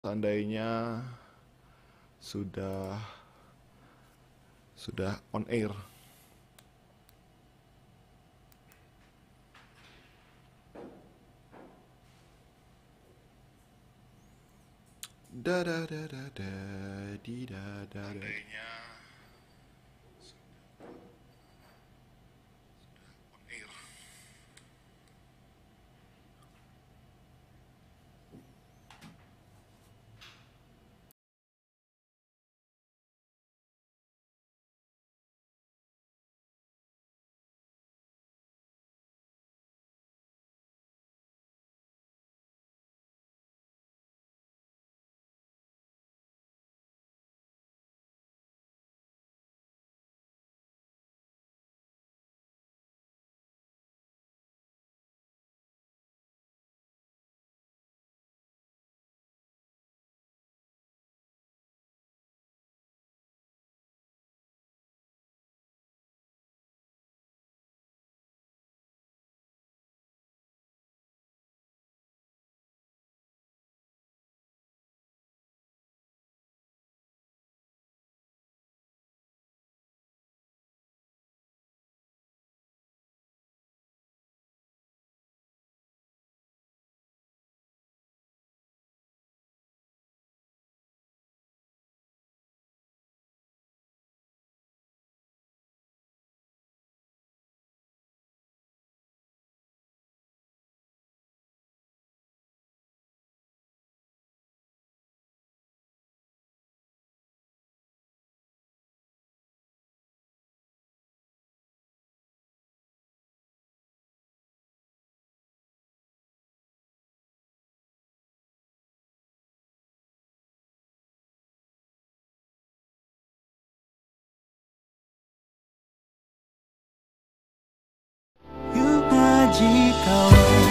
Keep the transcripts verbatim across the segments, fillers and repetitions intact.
Seandainya sudah sudah on air. Da da da da da di da da da. Yuk ngaji kawan.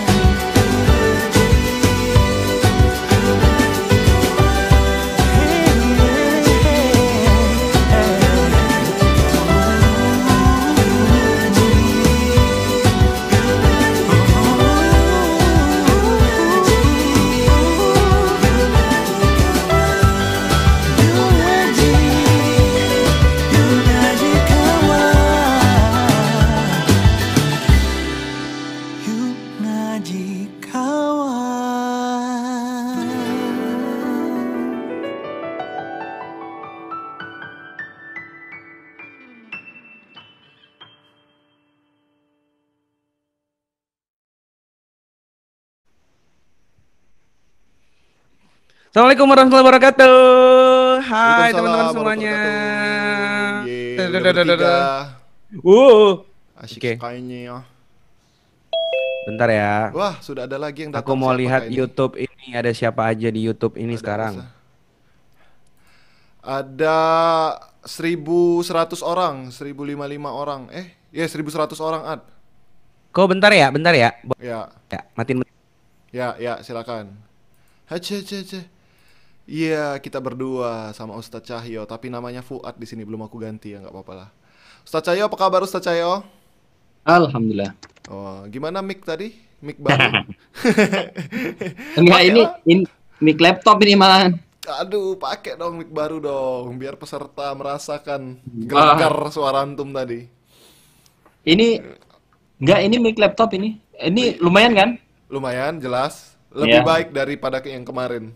Assalamualaikum warahmatullahi wabarakatuh. Hai Waalaikumsalam teman-teman semuanya. warahmatullahi wabarakatuh. Ye, udah bertiga. Uh, Asyik Oke. sekalinya ya. bentar ya. Wah, sudah ada lagi yang Aku datang. mau Siapakah lihat ini? YouTube ini ada siapa aja di YouTube ini Ada sekarang. Asa. Ada seribu seratus orang, seribu lima puluh lima orang. Eh, ya seribu seratus orang, Ad. Kau bentar ya, bentar ya. Bo- Ya, Ya, matiin. ya, ya, silakan. Hace, hace, hace. Iya, kita berdua sama Ustadz Cahyo, tapi namanya Fuad di sini belum aku ganti ya, nggak apa-apa lah. Ustadz Cahyo, apa kabar Ustadz Cahyo? Alhamdulillah. Oh, gimana mic tadi? Mic baru? Enggak, Pakai ini, lah. ini mic laptop ini malahan. Aduh, pakai dong mic baru dong, biar peserta merasakan Wah, gelegar suara antum tadi. ini enggak, ini mic laptop ini. Ini lumayan kan? Lumayan, jelas. Lebih Ya. baik daripada ke- yang kemarin.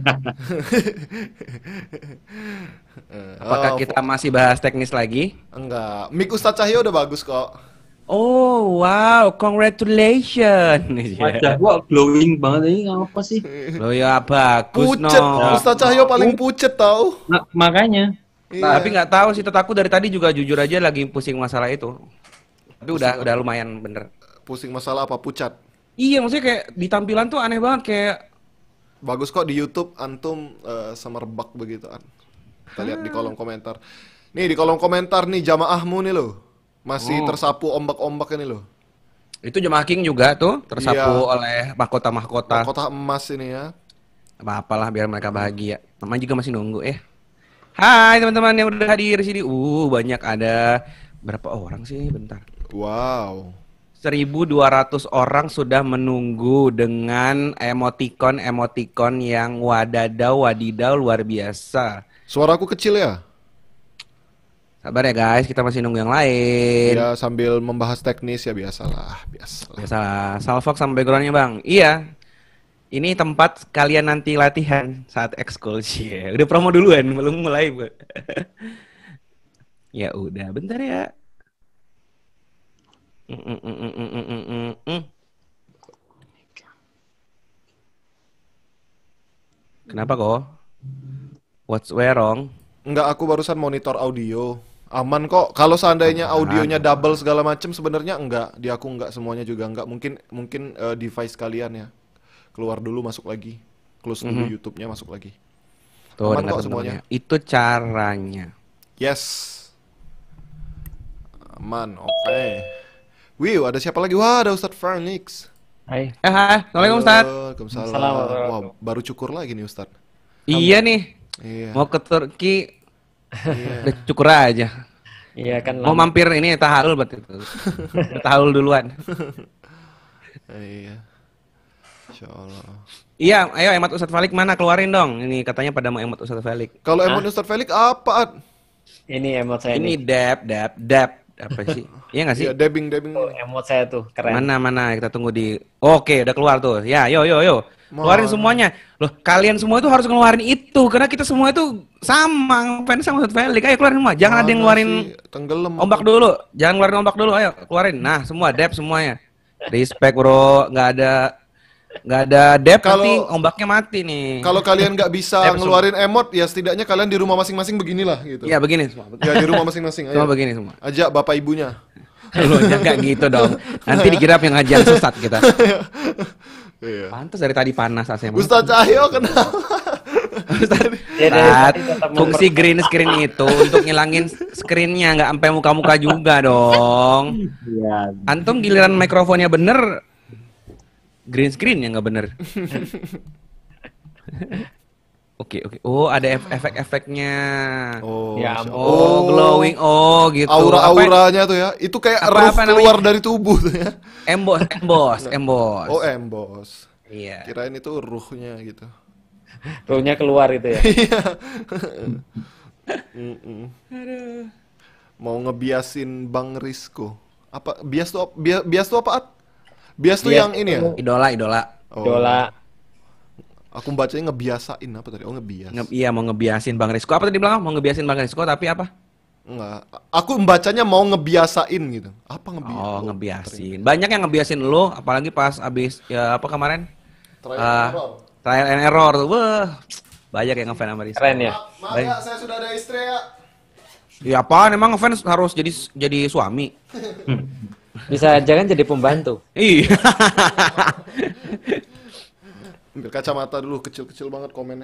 Eh, Apakah oh, kita masih bahas teknis lagi? enggak. Mic Ustadz Cahyo udah bagus kok. Oh, wow, congratulations. Wajah gua glowing banget ini, apa sih? Loh ya bagus no. Pucet, Ustadz Cahyo paling pucet tau. Ma- makanya. Iya. Tapi nggak tahu sih, tetaku dari tadi juga jujur aja lagi pusing masalah itu. Tapi udah udah lumayan bener. Pusing masalah apa? Pucat. Iya, maksudnya kayak di tampilan tuh aneh banget kayak Bagus kok di YouTube antum eh, semerbak begitu an. Kita lihat di kolom komentar. Nih di kolom komentar nih jamaahmu nih loh. Masih Oh. tersapu ombak-ombak ini loh. itu jemaah King juga tuh tersapu Iya. oleh mahkota-mahkota. Kota emas ini ya. Apa-apalah biar mereka bahagia. Namanya juga masih nunggu eh. Hai teman-teman yang udah hadir di sini. Uh, banyak ada berapa orang sih? Bentar. Wow. seribu dua ratus orang sudah menunggu dengan emoticon-emoticon yang wadadaw wadidaw luar biasa. Suaraku kecil ya? Sabar ya guys, kita masih nunggu yang lain. Ya sambil membahas teknis ya biasalah, biasalah. Biasalah, salfok sama backgroundnya bang. Iya, ini tempat kalian nanti latihan saat ekskul. Cie, udah promo duluan, belum mulai. Bu. Ya udah, bentar ya. Mm, mm, mm, mm, mm, mm, mm, mm. Kenapa kok? What's wrong? Enggak, aku barusan monitor audio. Aman kok. Kalau seandainya audionya double segala macem sebenarnya enggak. Di aku enggak, semuanya juga enggak. Mungkin mungkin eh, device kalian ya. Keluar dulu masuk lagi. Close dulu Mhm. YouTube-nya masuk lagi. Tuh, Aman dengar kok semuanya. teman-temannya. Itu caranya. Yes. Aman, oke. Wih, ada siapa lagi? Wah, ada Ustadz Farnix. Hai. Eh, hai. Assalamualaikum Ustaz. Waalaikumsalam. Assalamualaikum. Wah, baru cukur lagi nih Ustadz. Iya nih, Iya. mau ke Turki, Iya. udah cukur aja. Iya kan Mau lama. mampir ini tahalul berarti itu. Tahalul duluan. Iya. Insya Allah. Iya, ayo emot Ustadz Falik mana keluarin dong. Ini katanya pada mau emot Ustadz Falik. Kalau emot Ustadz Felix apa? Ad? Ini emot saya Ini nih. dab, dab, dab. Apa sih? Iya nggak sih? Iya, dabbing, dabbing. Tuh, emot saya tuh keren. Mana mana kita tunggu di. Oke, udah keluar tuh. Ya, yo yo yo. Keluarin Mana? semuanya. Loh, kalian semua itu harus ngeluarin itu karena kita semua itu sama fans sama Ustadz Falik. Ayo keluarin semua. Jangan ada yang Mana ngeluarin sih? Tenggelam. ombak dulu. Jangan ngeluarin ombak dulu. Ayo keluarin. Nah, semua dab semuanya. Respect, Bro. Nggak ada nggak ada dab Kalau- nanti ombaknya mati nih. Kalau kalian nggak bisa Dab semua. ngeluarin emot, ya setidaknya kalian di rumah masing-masing beginilah gitu. Iya, begini semua. Ya di rumah masing-masing. Semua Ayo. begini semua. Ajak bapak ibunya. Lu jangan gitu dong. Nanti dikira yang ngajar sesat kita. Iya. Pantas dari tadi panas A C. Ustadz Cahyo kenapa? Ya, dari Ustaz, tadi tetap fungsi memper- green screen itu untuk ngilangin screennya nggak sampai muka-muka juga dong. Iya. Antum giliran mikrofonnya bener, green screen yang nggak bener. Oke oke. Oh ada ef- efek-efeknya. Oh, Ya Masya ampun. Allah. Oh, glowing. Oh gitu. Apa- Aura-auranya tuh ya. Itu kayak Apa- roof apa namanya? keluar dari tubuh tuh ya. Embos, embos, embos. Oh, embos. Iya. Kirain itu ruhnya gitu. Ruhnya keluar itu ya. Mm-mm. Mau ngebiasin Bang Rizko. Apa bias tuh ap- bia- bias tuh apa? At? Bias tuh Bias yang ini ya? itu- Idola, idola. Oh. Dola. Aku bacanya ngebiasain apa tadi? Oh, ngebias. Nge- iya mau ngebiasin Bang Rizko. Apa tadi bilang? Mau ngebiasin Bang Rizko tapi apa? Enggak. Aku membacanya mau ngebiasain gitu. Apa ngebias? Oh, ngebiasin. Banyak yang ngebiasin lo, apalagi pas abis ya apa kemarin? Trial Ah, and error. trial and error tuh. Wah, banyak yang ngefans sama Rizko. Keren ya. Maaf ya, saya sudah ada istri ya. Ya apaan emang ngefans harus jadi jadi suami? Bisa aja kan jadi pembantu. Iya. Ambil kacamata dulu, kecil-kecil banget komennya.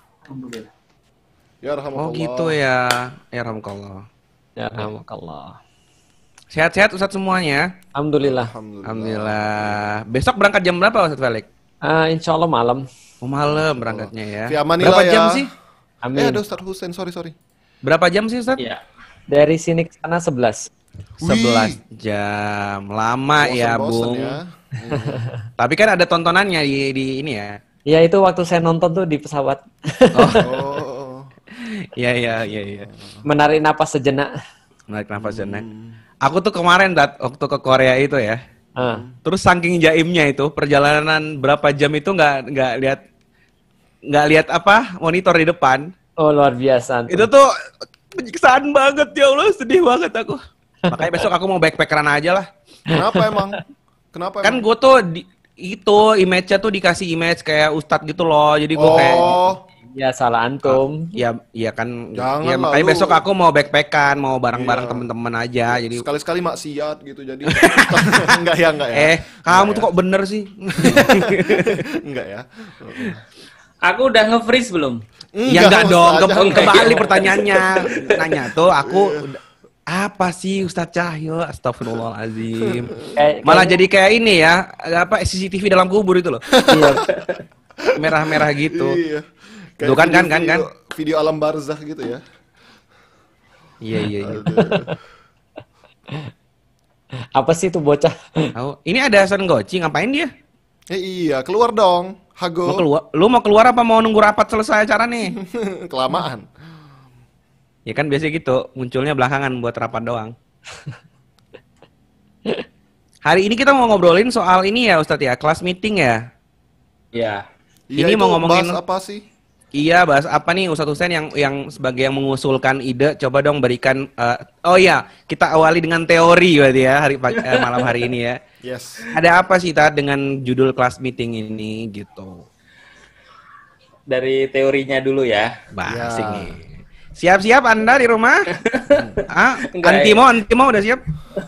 Ya rahmatullah. Oh gitu ya. Ya rahmatullah. Ya rahmatullah. Sehat-sehat Ustadz semuanya. Alhamdulillah. Alhamdulillah. Alhamdulillah. Besok berangkat jam berapa Ustadz Felix? Ah, insya Allah malam. Oh, malam berangkatnya ya. Fi amanillah Berapa ya. jam sih? Eh Amin. ada Ustadz Hussein, sorry sorry. Berapa jam sih Ustadz? Iya. Dari sini ke sana sebelas. sebelas jam. Lama ya, Bosen-bosen Bung. ya. Tapi kan ada tontonannya di di ini ya. Ya itu waktu saya nonton tuh di pesawat. Oh. Iya iya iya iya. Menarik napas sejenak. Menarik nafas Jan. Aku tuh kemarin dat waktu ke Korea itu ya. Ah. Terus saking jaimnya itu perjalanan berapa jam itu nggak nggak lihat nggak lihat apa monitor di depan. Oh luar biasa. antum. Itu tuh penyiksaan banget ya Allah, sedih banget aku. Makanya besok aku mau backpackeran aja lah. Kenapa emang? Kenapa Kan emang? gue tuh di, itu image-nya tuh dikasih image kayak ustadz gitu loh. Jadi gue kayak Oh, Ya salah antum. ya ya kan Jangan ya lah, makanya lu. besok aku mau backpackan, mau bareng-bareng Iya. temen-temen aja. Jadi sekali-sekali maksiat gitu jadi. Enggak ya, enggak ya. eh kamu tuh ya. kok bener sih? Enggak ya. Aku udah nge-freeze belum? Ya enggak Ustaz, dong, ke- jangan. kembali pertanyaannya. Nanya tuh aku udah- apa sih Ustadz Cahyo? Astagfirullahalazim. Kayak- Malah kayak- jadi kayak ini ya, apa C C T V dalam kubur itu loh. Iya. Merah-merah gitu. Iya. Tuh kan, kan, kan, kan. video- Video alam barzah gitu ya. Iya iya iya. Aduh. Apa sih itu bocah? Tahu. Ini ada Son Goci, ngapain dia? Eh, iya, keluar dong. Mau Hago. keluar? Lu mau keluar apa mau nunggu rapat selesai acara nih? Kelamaan. Ya kan biasa gitu, munculnya belakangan buat rapat doang. Hari ini kita mau ngobrolin soal ini ya Ustadz ya, kelas meeting ya. Ya. Iya, Ini itu mau ngomongin- bahas apa sih? Iya, bahas apa nih Ustadz Husain yang yang sebagai yang mengusulkan ide, coba dong berikan eh, oh iya, kita awali dengan teori berarti ya hari pagi- eh, malam hari ini ya. Yes. Ada apa sih Tat dengan judul kelas meeting ini gitu? Dari teorinya dulu ya. Bahas Ya. ini. Siap-siap Anda di rumah? ah, Enggak, Antimo, Antimo udah siap?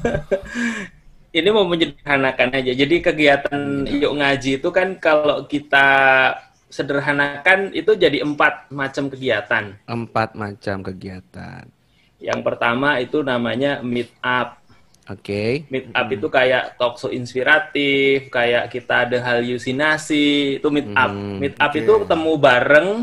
Ini mau menyederhanakan aja. Jadi kegiatan yuk ngaji itu kan kalau kita sederhanakan itu jadi empat macam kegiatan. Empat macam kegiatan. Yang pertama itu namanya meet up. Oke. Meet up itu kayak talkshow inspiratif, kayak kita ada halusinasi, itu meet up. Hmm, Meet up oke. itu ketemu bareng,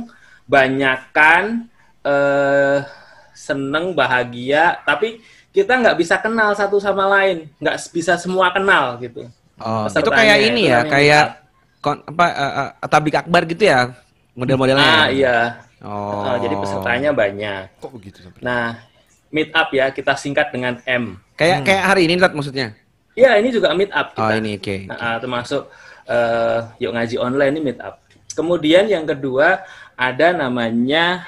banyakan, eh, seneng, bahagia, tapi kita nggak bisa kenal satu sama lain, nggak bisa semua kenal gitu. Oh, itu Pesertanya, kayak ini itu ya, namanya kayak meet up. kon, apa eh, eh, tablik akbar gitu ya model-modelnya. Ah iya. Oh. Eh, jadi pesertanya banyak. Kok begitu sampai? Nah, meet up ya kita singkat dengan M. Kayak kayak hari ini Tat maksudnya. Ya ini juga meet up kita. Oh, ini oke. Nah, ah, termasuk eh, yuk ngaji online ini meet up. Kemudian yang kedua ada namanya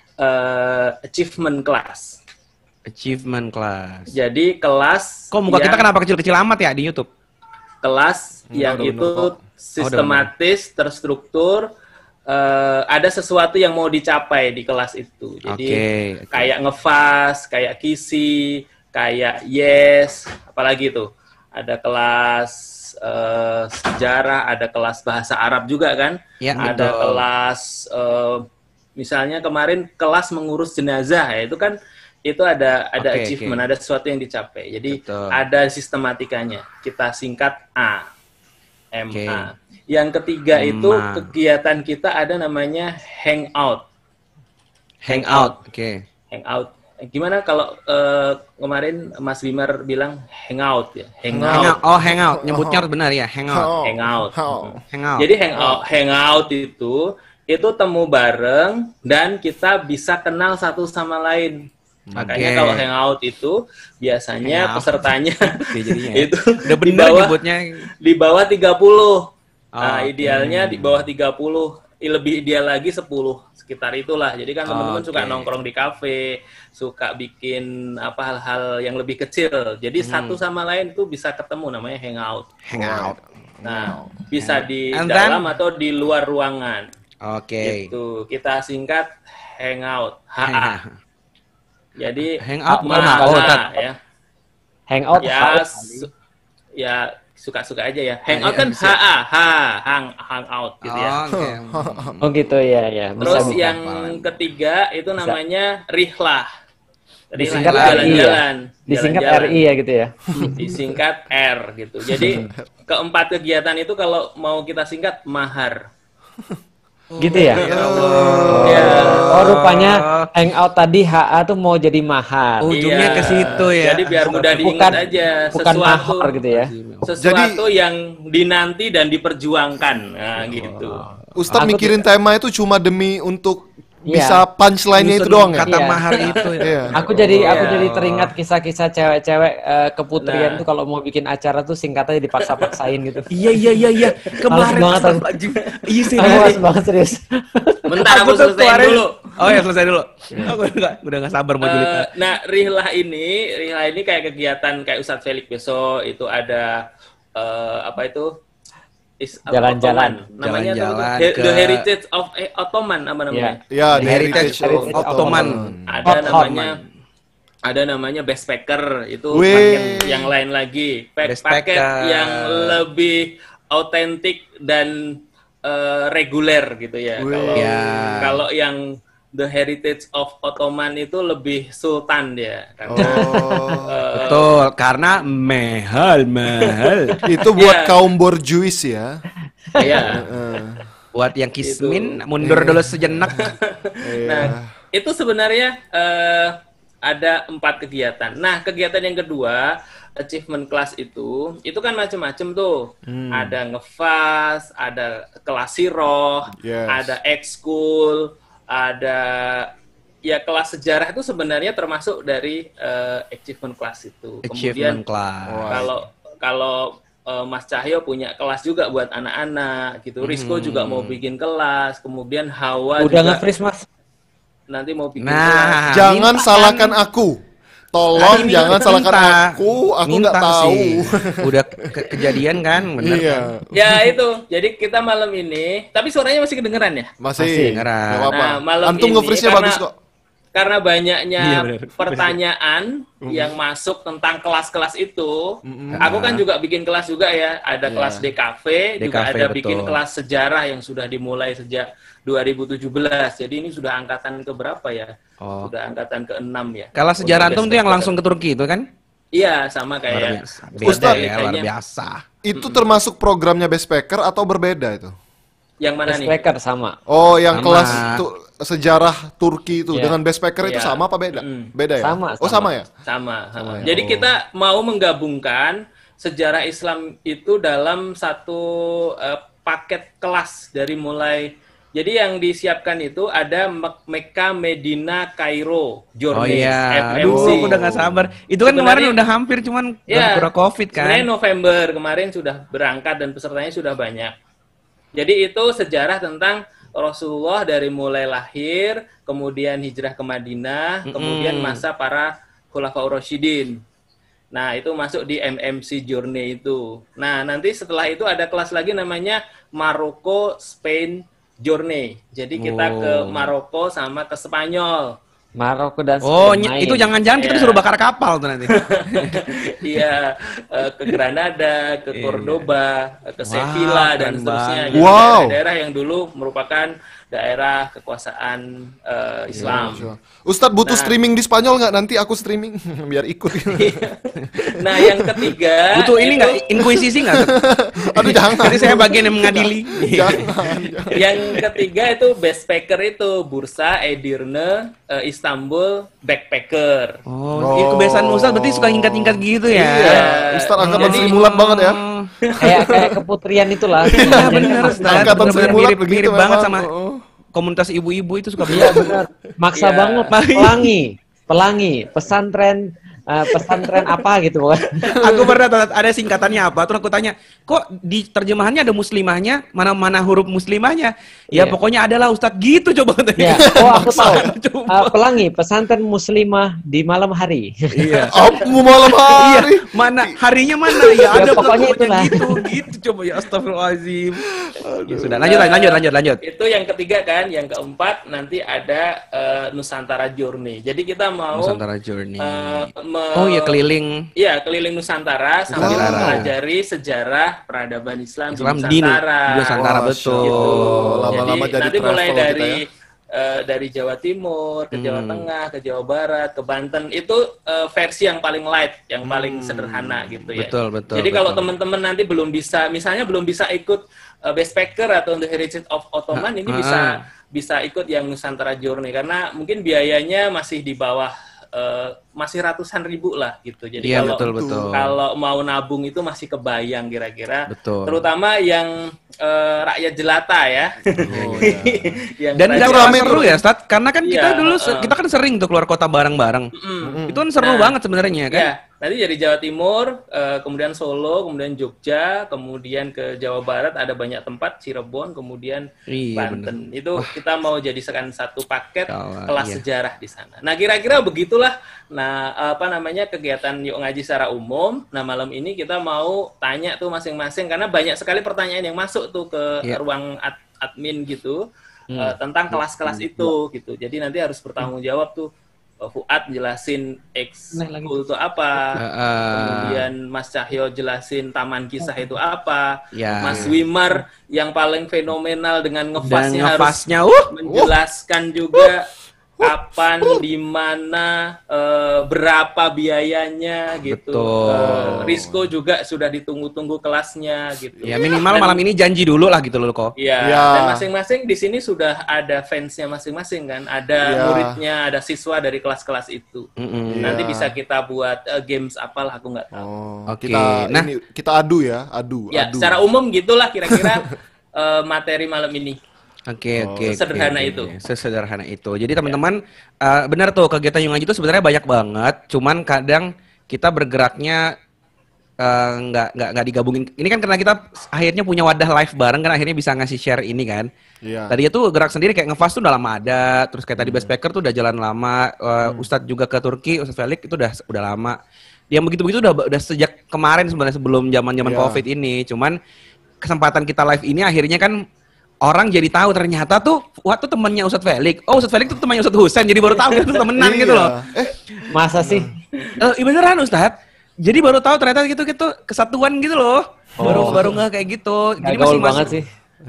eh, achievement class. Achievement class. Jadi kelas Kok muka yang- kita kenapa kecil-kecil amat ya di YouTube? kelas Enggak, yang udah bener itu kok. sistematis, terstruktur, eh, ada sesuatu yang mau dicapai di kelas itu. Jadi Oke, oke. kayak ngefast, kayak kisi, kayak yes, apalagi itu. Ada kelas eh, sejarah, ada kelas bahasa Arab juga kan? Ya, ada betul. kelas eh, misalnya kemarin kelas mengurus jenazah ya, itu kan itu ada ada Oke, achievement, oke. ada sesuatu yang dicapai. Jadi Betul. ada sistematikanya. Kita singkat A. M A. Oke. Yang ketiga M A. itu kegiatan kita ada namanya hangout. Hangout. Oke. Hangout. Gimana kalau eh, kemarin Mas Bimar bilang hangout ya? Hangout. Hangout. Oh, hangout. Nyebutnya harus benar ya, hangout. Oh. Hangout. Oh. Hangout. Jadi hangout, hangout itu itu temu bareng dan kita bisa kenal satu sama lain. Makanya Oke. kalau hangout itu biasanya Hangout. pesertanya Oke, jadinya ya. itu Udah di bener bawah nyebutnya. di bawah tiga puluh. Oh, Nah, idealnya di bawah tiga puluh. Lebih ideal lagi sepuluh, sekitar itulah. Jadi kan teman-teman suka Oke. nongkrong di kafe, suka bikin apa hal-hal yang lebih kecil. Jadi Hmm. satu sama lain itu bisa ketemu, namanya hangout. Hangout. Nah, bisa di And dalam then- atau di luar ruangan. Oke. Itu kita singkat hangout, H A. Jadi Hangout bukan H A, H O, Tat. ya. Hangout Ya, haus su- ya suka-suka aja ya. Hangout ya, kan bisa. H A, H, hang, hangout gitu ya. Oh, oke. Oh gitu ya ya. Bisa, Terus bisa. yang ketiga itu namanya rihlah. Rihlah Disingkat itu R I ya? jalan-jalan. Disingkat jalan-jalan. R I ya gitu ya. Disingkat R gitu. Jadi keempat kegiatan itu kalau mau kita singkat mahar. Gitu ya. Ya. Oh rupanya hangout tadi H A tuh mau jadi mahar. Ujungnya Iya. ke situ ya. Jadi biar mudah diingat Bukan aja bukan sesuatu mahar gitu ya. sesuatu yang dinanti dan diperjuangkan. Nah, gitu. Ustadz Aku mikirin tema itu cuma demi untuk Iya. bisa punchline-nya itu Nyusun doang ya? Kata Iya. mahar itu ya. Iya. Aku jadi aku Iya. jadi teringat kisah-kisah cewek-cewek eh, keputrian Nah. tuh kalau mau bikin acara tuh singkatnya dipaksa-paksain gitu. Iya iya iya iya. Kemarin banget aku. astagfirullahaladzim. Iya sih. Aku harus banget serius. Bentar aku tuh selesaiin kemarin- dulu. Oh ya selesai dulu. Aku udah udah gak sabar mau Eh, cerita. nah, rihlah ini, rihlah ini kayak kegiatan kayak Ustadz Felix besok itu ada eh, apa itu? Is- apa, Jalan-jalan. Ottoman. Namanya tuh Jalan-jalan The, ke- The Heritage of eh, Ottoman apa namanya? Ya, The The Heritage Heritage of of Ottoman. Ottoman. Ada Ottoman. namanya ada namanya backpacker itu Wih. paket yang lain lagi. Pack- Backpacker. Paket yang lebih autentik dan eh, reguler gitu ya. Wih. Kalau Ya. kalau yang The Heritage of Ottoman itu lebih sultan dia karena Oh. eh, Betul, karena mahal mahal. Itu buat Iya. kaum borjuis ya. ya. Eh, Buat yang kismin mundur dulu sejenak. iya. Nah, itu sebenarnya eh, ada empat kegiatan. Nah, kegiatan yang kedua, achievement class itu, itu kan macam-macam tuh. Hmm. Ada ngefas, ada kelas siroh, Yes. ada ekskul, ada ya kelas sejarah itu sebenarnya termasuk dari uh, achievement class itu. Achievement Kemudian class. kalau kalau uh, Mas Cahyo punya kelas juga buat anak-anak gitu. Rizko juga mau bikin kelas. Kemudian Hawa Udah juga nge-freeze mas. nanti mau bikin Nah, kelas. Jangan minta salahkan kan. aku. Tolong Tadi jangan minta. salahkan aku. Aku Minta nggak tahu. sih. Udah ke- kejadian kan, bener Iya. kan? Ya itu. Jadi kita malam ini, tapi suaranya masih kedengeran ya? Masih. Masih, ngeran. Nggak apa-apa. Nah, malam Antum ini nge-freeze-nya karena- bagus kok. Karena banyaknya Iya, bener. pertanyaan yang masuk tentang kelas-kelas itu, aku kan juga bikin kelas juga ya. Ada Iya. kelas D K V, juga D K V, ada bikin betul. kelas sejarah yang sudah dimulai sejak dua ribu tujuh belas. Jadi ini sudah angkatan ke berapa ya? Oh. Sudah angkatan ke enam ya. Kalau sejarah Untuk antum tuh yang best langsung ke Turki itu kan? Iya, sama Luar kayak biasa. Ustaz, Beda ya, luar kayaknya. biasa. Itu termasuk programnya Backpacker atau berbeda itu? Yang mana nih? Backpacker sama. Oh, yang Sama. kelas tu- sejarah Turki itu Iya. dengan Backpacker itu Iya. sama apa beda? Mm. Beda ya? Sama, Oh, sama ya? Sama. Sama ya? Jadi Oh. kita mau menggabungkan sejarah Islam itu dalam satu eh, paket kelas dari mulai. Jadi yang disiapkan itu ada Mek- Mekah, Medina, Kairo, Oh Journey, iya, F M C. aduh aku udah gak sabar. Itu kan Sebenarnya- kemarin udah hampir cuman Ya, gara-gara Covid kan. sebenarnya November kemarin sudah berangkat dan pesertanya sudah banyak. Jadi itu sejarah tentang Rasulullah dari mulai lahir, kemudian hijrah ke Madinah, kemudian masa para Khulafaur Rasyidin. Nah, itu masuk di M M C Journey itu. Nah, nanti setelah itu ada kelas lagi namanya Maroko Spain Journey. Jadi kita ke Oh. Maroko sama ke Spanyol. Maroko dan Oh, Spain ny- main. itu jangan-jangan kita Iya. disuruh bakar kapal tuh nanti. Iya, eh, ke Granada, ke Iya. Cordoba, eh, ke Wah, Sevilla dan keren seterusnya. banget. Jadi Wow. daerah-daerah yang dulu merupakan daerah kekuasaan eh, Islam. Sure. Ustadz butuh Nah. streaming di Spanyol nggak? Nanti aku streaming biar ikut. Nah, yang ketiga Butuh ini itu- nggak inkuisisi nggak? Aduh jangan. Jadi saya bagian yang mengadili. jangan. jangan. Yang ketiga itu backpacker itu Bursa, Edirne, eh, Istanbul, backpacker. Oh, ini kebiasaan Ustaz berarti suka ingkat-ingkat gitu ya. Iya, Ustadz angkatan Jadi- Sri Mulat banget ya. Oh, kayak kayak keputrian itulah. Iya benar Ustaz. Angkatan Bener-bener Sri Mulat mirip, begitu mirip banget memang. sama Oh. komunitas ibu-ibu itu suka Iya benar. Maksa Iya. banget. Pelangi, pelangi, pesantren, eh, pesantren apa gitu bukan? Aku pernah tahu ada singkatannya apa, terus aku tanya, kok di terjemahannya ada muslimahnya, mana-mana huruf muslimahnya? Ya Iya. pokoknya adalah Ustadz gitu coba katanya. Ya. Oh aku tahu. Coba. Eh, pelangi, pesantren muslimah di malam hari. Iya. Aku malam Iya, hari. mana harinya mana ya Ya, ada pokoknya pokoknya itulah. gitu gitu coba ya astagfirullahaladzim. Ya sudah lanjut lanjut lanjut lanjut. Itu yang ketiga kan, yang keempat nanti ada eh, Nusantara Journey. Jadi kita mau Nusantara Journey. eh, me- Oh ya keliling Iya, keliling Nusantara sambil Nusantara. mempelajari sejarah peradaban Islam, Islam di di Nusantara. Nusantara Wah, betul. Masya Allah. Lama-lama Jadi, jadi nanti mulai travel kita dari ya. eh, dari Jawa Timur ke Jawa Hmm. Tengah, ke Jawa Barat, ke Banten itu eh, versi yang paling light, yang paling sederhana gitu ya. Betul, betul, Jadi kalau betul. teman-teman nanti belum bisa, misalnya belum bisa ikut eh, backpacker atau The Heritage of Ottoman, ini Ah, bisa ah. bisa ikut yang Nusantara Journey karena mungkin biayanya masih di bawah eh, masih ratusan ribu lah gitu. Jadi Iya kalau betul betul. kalau mau nabung itu masih kebayang kira-kira. Betul. Terutama yang eh, rakyat jelata ya. Oh, ya. Yang Dan rakyat nggak rame seru tuh. ya, Stat? Karena kan kita Iya, dulu se- uh-uh. kita kan sering tuh keluar kota bareng-bareng. Mm. Itu kan seru Nah, banget sebenarnya kan? Ya, nanti dari Jawa Timur, eh, kemudian Solo, kemudian Jogja, kemudian ke Jawa Barat ada banyak tempat, Cirebon, kemudian Iya, Banten. Itu kita mau jadikan satu paket Kalau- kelas iya. sejarah di sana. Nah, kira-kira begitulah. Nah, apa namanya kegiatan Yuk Ngaji secara umum. Nah, malam ini kita mau tanya tuh masing-masing karena banyak sekali pertanyaan yang masuk tuh ke Iya. ruang ad- admin gitu eh, tentang kelas-kelas itu gitu. Jadi nanti harus bertanggung jawab tuh. eh, Fuad jelasin ekskul itu apa, Heeh. kemudian Mas Cahyo jelasin taman kisah itu apa, Ya. Mas Wimar yang paling fenomenal dengan Dan ngefasnya harus ngefasnya, uh, menjelaskan juga kapan, di mana, eh, berapa biayanya gitu. Betul. Eh, Risco juga sudah ditunggu-tunggu kelasnya gitu. Ya minimal Dan- malam ini janji dulu lah gitu loh kok. Iya, Ya. dan masing-masing di sini sudah ada fansnya masing-masing kan, ada Ya. muridnya, ada siswa dari kelas-kelas itu. Mm-mm. Iya. Nanti bisa kita buat eh, games apalah, aku nggak tahu. Oh, Oke, kita nah. ini kita adu ya, adu, Ya, adu. secara umum gitulah kira-kira eh, materi malam ini. Oke Oh. oke. Sesederhana oke, itu. oke. Sesederhana itu. Jadi teman-teman eh, benar tuh kegiatan Yung Ngaji itu sebenarnya banyak banget. Cuman kadang kita bergeraknya eh, nggak nggak nggak digabungin. Ini kan karena kita akhirnya punya wadah live bareng kan akhirnya bisa ngasih share ini kan. Iya. Tadi itu gerak sendiri kayak ngefast tuh udah lama ada. Terus kayak tadi Backpacker tuh udah jalan lama. Eh, Ustadz juga ke Turki, Ustadz Felix itu udah udah lama. Yang begitu-begitu udah udah sejak kemarin sebenarnya sebelum zaman-zaman Iya. Covid ini. Cuman kesempatan kita live ini akhirnya kan orang jadi tahu ternyata tuh waktu temannya Ustadz Felix. Oh, Ustadz Felix tuh temannya Ustadz Husain. Jadi baru tahu kita tuh temenan gitu Iya. loh. Eh, Masa sih? Eh, iya beneran Ustadz. Jadi baru tahu ternyata gitu gitu kesatuan gitu loh. Baru baru nggak kayak gitu. Gak gaul banget sih.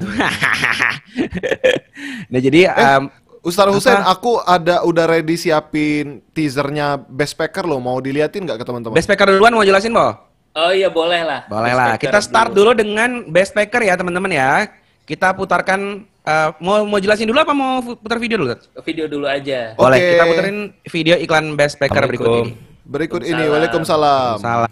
Nah, jadi em, Ustaz Husain, Apa? aku ada udah ready siapin teasernya Backpacker loh. Mau diliatin nggak ke teman-teman? Backpacker duluan mau jelasin, Bo? Oh iya, boleh lah. Boleh lah. Backpacker Kita start dulu dengan Backpacker ya, teman-teman ya. Kita putarkan eh, mau mau jelasin dulu apa mau fu- putar video dulu? Tat? Video dulu aja. Boleh, Oke. kita puterin video iklan Backpacker berikut ini. Berikut ini, Waalaikumsalam. Waalaikumsalam. Salah.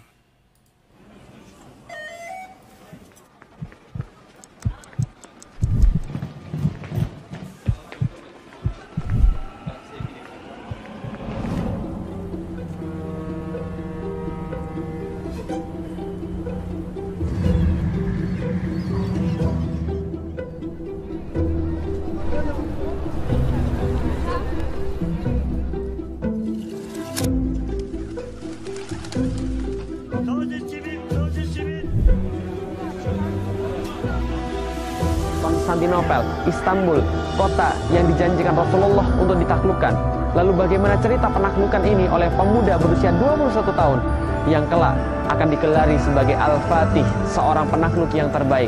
Konstantinopel, Istanbul, kota yang dijanjikan Rasulullah untuk ditaklukkan. Lalu bagaimana cerita penaklukan ini oleh pemuda berusia dua puluh satu tahun yang kelak akan digelari sebagai Al-Fatih, seorang penakluk yang terbaik.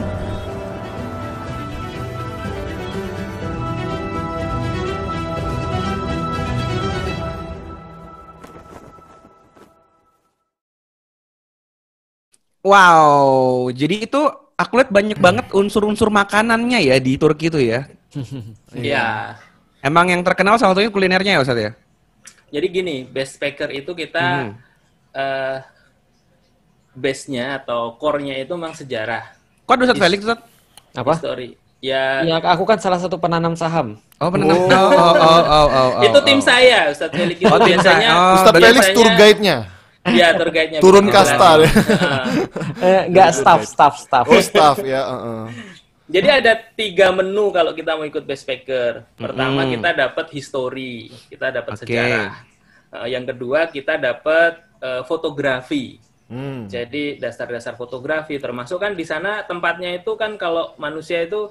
Wow, jadi itu aku lihat banyak banget unsur-unsur makanannya ya di Turki itu ya. Iya. Emang yang terkenal salah satunya kulinernya ya Ustaz ya? Jadi gini, Backpacker itu kita Mhm. eh, base-nya atau core-nya itu memang sejarah, Kok ada Ustaz Is- Felix Ustaz? Apa? history. Ya, Ya, aku kan salah satu penanam saham. Oh, penenang. Oh, oh, oh, oh, oh, oh, itu tim oh. saya, Ustadz Felix itu Oh, tim biasanya. saya. Oh, Ustaz biasanya- Felix tour guide-nya. Iya, tour guide-nya. Turun bisa kasta dibilang. deh. Heeh. Eh, enggak staff, staff, staff. Oh, staff ya. heeh. Jadi ada tiga menu kalau kita mau ikut Backpacker. Pertama Mm-mm. kita dapat history, kita dapat Oke. sejarah. Eh, yang kedua kita dapat eh, fotografi. Hmm. Jadi dasar-dasar fotografi termasuk kan di sana tempatnya itu kan kalau manusia itu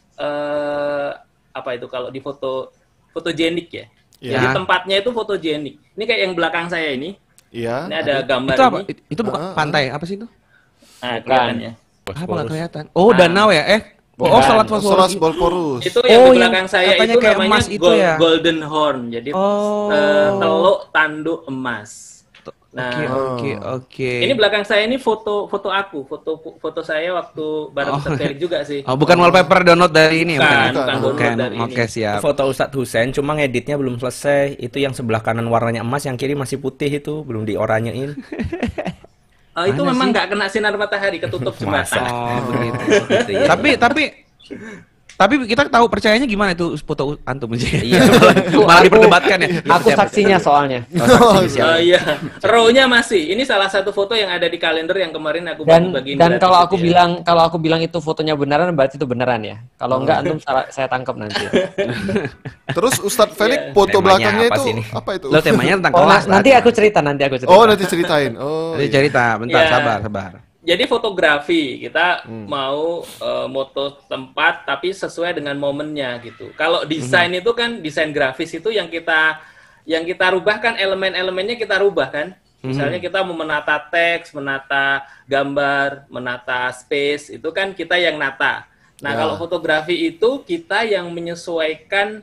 eh apa itu kalau di foto fotogenik ya. Iya. Jadi tempatnya itu fotogenik. Ini kayak yang belakang saya ini. Iya. Ini ada gambar Itu apa? ini. It- Itu bukan Ah, ah. pantai, apa sih itu? Nah, kelihatannya. Apa nggak kelihatan? Oh, danau ya? Eh, oh, Bukan. salat Solas fosforis. Bolporus. Itu yang Oh, di yang belakang saya katanya itu kayak namanya emas itu gol- ya? golden horn. Jadi Oh. eh, teluk tanduk emas. Nah, Oke, oke, oke. ini belakang saya ini foto foto aku, foto foto saya waktu bareng Oh. Ustadz Felix juga sih. Oh, bukan wallpaper download dari ini ya? Bukan, ya? bukan download Bukan. dari ini. Oke, siap. Foto Ustadz Husain cuma ngeditnya belum selesai. Itu yang sebelah kanan warnanya emas, yang kiri masih putih itu belum dioranyein. Oh, itu Mana memang sih? nggak kena sinar matahari, ketutup Masa? jembatan. Oh, begitu. Gitu ya. Tapi tapi tapi kita tahu percayanya gimana itu foto antum aja. Iya. Malah diperdebatkan ya. Aku saksinya soalnya. Oh, saksi, siap. Oh iya, row-nya masih. Ini salah satu foto yang ada di kalender yang kemarin aku Dan bagi-bagiin dan gratis kalau itu aku ya. bilang kalau aku bilang itu fotonya beneran berarti itu beneran ya. Kalau enggak antum salah, saya tangkap nanti. Terus Ustadz Felix Iya. foto Temanya belakangnya apa itu sih ini? apa itu? Lo temanya tentang Oh, kelas. na- nanti Tat. aku cerita, nanti aku cerita. Oh, nanti ceritain. Oh. Nanti iya. cerita, bentar, Iya. sabar, sabar. Jadi fotografi kita Hmm. mau eh, moto tempat tapi sesuai dengan momennya gitu. Kalau desain Hmm. itu kan desain grafis itu yang kita yang kita rubah kan elemen-elemennya kita rubah kan. Hmm. Misalnya kita mau menata teks, menata gambar, menata space itu kan kita yang nata. Nah Ya. kalau fotografi itu kita yang menyesuaikan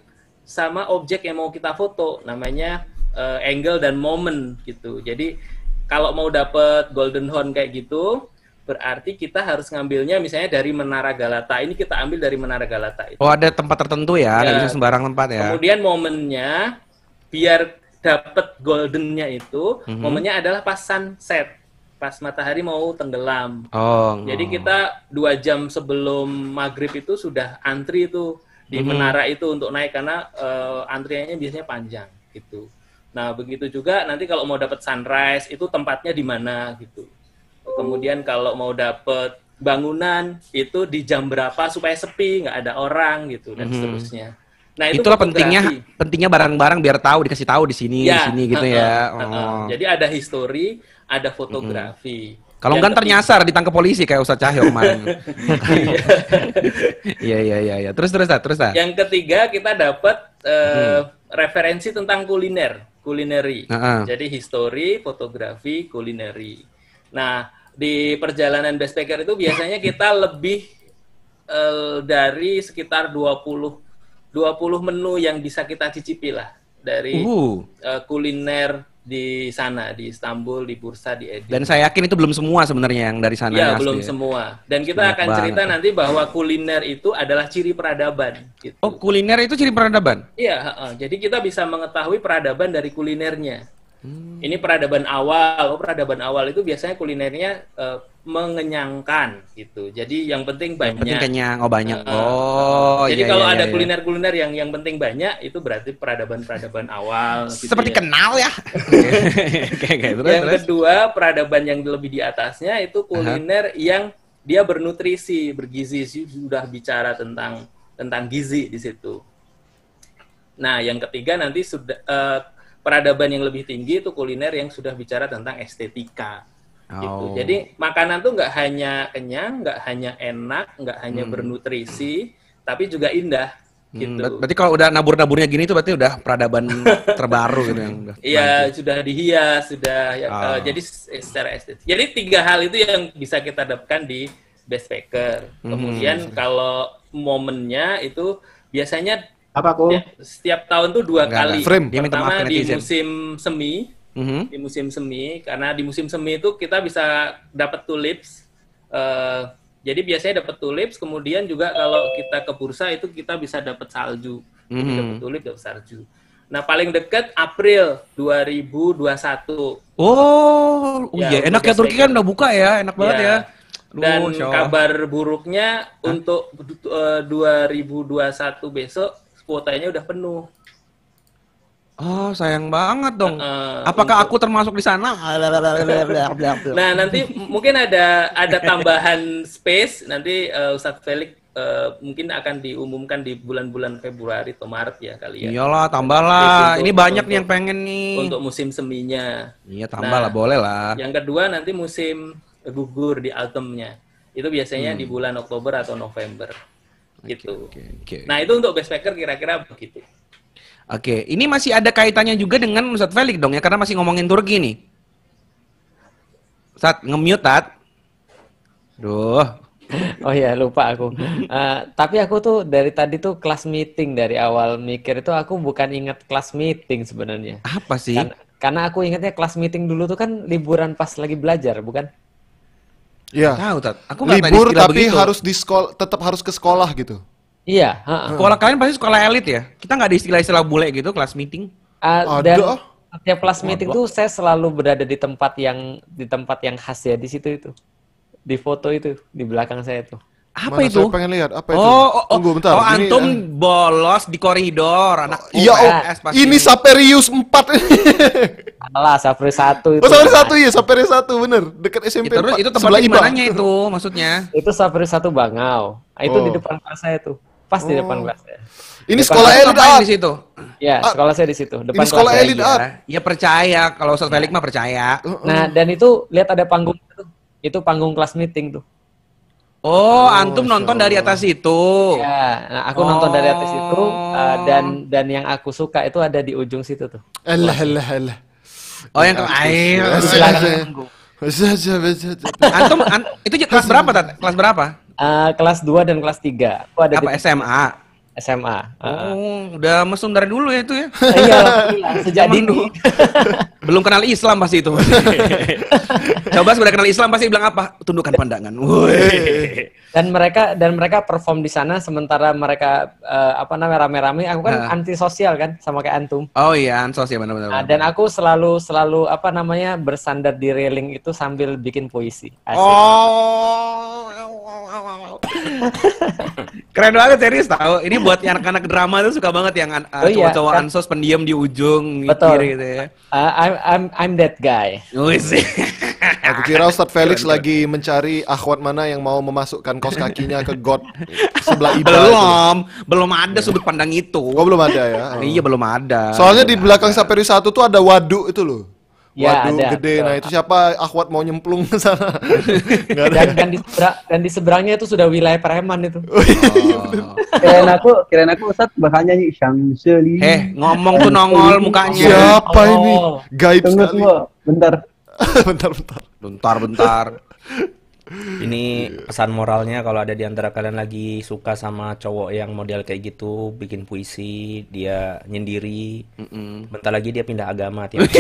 sama objek yang mau kita foto, namanya uh, angle dan moment gitu. Jadi kalau mau dapet golden horn kayak gitu, berarti kita harus ngambilnya misalnya dari Menara Galata. Ini kita ambil dari Menara Galata itu. Oh, ada tempat tertentu ya, nggak Ya, bisa sembarang tempat ya. Kemudian momennya biar dapet goldennya itu, Mhm. momennya adalah pas sunset, pas matahari mau tenggelam. Oh. Jadi kita dua jam sebelum maghrib itu sudah antri itu di Mhm. menara itu untuk naik karena eh, antriannya biasanya panjang gitu. Nah begitu juga nanti kalau mau dapat sunrise itu tempatnya di mana gitu. Kemudian kalau mau dapat bangunan itu di jam berapa supaya sepi, nggak ada orang gitu dan Mhm. seterusnya. Nah itu Itulah fotografi. pentingnya pentingnya barang-barang biar tahu, dikasih tahu di sini, di Ya, sini gitu uh-uh, ya. uh-uh. Oh. Jadi ada history, ada fotografi. Kalau Yang enggak ntar ketiga- nyasar ditangkap polisi kayak Ustadz Cahyo kemarin. Iya iya iya iya. Terus terus Tat, terus Tat. Yang ketiga kita dapat eh, referensi tentang kuliner, kulineri. Heeh. Jadi history, fotografi, kulineri. Nah, di perjalanan backpacker itu biasanya kita lebih eh, dari sekitar dua puluh dua puluh menu yang bisa kita cicipi lah dari Uh. eh, kuliner di sana, di Istanbul, di Bursa, di Edirne. Dan saya yakin itu belum semua sebenarnya yang dari sana. Ya, asli belum ya. semua. Dan kita Banyak akan banget cerita tuh. nanti bahwa kuliner itu adalah ciri peradaban. Gitu. Oh, kuliner itu ciri peradaban. Iya, heeh. Jadi kita bisa mengetahui peradaban dari kulinernya. Hmm. Ini peradaban awal. Oh, peradaban awal itu biasanya kulinernya eh, mengenyangkan gitu. Jadi yang penting banyak. Yang penting kenyang, oh banyak. Heeh. Oh, Jadi iya, kalau iya, ada iya. kuliner-kuliner yang yang penting banyak itu berarti peradaban-peradaban awal. gitu Seperti ya. kenal ya. Oke, oke, terus Yang terus. kedua, peradaban yang lebih di atasnya itu kuliner yang dia bernutrisi, bergizi, sudah bicara tentang tentang gizi di situ. Nah, yang ketiga nanti sudah eh, peradaban yang lebih tinggi itu kuliner yang sudah bicara tentang estetika. Gitu. Oh. Jadi makanan tuh nggak hanya kenyang, nggak hanya enak, nggak hanya bernutrisi, tapi juga indah. Hmm, Gitu. ber- berarti kalau udah nabur-naburnya gini tuh berarti udah peradaban terbaru gitu yang udah. Iya, sudah dihias, sudah ya, Ah. eh, jadi s- secara estetik. Jadi tiga hal itu yang bisa kita dapatkan di backpacker. Hmm. Kemudian kalau momennya itu biasanya Apa aku? ya, setiap tahun tuh dua Enggak, kali. enggak. Frame. Dia minta Pertama maaf ke di netizen. musim semi, Mhm. di musim semi karena di musim semi itu kita bisa dapat tulips. Eh, jadi biasanya dapat tulips, kemudian juga kalau kita ke bursa itu kita bisa dapat salju. Jadi Mhm. dapat tulip, dapat salju. Nah, paling dekat April dua ribu dua puluh satu. Oh, oh Ya, iya, untuk enak ya Turki backpacker. kan udah buka ya, enak banget ya. Aduh, Dan Masya Allah. kabar buruknya untuk eh, dua ribu dua puluh satu besok kuotanya udah penuh. Oh, sayang banget dong. Eh, Apakah untuk- aku termasuk di sana? Nah, nanti m- mungkin ada ada tambahan space nanti eh, Ustadz Felix eh, mungkin akan diumumkan di bulan-bulan Februari atau Maret ya kali ya. Iyalah, tambahlah. Untuk- Ini banyak nih untuk- yang pengen nih. Untuk musim seminya. Iya, tambah lah, Nah, boleh lah. Yang kedua nanti musim gugur di autumn-nya. Itu biasanya Hmm. di bulan Oktober atau November. Gitu. Oke, oke. Nah, itu untuk backpacker kira-kira begitu. Oke, ini masih ada kaitannya juga dengan Ustadz Felix dong ya, karena masih ngomongin Turki nih. Saat nge-mute, Tat. Duh. Oh iya, lupa aku. Eh, tapi aku tuh dari tadi tuh kelas meeting, dari awal mikir itu aku bukan ingat kelas meeting sebenarnya. Apa sih? Kan- karena aku ingatnya kelas meeting dulu tuh kan liburan pas lagi belajar, bukan? Iya. Tahu, Tat. Aku nggak tahu Libur istilah tapi begitu. harus di sekolah, tetap harus ke sekolah gitu. Iya, heeh. Sekolah kalian pasti sekolah elit ya? Kita nggak ada istilah-istilah bule gitu, kelas meeting. Ah, Ada, dan ah. setiap kelas meeting tuh saya selalu berada di tempat yang di tempat yang khas ya, di situ itu. Di foto itu di belakang saya tuh. Apa Mana itu? Saya pengen lihat apa itu. Oh, oh, oh, Tunggu bentar. oh, Ini, antum eh, bolos di koridor, anak Iya, U oh, S pasti ini Saperius empat. Alah, Sapri satu itu. Oh, Saperius satu ya, Saperius satu bener. Dekat S M P Itu, terus empat, itu sebelah tempatnya di I B A. mananya itu maksudnya? Itu Sapri satu Bangau. Ah, itu di Oh. depan kelas saya tuh. Pas di depan Oh. kelas saya. Ini Depan sekolah kelas- elit Ngapain art. di situ? Ya, Ah, sekolah saya di situ, depan ini sekolah kelas saya. elit Iya, art. ya percaya kalau Ustadz Felix mah percaya. Nah, dan itu lihat ada panggung itu. Itu panggung kelas meeting tuh. Oh, antum Masya nonton dari Allah. atas itu. Ya, nah aku nonton dari atas itu Oh. uh, dan dan yang aku suka itu ada di ujung situ tuh. Alah, alah, alah. Oh, yang ke air. Antum an- itu kelas berapa, Tat? Kelas berapa? Uh, kelas dua dan kelas tiga. Aku ada Apa di S M A? S M A. Heeh. Oh, udah mesum dari dulu ya itu ya. Iya, alhamdulillah, sejak Zaman dini. dulu. Belum kenal Islam pasti itu. Coba sudah kenal Islam pasti bilang apa? Tundukkan pandangan. Woi. Dan mereka dan mereka perform di sana sementara mereka eh, apa namanya rame-rame. Aku kan Nah. antisosial kan sama kayak antum. Oh iya, ansos ya benar-benar. Nah, dan aku selalu selalu apa namanya bersandar di railing itu sambil bikin puisi. Asik. Oh. Keren banget serius tahu. Ini buat yang anak-anak drama tuh suka banget yang uh, Oh iya, cowok-cowok kan- ansos pendiam di ujung Betul. mikir gitu ya. Uh, I'm I'm I'm that guy. Wis. Aku kira Ustadz Felix lagi mencari akhwat mana yang mau memasukkan kaos kakinya ke got sebelah Ida. itu. belum, belum ada sudut pandang itu. Oh, belum ada ya. Oh. Iya belum ada. Soalnya di belakang Saperi satu tuh ada waduk itu loh. Ya, Waduk ada, gede. betul. Nah, itu siapa akhwat mau nyemplung ke sana? Nggak ada. Dan dan di sebera- dan di seberangnya itu sudah wilayah preman itu. Oh. Kirain aku, kirain aku Ustaz bakal nyanyi Syamseli. Eh, ngomong tuh nongol mukanya. Siapa Oh. ini? Gaib Tunggu sekali. semua, bentar. bentar, bentar. Bentar, bentar. Ini pesan moralnya kalau ada di antara kalian lagi suka sama cowok yang model kayak gitu, bikin puisi, dia nyendiri. Bentar lagi dia pindah agama tiap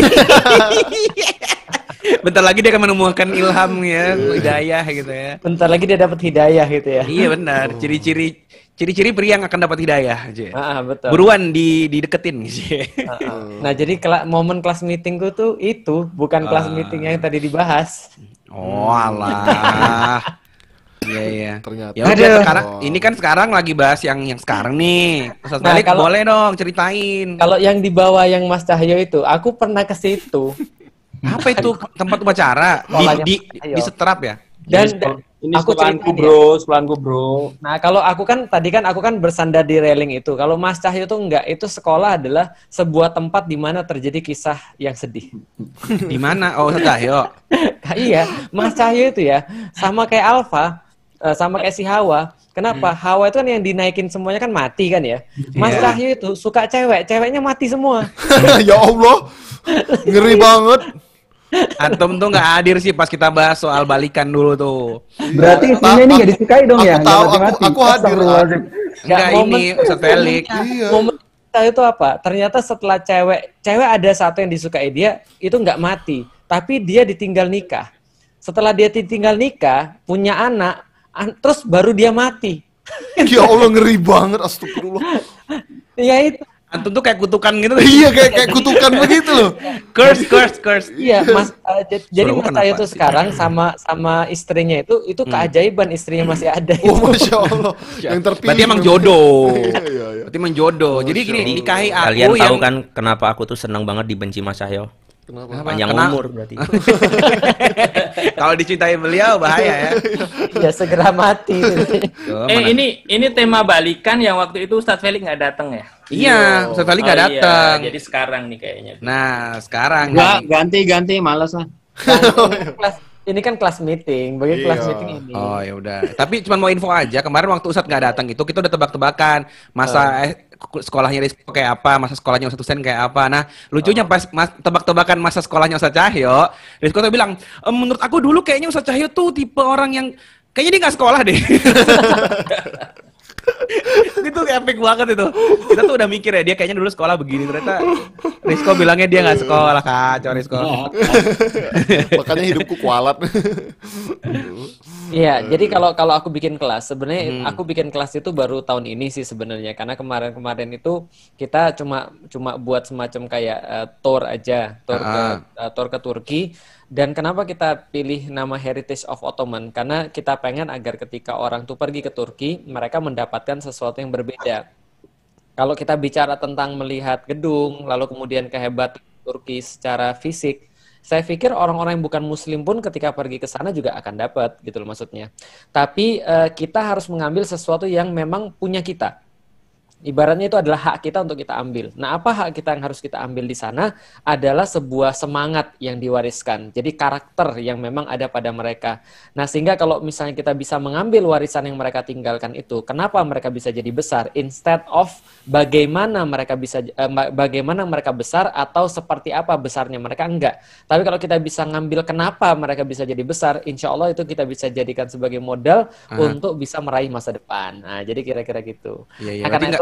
Bentar lagi dia akan menemukan ilham ya, hidayah gitu ya. Bentar lagi dia dapat hidayah gitu ya. Iya benar, ciri-ciri ciri-ciri pria yang akan dapat hidayah aja. Ah, betul. Buruan di dideketin sih. Nah, jadi kela- momen kelas meetingku tuh itu bukan kelas meeting yang tadi dibahas. Oh alah. Iya iya. Ternyata. Ya udah Aduh. sekarang ini kan sekarang lagi bahas yang yang sekarang nih. Ustaz Nah, Malik kalau- boleh dong ceritain. Kalau yang di bawah yang Mas Cahyo itu, aku pernah ke situ. Apa itu tempat upacara? Di Sekolahnya di, Mas Cahyo. di seterap ya? Dan, Ini dan Ini aku sekolahanku ceritain ya. bro, sekolahanku bro. Nah, kalau aku kan tadi kan aku kan bersandar di railing itu. Kalau Mas Cahyo tuh enggak, itu sekolah adalah sebuah tempat di mana terjadi kisah yang sedih. Di mana? Oh, Ustaz Cahyo. Nah, iya, Mas Cahyo itu ya sama kayak Alfa, eh, sama kayak si Hawa. Kenapa? Hawa itu kan yang dinaikin semuanya kan mati kan ya. Mas Iya. Cahyo itu suka cewek, ceweknya mati semua. Ya Allah. Ngeri banget. Antum tuh nggak hadir sih pas kita bahas soal balikan dulu tuh. Berarti Ta- isinya ini aku- nggak disukai dong aku ya? tahu, Nggak mati-mati. aku- aku hadir, Astagfirullahaladzim. Enggak momen- ini Ustaz Felix. Iya. Momen kita itu apa? Ternyata setelah cewek, cewek ada satu yang disukai dia, itu nggak mati, tapi dia ditinggal nikah. Setelah dia ditinggal nikah, punya anak, an- terus baru dia mati. Ya Allah, ngeri banget. Astagfirullah. Ya itu. Antum tuh kayak kutukan gitu. Iya, kayak kayak kutukan begitu loh. Curse, curse, curse. Iya, Mas. eh, j- jadi Suruh Mas kenapa Cahyo tuh sih? sekarang sama sama istrinya itu itu keajaiban istrinya masih ada. Oh, itu. Masya Allah. Yang terpilih. Berarti emang jodoh. Iya, iya, iya. Berarti emang jodoh. Jadi gini, nikahi aku Kalian tahu yang kan kenapa aku tuh senang banget dibenci Mas Cahyo? Kenapa? Panjang Kenapa? umur berarti. Kalau dicintai beliau bahaya ya. Ya segera mati. Tuh, Eh mana- ini ini tema balikan yang waktu itu Ustadz Felix nggak datang ya? Iya, Ustaz Felix nggak Oh, datang. Iya, jadi sekarang nih kayaknya. Nah, sekarang Enggak, nih. ganti ganti malas lah. Kelas, ini kan kelas meeting, bagi kelas Iya. meeting ini. Oh ya udah. Tapi cuma mau info aja. Kemarin waktu Ustadz nggak datang itu kita udah tebak-tebakan masa eh, sekolahnya Rizko kayak apa, masa sekolahnya Ustadz Husain kayak apa. Nah, lucunya pas mas, tebak-tebakan masa sekolahnya Ustadz Cahyo, Rizko tuh bilang, "E, menurut aku dulu kayaknya Ustadz Cahyo tuh tipe orang yang kayaknya dia nggak sekolah deh." Itu epic banget itu. Kita tuh udah mikir ya dia kayaknya dulu sekolah begini, ternyata Rizko bilangnya dia nggak sekolah, kacau Rizko. Makanya hidupku kualat. Iya, jadi kalau kalau aku bikin kelas, sebenarnya aku bikin kelas itu baru tahun ini sih sebenarnya, karena kemarin-kemarin itu kita cuma cuma buat semacam kayak eh, tour aja, tour ke Ah. eh, tour ke Turki. Dan kenapa kita pilih nama Heritage of Ottoman? Karena kita pengen agar ketika orang tuh pergi ke Turki, mereka mendapatkan sesuatu yang berbeda. Kalau kita bicara tentang melihat gedung, lalu kemudian kehebatan Turki secara fisik, saya pikir orang-orang yang bukan muslim pun ketika pergi ke sana juga akan dapat gitu loh maksudnya. Tapi eh, kita harus mengambil sesuatu yang memang punya kita. Ibaratnya itu adalah hak kita untuk kita ambil. Nah, apa hak kita yang harus kita ambil di sana adalah sebuah semangat yang diwariskan. Jadi karakter yang memang ada pada mereka. Nah, sehingga kalau misalnya kita bisa mengambil warisan yang mereka tinggalkan itu, kenapa mereka bisa jadi besar? Instead of bagaimana mereka bisa eh, bagaimana mereka besar atau seperti apa besarnya mereka, enggak. Tapi kalau kita bisa ngambil kenapa mereka bisa jadi besar, insya Allah itu kita bisa jadikan sebagai modal Aha. untuk bisa meraih masa depan. Nah, jadi kira-kira gitu. Iya, iya. Nah, Berarti karena nggak- itulah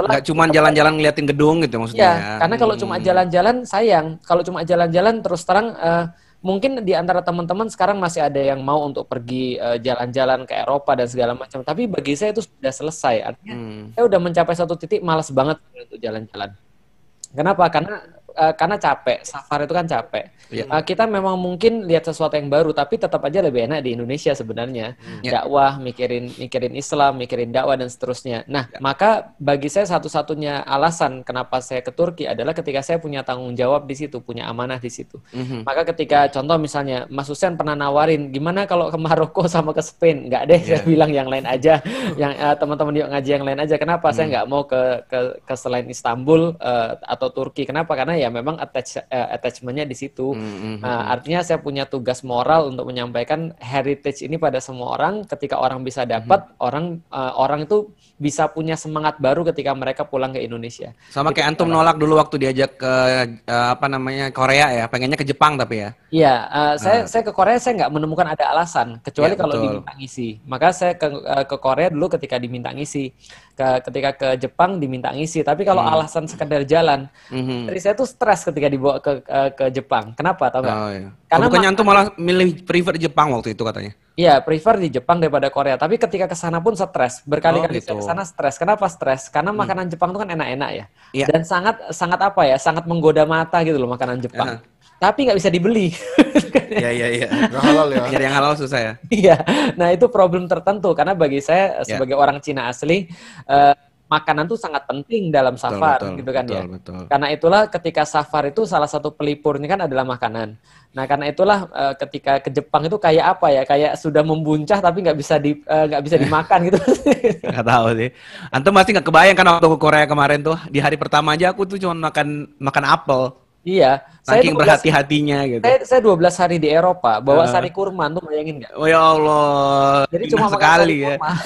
nggak cuma jalan-jalan ngeliatin gedung gitu maksudnya. Ya, ya. karena kalau cuma jalan-jalan sayang. Kalau cuma jalan-jalan terus terang eh, mungkin di antara teman-teman sekarang masih ada yang mau untuk pergi eh, jalan-jalan ke Eropa dan segala macam. Tapi bagi saya itu sudah selesai. Artinya Hmm. saya udah mencapai satu titik malas banget untuk jalan-jalan. Kenapa? Karena eh, karena capek. Safari itu kan capek. Iya. Eh, kita memang mungkin lihat sesuatu yang baru, tapi tetap aja lebih enak di Indonesia sebenarnya. Ya. Dakwah, mikirin mikirin Islam, mikirin dakwah dan seterusnya. Nah, maka bagi saya satu-satunya alasan kenapa saya ke Turki adalah ketika saya punya tanggung jawab di situ, punya amanah di situ. Mhm. Maka ketika contoh misalnya Mas Husen pernah nawarin gimana kalau ke Maroko sama ke Spain, nggak deh, saya bilang yang lain aja, yang eh, teman-teman yuk ngaji yang lain aja. Kenapa? Saya nggak mau ke ke ke selain Istanbul eh, atau Turki. Kenapa? Karena ya memang attach eh, attachmentnya di situ. Mhm. Nah, artinya saya punya tugas moral untuk menyampaikan heritage ini pada semua orang. Ketika orang bisa dapat, orang eh, orang itu bisa punya semangat baru ketika mereka pulang ke Indonesia. Sama Itu kayak antum cara. nolak dulu waktu diajak ke eh, apa namanya Korea ya, pengennya ke Jepang tapi ya. Iya, eh, saya saya ke Korea saya nggak menemukan ada alasan kecuali Ya, kalau betul. diminta ngisi. Maka saya ke eh, ke Korea dulu ketika diminta ngisi. Ke, ketika ke Jepang diminta ngisi. Tapi kalau alasan sekedar jalan, Mhm. dari saya tuh stres ketika dibawa ke ke, ke Jepang. Kenapa? Tahu nggak? Oh, iya. Karena Oh, bukannya ma- antum malah milih prefer Jepang waktu itu katanya. Iya, prefer di Jepang daripada Korea. Tapi ketika ke sana pun stres. Berkali-kali Oh, saya gitu. ke sana stres. Kenapa stres? Karena makanan Jepang itu kan enak-enak ya. Iya. Dan sangat sangat apa ya? Sangat menggoda mata gitu loh makanan Jepang. Tapi nggak bisa dibeli. Iya iya iya. Nggak halal ya. Nyari yang halal susah ya. Iya. Nah, itu problem tertentu karena bagi saya Ya. sebagai orang Cina asli eh, makanan tuh sangat penting dalam safar betul, gitu kan betul, ya. betul. Karena itulah ketika safar itu salah satu pelipurnya kan adalah makanan. Nah, karena itulah eh, ketika ke Jepang itu kayak apa ya? Kayak sudah membuncah tapi nggak bisa di eh, nggak bisa dimakan gitu. Nggak tahu sih. Antum pasti nggak kebayang kan waktu ke Korea kemarin tuh di hari pertama aja aku tuh cuma makan makan apel. Iya, saya Saking dua belas berhati-hatinya gitu. saya, saya dua belas hari di Eropa bawa Heeh. sari kurma tuh bayangin nggak? Oh ya Allah. Jadi indah cuma makan sekali sari ya. kurma.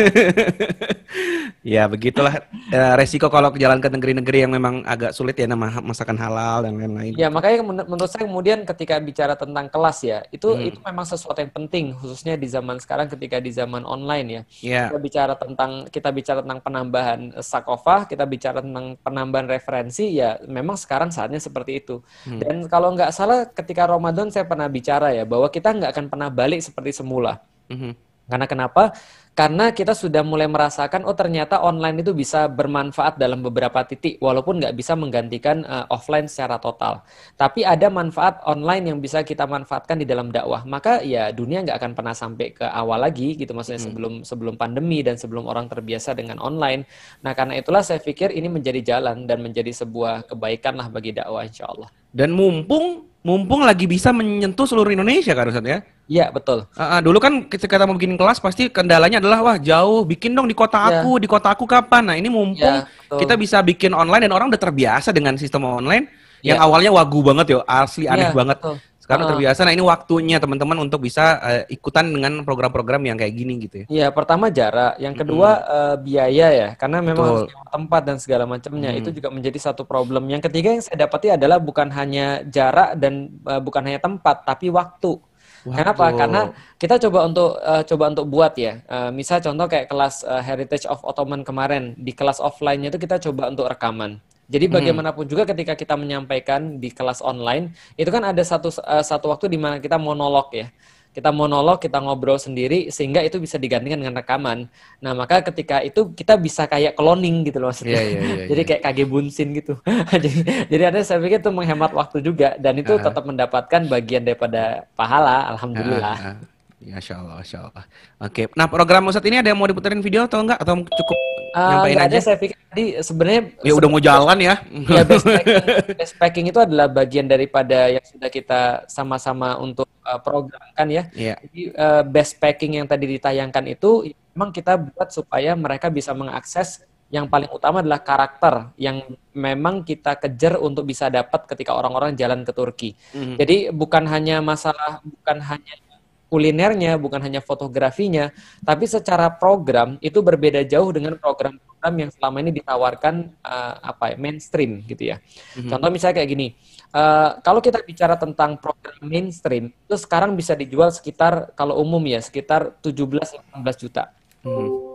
Ya begitulah eh, resiko kalau ke jalan ke negeri-negeri yang memang agak sulit ya nama masakan halal dan lain-lain. Ya, makanya men- menurut saya kemudian ketika bicara tentang kelas ya, itu Hmm. itu memang sesuatu yang penting khususnya di zaman sekarang ketika di zaman online ya. Ya. Kita bicara tentang kita bicara tentang penambahan eh, sakofah, kita bicara tentang penambahan referensi ya, memang sekarang saatnya seperti itu. Hmm. Dan kalau nggak salah ketika Ramadan saya pernah bicara ya bahwa kita nggak akan pernah balik seperti semula. Mhm. Karena kenapa? Karena kita sudah mulai merasakan, oh ternyata online itu bisa bermanfaat dalam beberapa titik, walaupun nggak bisa menggantikan uh, offline secara total. Tapi ada manfaat online yang bisa kita manfaatkan di dalam dakwah. Maka ya dunia nggak akan pernah sampai ke awal lagi, gitu maksudnya sebelum sebelum pandemi dan sebelum orang terbiasa dengan online. Nah karena itulah saya pikir ini menjadi jalan dan menjadi sebuah kebaikan lah bagi dakwah insya Allah. Dan mumpung mumpung lagi bisa menyentuh seluruh Indonesia kan Ustaz ya. Iya betul. Ah, ah, dulu kan ketika kita mau bikin kelas pasti kendalanya adalah wah jauh, bikin dong di kota Ya. aku, di kota aku kapan? Nah ini mumpung Ya, betul. kita bisa bikin online dan orang udah terbiasa dengan sistem online yang Ya. awalnya wagu banget yo, asli aneh Ya, banget. betul. Sekarang Ah. terbiasa. Nah ini waktunya teman-teman untuk bisa eh, ikutan dengan program-program yang kayak gini gitu ya. Iya, pertama jarak, yang kedua eh, biaya ya, karena memang harus Betul. nyewa tempat dan segala macamnya. Hmm. Itu juga menjadi satu problem. Yang ketiga yang saya dapati adalah bukan hanya jarak dan eh, bukan hanya tempat, tapi waktu. Kenapa? Waktu. Karena kita coba untuk eh, coba untuk buat ya. Eh, misal contoh kayak kelas eh, Heritage of Ottoman kemarin, di kelas offline-nya itu kita coba untuk rekaman. Jadi bagaimanapun juga ketika kita menyampaikan di kelas online, itu kan ada satu eh, satu waktu di mana kita monolog ya. Kita monolog, kita ngobrol sendiri sehingga itu bisa digantikan dengan rekaman. Nah, maka ketika itu kita bisa kayak cloning gitu loh maksudnya. Iya, iya, iya, Jadi iya. kayak K G Bunsin gitu. jadi jadi ada saya pikir itu menghemat waktu juga dan itu Ah. tetap mendapatkan bagian daripada pahala, alhamdulillah. Ah, ah, ah. Ya, Masya Allah, Masya Allah. Oke, nah program Ustadz ini ada yang mau diputerin video atau enggak? Atau cukup Ah, nyampain nggak aja? ada, saya pikir tadi sebenarnya Ya udah mau jalan ya. ya best packing, best packing itu adalah bagian daripada yang sudah kita sama-sama untuk uh, programkan ya. Iya. Jadi uh, best packing yang tadi ditayangkan itu memang kita buat supaya mereka bisa mengakses yang paling utama adalah karakter yang memang kita kejar untuk bisa dapat ketika orang-orang jalan ke Turki. Mhm. Jadi bukan hanya masalah, bukan hanya kulinernya, bukan hanya fotografinya, tapi secara program itu berbeda jauh dengan program-program yang selama ini ditawarkan uh, apa ya, mainstream gitu ya. Mhm. Contoh misalnya kayak gini, uh, kalau kita bicara tentang program mainstream, itu sekarang bisa dijual sekitar kalau umum ya sekitar tujuh belas sampai delapan belas juta. Mhm.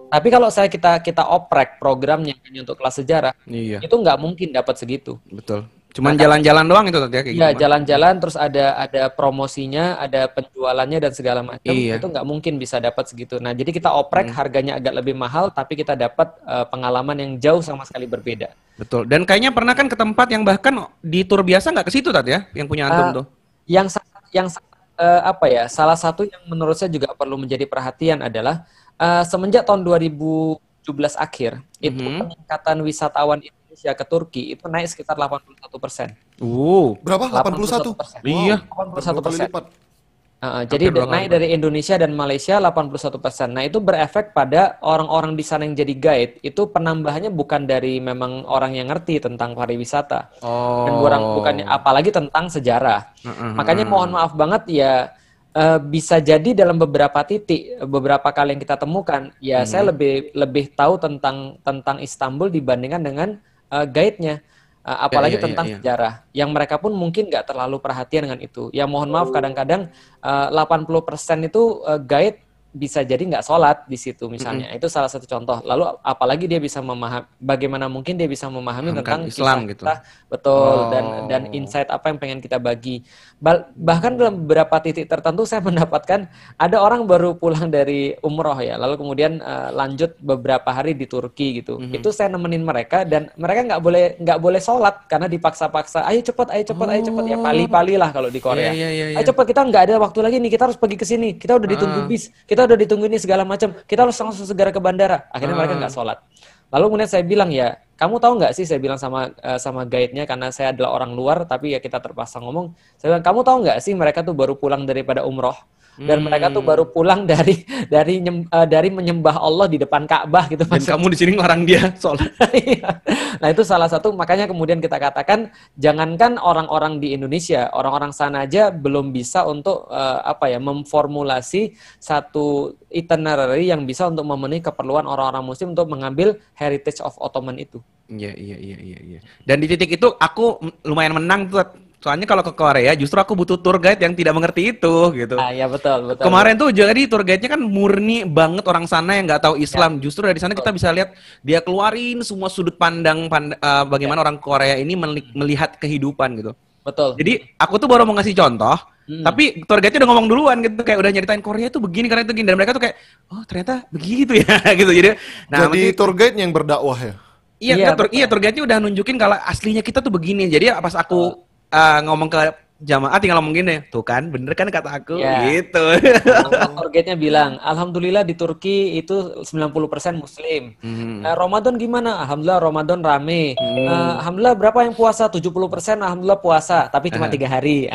Tapi kalau saya kita kita oprek programnya hanya untuk kelas sejarah, Iya, itu nggak mungkin dapat segitu. betul. Cuman jalan-jalan doang itu Tat, ya kayak Iya, gitu. mah. jalan-jalan terus ada ada promosinya, ada penjualannya dan segala macam. Iya. Itu nggak mungkin bisa dapat segitu. Nah, jadi kita oprek harganya agak lebih mahal, tapi kita dapat eh, pengalaman yang jauh sama sekali berbeda. Betul. Dan kayaknya pernah kan ke tempat yang bahkan di tur biasa nggak ke situ Tat ya, yang punya antum Eh, tuh. yang sa- yang sa- eh, apa ya? Salah satu yang menurut saya juga perlu menjadi perhatian adalah eh, semenjak tahun dua ribu tujuh belas akhir itu Mhm. peningkatan wisatawan Indonesia ke Turki itu naik sekitar delapan puluh satu persen. Uh, Berapa? delapan puluh satu? persen. Iya. delapan puluh Dua satu kali persen. lipat. Uh, jadi Hampir dua naik kali dari Indonesia dan Malaysia delapan puluh satu persen. Nah, itu berefek pada orang-orang di sana yang jadi guide. Itu penambahannya bukan dari memang orang yang ngerti tentang pariwisata. Oh. Dan orang bukannya apalagi tentang sejarah. Heeh, Makanya mohon maaf banget ya eh, bisa jadi dalam beberapa titik beberapa kali yang kita temukan ya saya lebih lebih tahu tentang tentang Istanbul dibandingkan dengan eh, guide-nya. Eh, apalagi iya, iya, tentang iya. sejarah yang mereka pun mungkin nggak terlalu perhatian dengan itu. Ya mohon maaf kadang-kadang eh, delapan puluh persen itu eh, guide bisa jadi nggak sholat di situ misalnya. Itu salah satu contoh. Lalu apalagi dia bisa memahami bagaimana mungkin dia bisa memahami Pahamkan tentang Islam kisah gitu. kita, betul, Oh. dan dan insight apa yang pengen kita bagi. Ba- bahkan dalam beberapa titik tertentu saya mendapatkan ada orang baru pulang dari umroh ya, lalu kemudian eh, lanjut beberapa hari di Turki gitu. Mhm. Itu saya nemenin mereka dan mereka nggak boleh nggak boleh sholat karena dipaksa-paksa. Ayo cepet, ayo cepet, ayo cepet ya pali-pali lah kalau di Korea. Iya, iya, iya, Ayo iya. cepet, kita nggak ada waktu lagi nih, kita harus pergi ke sini. Kita udah ditunggu Ah. bis, kita udah ditunggu ini segala macam. Kita harus langsung segera ke bandara. Akhirnya mereka Ah. nggak sholat. Lalu kemudian saya bilang ya, kamu tahu nggak sih, saya bilang sama eh, sama guide-nya karena saya adalah orang luar, tapi ya kita terpaksa ngomong. Saya bilang, kamu tahu nggak sih mereka tuh baru pulang daripada umroh dan mereka tuh baru pulang dari dari nyem- eh, dari menyembah Allah di depan Ka'bah gitu. Dan maksudnya. kamu di sini ngelarang dia sholat. Iya. Nah itu salah satu makanya kemudian kita katakan jangankan orang-orang di Indonesia, orang-orang sana aja belum bisa untuk eh, apa ya memformulasi satu itinerary yang bisa untuk memenuhi keperluan orang-orang Muslim untuk mengambil heritage of Ottoman itu. Iya, iya, iya, iya, iya. Dan di titik itu aku m- lumayan menang tuh. Tat. Soalnya kalau ke Korea justru aku butuh tour guide yang tidak mengerti itu gitu. Ah ya betul betul. Kemarin tuh jadi tour guide-nya kan murni banget orang sana yang nggak tahu Islam. Ya. Justru dari sana kita bisa lihat dia keluarin semua sudut pandang pand- eh, bagaimana orang Korea ini meli- melihat kehidupan gitu. betul. Jadi aku tuh baru mau ngasih contoh, Hmm. tapi tour guide-nya udah ngomong duluan gitu, kayak udah nyeritain Korea tuh begini karena itu gini, dan mereka tuh kayak oh ternyata begitu ya gitu. Jadi nah Jadi maksudnya- tour guide yang berdakwah ya. Iya, Iya, iya, tour, betul. iya tour guide-nya udah nunjukin kalau aslinya kita tuh begini. Jadi pas aku uh, ngomong ke jamaah tinggal ngomong gini, tuh kan bener kan kata aku Iya. gitu. Tour guide-nya bilang, alhamdulillah di Turki itu sembilan puluh persen Muslim. Hmm. Eh, Ramadan gimana? Alhamdulillah Ramadan rame. Eh, Alhamdulillah berapa yang puasa? tujuh puluh persen Alhamdulillah puasa, tapi cuma tiga hari.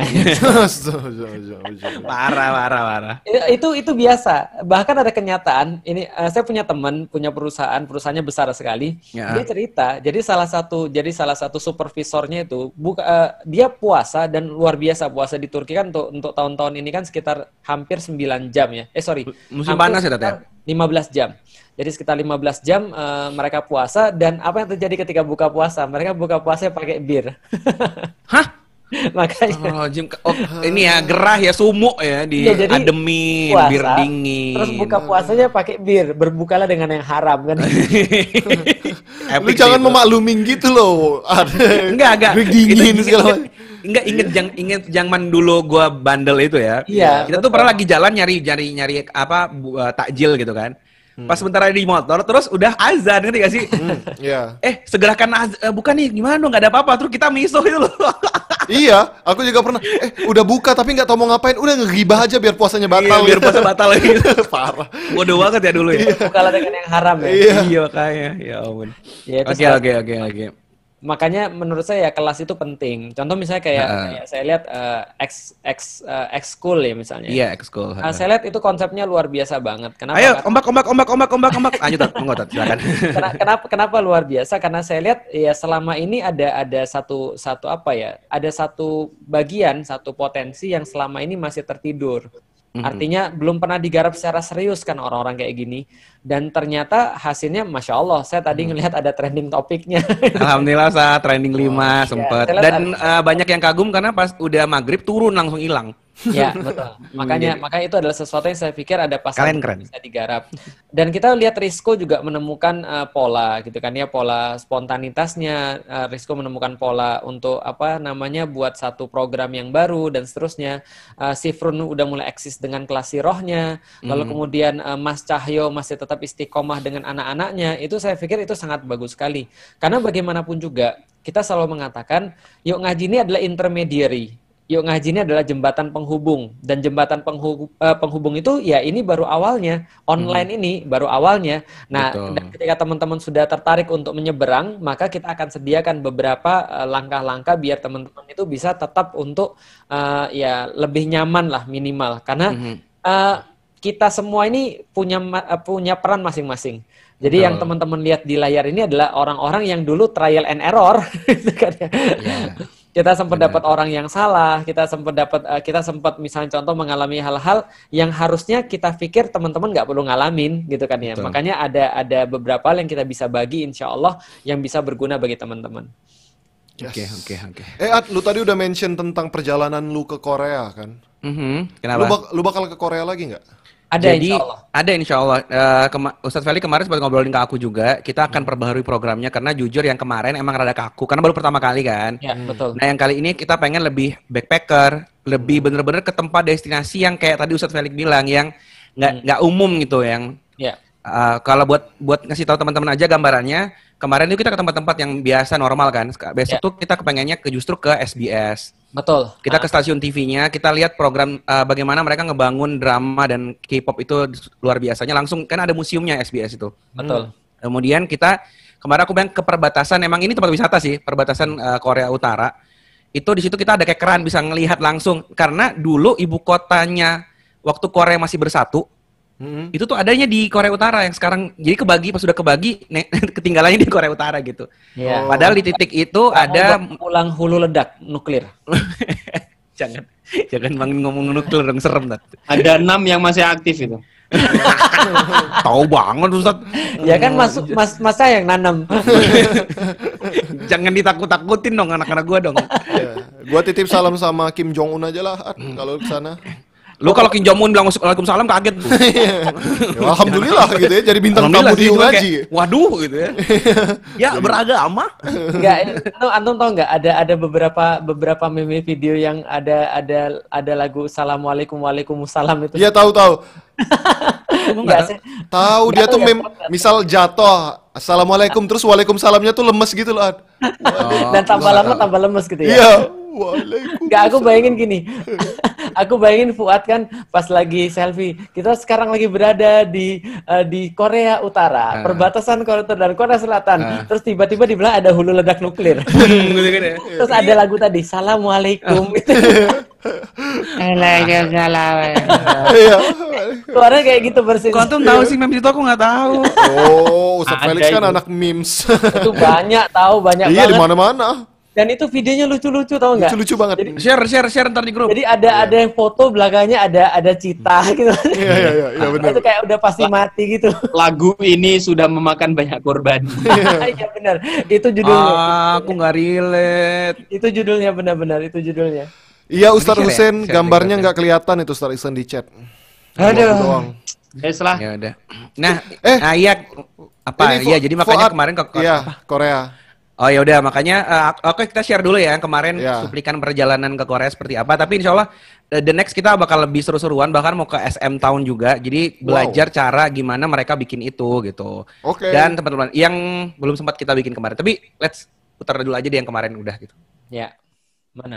Parah, parah, parah. itu itu biasa. Bahkan ada kenyataan. Ini eh, saya punya teman punya perusahaan, perusahaannya besar sekali. Ya. Dia cerita. Jadi salah satu jadi salah satu supervisornya itu buka, eh, dia puasa dan luar biasa puasa di Turki kan untuk untuk tahun-tahun ini kan sekitar hampir sembilan jam ya. Eh sorry. Musim hampir panas ya, Tat, ya? sekitar lima belas jam. Jadi sekitar lima belas jam eh, mereka puasa dan apa yang terjadi ketika buka puasa? Mereka buka puasa pakai bir. Hah? Makanya Oh, Jim, oh, ini ya gerah ya sumuk ya di Iya, jadi ademin, puasa, bir dingin. terus buka puasanya pakai bir, berbukalah dengan yang haram kan. Lu Epic jangan sih itu. memaklumin gitu loh. Ada Enggak, enggak. drink dingin Itu- segala inget- macam. Enggak, inget jang inget zaman dulu gua bandel itu ya. Iya, Kita tuh betul. pernah lagi jalan nyari nyari nyari apa bu- uh, takjil gitu kan. Pas sebentar ada di motor terus udah azan, ngerti gak sih? Iya. Eh, segerakan az- eh, bukan nih, gimana dong, nggak ada apa-apa. Terus kita miso itu loh. Iya, aku juga pernah. Eh, udah buka tapi nggak tahu mau ngapain. Udah ngegibah aja biar puasanya batal. Iya, biar puasa batal lagi. Parah. Bodoh banget ya dulu ya. Bukalah dengan yang haram ya. Iya. Iya, makanya. Ya ampun. Ya, itu Oke, salah- oke, oke, oke. Makanya menurut saya ya kelas itu penting. Contoh misalnya kayak, Heeh. kayak saya lihat eh, ex ex eh, ex school ya misalnya. Iya, ekskul. Nah, saya lihat itu konsepnya luar biasa banget. Kenapa? Ayo, Karena- ombak, ombak, ombak, ombak, ombak, ombak. Lanjut, Tat. Monggo, Tat. Silakan. Kena- kenapa kenapa luar biasa? Karena saya lihat ya selama ini ada ada satu satu apa ya? Ada satu bagian, satu potensi yang selama ini masih tertidur. Mhm. Artinya belum pernah digarap secara serius kan orang-orang kayak gini. Dan ternyata hasilnya Masya Allah, saya tadi ngelihat ada trending topiknya. Alhamdulillah saat trending lima sempet. saya lihat Dan ada- eh, banyak yang kagum karena pas udah maghrib turun langsung hilang. Ya, betul. Makanya makanya itu adalah sesuatu yang saya pikir ada pasar Kalian yang keren. bisa digarap. Dan kita lihat Risco juga menemukan uh, pola gitu kan ya, pola spontanitasnya. Uh, Risco menemukan pola untuk apa namanya buat satu program yang baru dan seterusnya. Uh, Sifrun udah mulai eksis dengan kelas sirohnya. Lalu kemudian uh, Mas Cahyo masih tetap istiqomah dengan anak-anaknya. Itu saya pikir itu sangat bagus sekali. Karena bagaimanapun juga kita selalu mengatakan, yuk ngaji ini adalah intermediary. Yuk ngaji ini adalah jembatan penghubung, dan jembatan penghu- eh, penghubung itu ya ini baru awalnya, online ini baru awalnya. Nah, Betul. dan ketika teman-teman sudah tertarik untuk menyeberang, maka kita akan sediakan beberapa eh, langkah-langkah biar teman-teman itu bisa tetap untuk eh, ya lebih nyaman lah minimal, karena eh, kita semua ini punya ma- eh, punya peran masing-masing. Jadi Betul. yang teman-teman lihat di layar ini adalah orang-orang yang dulu trial and error, gitu kan ya. Kita sempat Benar. dapat orang yang salah, kita sempat dapat, eh, kita sempat misalnya contoh mengalami hal-hal yang harusnya kita pikir teman-teman nggak perlu ngalamin, gitu kan ya. Betul. Makanya ada ada beberapa hal yang kita bisa bagi, insya Allah yang bisa berguna bagi teman-teman. Oke, oke, oke. Eh, Ad, lu tadi udah mention tentang perjalanan lu ke Korea kan? Mhm, Lu, Kenapa? bak- lu bakal ke Korea lagi nggak? Ada Jadi insya Allah. ada insya Allah. Eh, kema- Ustadz Feli kemarin sempat ngobrolin ke aku juga. Kita akan perbaharui programnya karena jujur yang kemarin emang rada kaku karena baru pertama kali kan. Ya betul. Nah yang kali ini kita pengen lebih backpacker, lebih bener-bener ke tempat destinasi yang kayak tadi Ustadz Felix bilang yang nggak nggak umum gitu, yang Ya. uh, kalau buat buat ngasih tahu teman-teman aja gambarannya. Kemarin itu kita ke tempat-tempat yang biasa normal kan. Sek- Besok Ya. tuh kita kepengennya ke justru ke S B S. Betul. Kita ke stasiun T V-nya, kita lihat program uh, bagaimana mereka ngebangun drama dan K-pop itu luar biasanya. Langsung kan ada museumnya S B S itu. Betul. Kemudian kita kemarin aku bilang ke perbatasan, emang ini tempat wisata sih, perbatasan uh, Korea Utara. Itu di situ kita ada kayak keran bisa ngelihat langsung karena dulu ibu kotanya waktu Korea masih bersatu Mm-mm. itu tuh adanya di Korea Utara yang sekarang jadi kebagi pas sudah kebagi ne- ketinggalannya di Korea Utara gitu. Ya. Padahal di titik itu ada pulang hulu ledak nuklir. jangan jangan bangun ngomong nuklir dong, serem dah. Ada enam yang masih aktif itu. Tahu banget Ustaz. Ya kan masuk mas masa yang nanam. Jangan ditakut-takutin dong anak-anak gua dong. Ya. Gua titip salam sama Kim Jong Un aja lah, Ad, kalau ke sana. Lu kalau Kim Jong Un bilang Waalaikumsalam kaget tuh. Ya, alhamdulillah gitu ya, jadi bintang tamu Alhamdulillah di sih, gua ngaji. kayak, waduh gitu ya. Ya beragama. Enggak, antum, antum tahu nggak ada ada beberapa beberapa meme video yang ada ada ada lagu Assalamualaikum Waalaikumsalam itu. Iya tahu-tahu. Enggak sih. Tahu dia Nggak tuh tahu ya, mem- misal jatuh, assalamualaikum terus waalaikumsalamnya tuh lemes gitu loh. Ad. Dan tambah lama tambah lemes gitu ya. Iya. Waalaikumsalam. Enggak, aku bayangin gini. Aku bayangin Fuad kan pas lagi selfie. Kita sekarang lagi berada di eh, di Korea Utara, perbatasan Korea Utara dan Korea Selatan. Terus tiba-tiba dibilang ada hulu ledak nuklir. gitu kan ya. Terus ada lagu tadi, Assalamualaikum. Iya. Suaranya kayak gitu persis. Kok antum tahu sih meme itu aku nggak tahu. Oh, Ustaz Ada Felix kan itu. anak memes. Itu banyak tahu, banyak Iya di banget. mana-mana. Dan itu videonya lucu-lucu tahu nggak? Lucu-lucu banget. Share share share ntar di grup. Jadi ada ada yang foto belakangnya ada ada cita gitu. Iya iya iya, iya benar. Itu kayak udah pasti mati gitu. Lagu ini sudah memakan banyak korban. Iya benar. Itu judulnya. Ah, aku nggak relate. Itu judulnya benar-benar itu judulnya. Iya Ustaz Share ya? Husein, Share gambarnya di nggak kelihatan itu Ustaz Husein di chat. Aduh. Cuma doang. Guys lah. Ya udah. Nah, Eh. ah, iya apa? Ini Iya, Fu- jadi makanya Fuad. kemarin ke Iya, Korea. Oh ya udah makanya eh, oke kita share dulu ya kemarin Ya. cuplikan perjalanan ke Korea seperti apa. Tapi insya Allah eh, the next kita bakal lebih seru-seruan, bahkan mau ke S M Town juga. Jadi belajar cara gimana mereka bikin itu gitu. Oke. Dan teman-teman yang belum sempat kita bikin kemarin, tapi let's putar dulu aja deh yang kemarin udah gitu. Ya. Mana?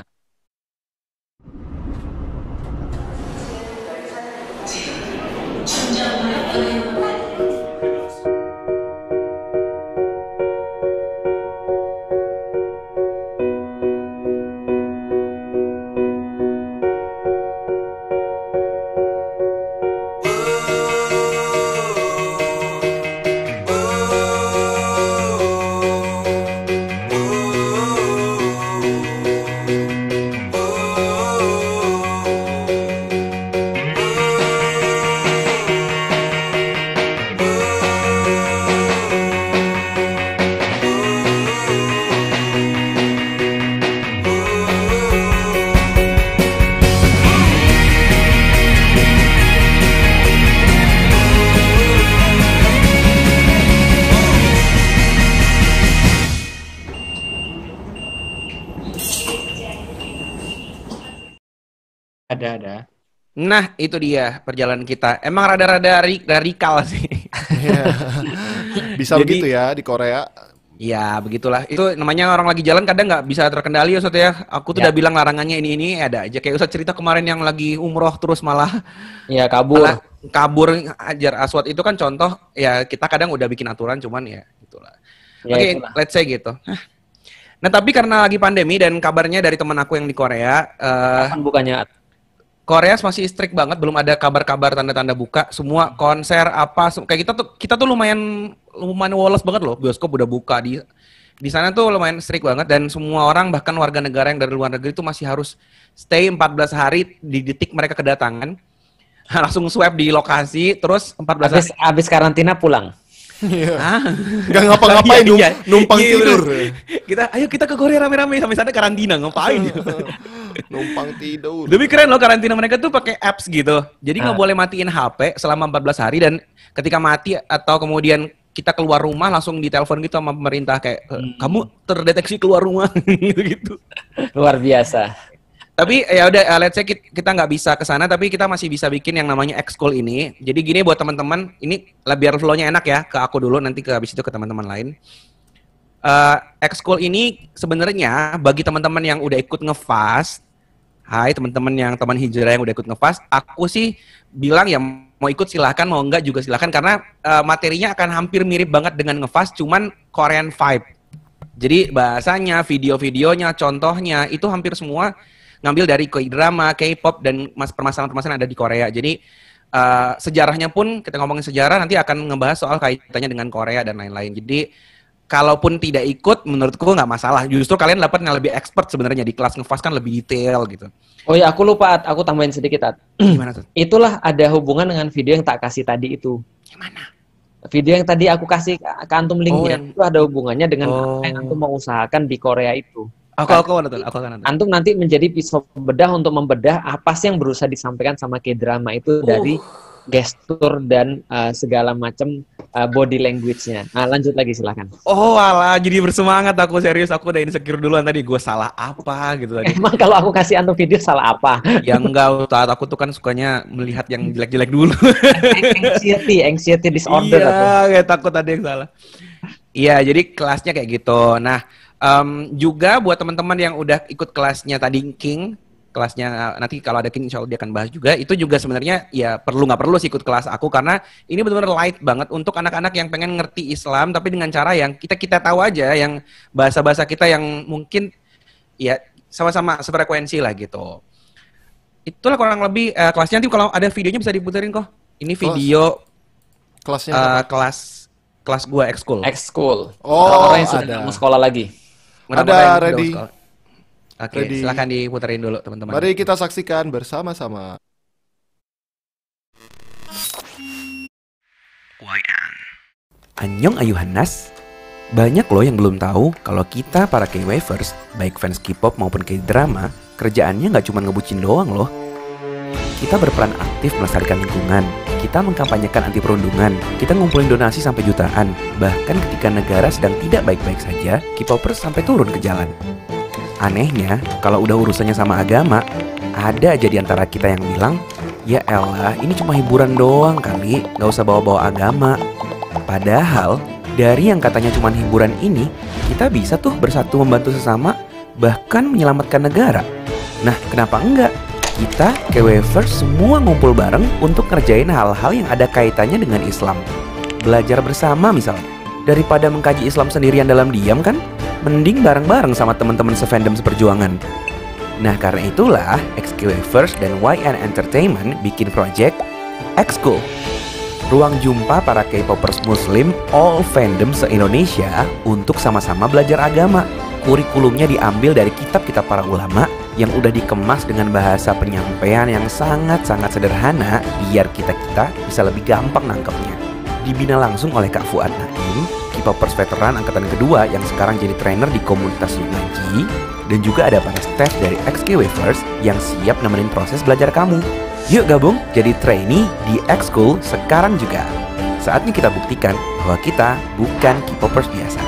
Ada, ada. Nah, itu dia perjalanan kita. Emang rada-rada ri- radikal sih. Iya. Bisa Jadi- begitu ya di Korea. Ya, begitulah. Itu namanya orang lagi jalan kadang nggak bisa terkendali ya, Ustaz ya. Aku tuh Ya. udah bilang larangannya ini ini ada aja. Kayak Ustaz cerita kemarin yang lagi umroh terus malah Iya, kabur. malah kabur Hajar Aswad itu kan contoh ya kita kadang udah bikin aturan cuman ya gitulah. Ya, Oke, itulah. let's say gitu. Hah. Nah, tapi karena lagi pandemi dan kabarnya dari teman aku yang di Korea, eh, Kapan bukanya? Korea masih strict banget, belum ada kabar-kabar tanda-tanda buka. Semua konser apa sem- kayak kita tuh kita tuh lumayan lumayan woles banget loh. Bioskop udah buka di di sana tuh lumayan strict banget dan semua orang bahkan warga negara yang dari luar negeri itu masih harus stay empat belas hari di detik mereka kedatangan. Langsung swab di lokasi terus empat belas Habis hari. habis karantina pulang. Ah. Nggak ngapa-ngapain, num- Iya, iya. numpang Iya, tidur. bener. Kita ayo kita ke Korea rame-rame sampai sana karantina ngapain? Numpang tidur. Lebih keren loh karantina mereka tuh pakai apps gitu. Jadi nggak Ah. boleh matiin H P selama empat belas hari dan ketika mati atau kemudian kita keluar rumah langsung ditelepon gitu sama pemerintah kayak e, kamu terdeteksi keluar rumah gitu-gitu. Luar biasa. Tapi ya udah uh, let's say kit- kita nggak bisa ke sana tapi kita masih bisa bikin yang namanya X-School ini. Jadi gini buat teman-teman, ini lah biar flow-nya enak ya ke aku dulu nanti ke habis itu ke teman-teman lain. Uh, X-School ini sebenarnya bagi teman-teman yang udah ikut ngefast, hai teman-teman yang teman hijrah yang udah ikut ngefast, aku sih bilang ya mau ikut silahkan, mau enggak juga silahkan karena uh, materinya akan hampir mirip banget dengan ngefast, cuman Korean vibe. Jadi bahasanya, video-videonya, contohnya itu hampir semua ngambil dari K-drama, K-pop dan mas permasalahan-permasalahan ada di Korea. Jadi uh, sejarahnya pun kita ngomongin sejarah nanti akan ngebahas soal kaitannya dengan Korea dan lain-lain. Jadi kalaupun tidak ikut menurutku nggak masalah. Justru kalian dapat yang lebih expert sebenarnya di kelas ngefast kan lebih detail gitu. Oh ya, aku lupa, At. Aku tambahin sedikit, At. Gimana tuh? Itulah ada hubungan dengan video yang tak kasih tadi itu. Gimana? Video yang tadi aku kasih ke ke antum linknya Oh, yang- itu ada hubungannya dengan Oh. apa yang antum mau usahakan di Korea itu. Aku aku nonton, aku akan nonton. Antum nanti menjadi pisau bedah untuk membedah apa sih yang berusaha disampaikan sama K-drama itu dari gestur dan uh, segala macam uh, body language-nya. Nah, lanjut lagi silahkan. Oh alah, jadi bersemangat aku serius. Aku udah insecure duluan tadi. Gue salah apa gitu tadi. Emang kalau aku kasih antum video salah apa? Ya enggak, Ustaz. Aku tuh kan sukanya melihat yang jelek-jelek dulu. anxiety, anxiety disorder. atau- Iya, kayak takut ada yang salah. Iya, jadi kelasnya kayak gitu. Nah, em, juga buat teman-teman yang udah ikut kelasnya tadi King, kelasnya nanti kalau ada King insya Allah dia akan bahas juga. Itu juga sebenarnya ya perlu nggak perlu sih ikut kelas aku karena ini benar-benar light banget untuk anak-anak yang pengen ngerti Islam tapi dengan cara yang kita kita tahu aja, yang bahasa-bahasa kita yang mungkin ya sama-sama sefrekuensi lah gitu. Itulah kurang lebih eh, kelasnya. Nanti kalau ada videonya bisa diputerin kok. Ini Kelas? video Kelasnya eh, apa? kelas kelas gua ekskul. Ex-school. Oh, Orang-orang yang sudah ada. nggak mau sekolah lagi. Mana Ada, pada yang udah ready. sekolah? Oke, Ready. silakan diputerin dulu teman-teman. Mari kita saksikan bersama-sama. Annyeong ayuhan nas. Banyak loh yang belum tahu kalau kita para K-wavers, baik fans K-pop maupun K-drama, kerjaannya nggak cuma ngebucin doang loh. Kita berperan aktif melestarikan lingkungan, kita mengkampanyekan anti perundungan, kita ngumpulin donasi sampai jutaan. Bahkan ketika negara sedang tidak baik-baik saja, K-popers sampai turun ke jalan. Anehnya, kalau udah urusannya sama agama, ada aja di antara kita yang bilang, ya elah ini cuma hiburan doang kali, nggak usah bawa-bawa agama. Padahal, dari yang katanya cuma hiburan ini, kita bisa tuh bersatu membantu sesama, bahkan menyelamatkan negara. Nah, kenapa enggak? Kita, K-wavers, semua ngumpul bareng untuk ngerjain hal-hal yang ada kaitannya dengan Islam. Belajar bersama misalnya. Daripada mengkaji Islam sendirian dalam diam kan, mending bareng-bareng sama teman-teman se-fandom seperjuangan. Nah, karena itulah, X-K-wavers dan Y N Entertainment bikin project X-School. Ruang jumpa para K-popers muslim all fandom se-Indonesia untuk sama-sama belajar agama. Kurikulumnya diambil dari kitab-kitab para ulama yang udah dikemas dengan bahasa penyampaian yang sangat-sangat sederhana biar kita-kita bisa lebih gampang nangkepnya. Dibina langsung oleh Kak Fuad Naim, K-popers veteran angkatan kedua yang sekarang jadi trainer di komunitas Yunaji, dan juga ada para staff dari X-K-wavers yang siap nemenin proses belajar kamu. Yuk gabung jadi trainee di X-School sekarang juga. Saatnya kita buktikan bahwa kita bukan K-popers biasa.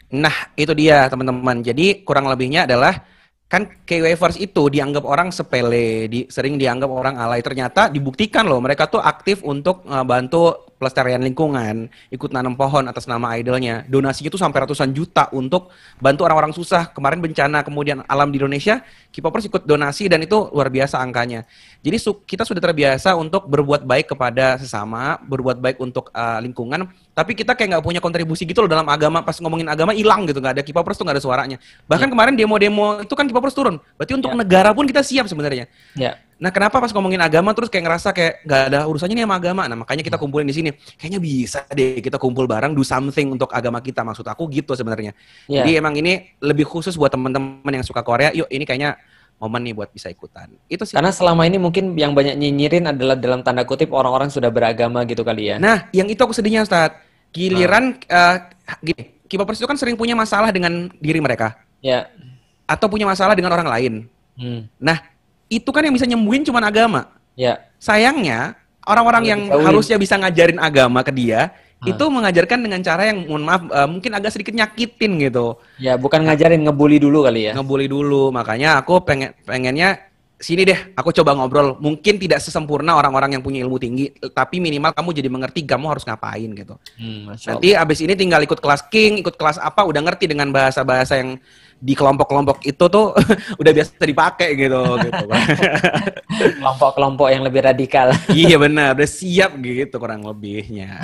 Nah, itu dia teman-teman. Jadi kurang lebihnya adalah kan K-Wavers itu dianggap orang sepele, di, sering dianggap orang alay. Ternyata dibuktikan loh, mereka tuh aktif untuk uh, bantu pelestarian lingkungan, ikut nanam pohon atas nama idolnya. Donasinya tuh sampai ratusan juta untuk bantu orang-orang susah. Kemarin bencana kemudian alam di Indonesia, K-popers ikut donasi dan itu luar biasa angkanya. Jadi su- kita sudah terbiasa untuk berbuat baik kepada sesama, berbuat baik untuk uh, lingkungan. Tapi kita kayak nggak punya kontribusi gitu loh dalam agama. Pas ngomongin agama hilang gitu, nggak ada K-popers tuh nggak ada suaranya. Bahkan kemarin demo-demo itu kan K-popers turun. Berarti untuk Ya. negara pun kita siap sebenarnya. Ya. Nah, kenapa pas ngomongin agama terus kayak ngerasa kayak nggak ada urusannya nih sama agama? Nah, makanya kita kumpulin di sini. Kayaknya bisa deh kita kumpul bareng, do something untuk agama kita. Maksud aku gitu sebenarnya. Ya. Jadi emang ini lebih khusus buat teman-teman yang suka Korea. Yuk, ini kayaknya momen nih buat bisa ikutan. Itu sih. Karena selama ini mungkin yang banyak nyinyirin adalah dalam tanda kutip orang-orang sudah beragama gitu kali ya. Nah, yang itu aku sedihnya, Ustadz. Giliran eh, gini, K-popers itu kan sering punya masalah dengan diri mereka Ya. atau punya masalah dengan orang lain. Hmm. Nah, itu kan yang bisa nyembuhin cuma agama. Ya. Sayangnya orang-orang Kalau yang dijauhin. harusnya bisa ngajarin agama ke dia Ah. itu mengajarkan dengan cara yang mohon maaf eh, mungkin agak sedikit nyakitin gitu. Ya, bukan ngajarin, ngebully dulu kali ya. Ngebully dulu. Makanya aku pengen pengennya sini deh, aku coba ngobrol. Mungkin tidak sesempurna orang-orang yang punya ilmu tinggi, tapi minimal kamu jadi mengerti kamu harus ngapain gitu. Hmm, Masya Nanti abis ini tinggal ikut kelas King, ikut kelas apa, udah ngerti dengan bahasa-bahasa yang di kelompok-kelompok itu tuh udah biasa dipakai gitu. gitu. Kelompok-kelompok yang lebih radikal. Iya benar, udah siap gitu kurang lebihnya.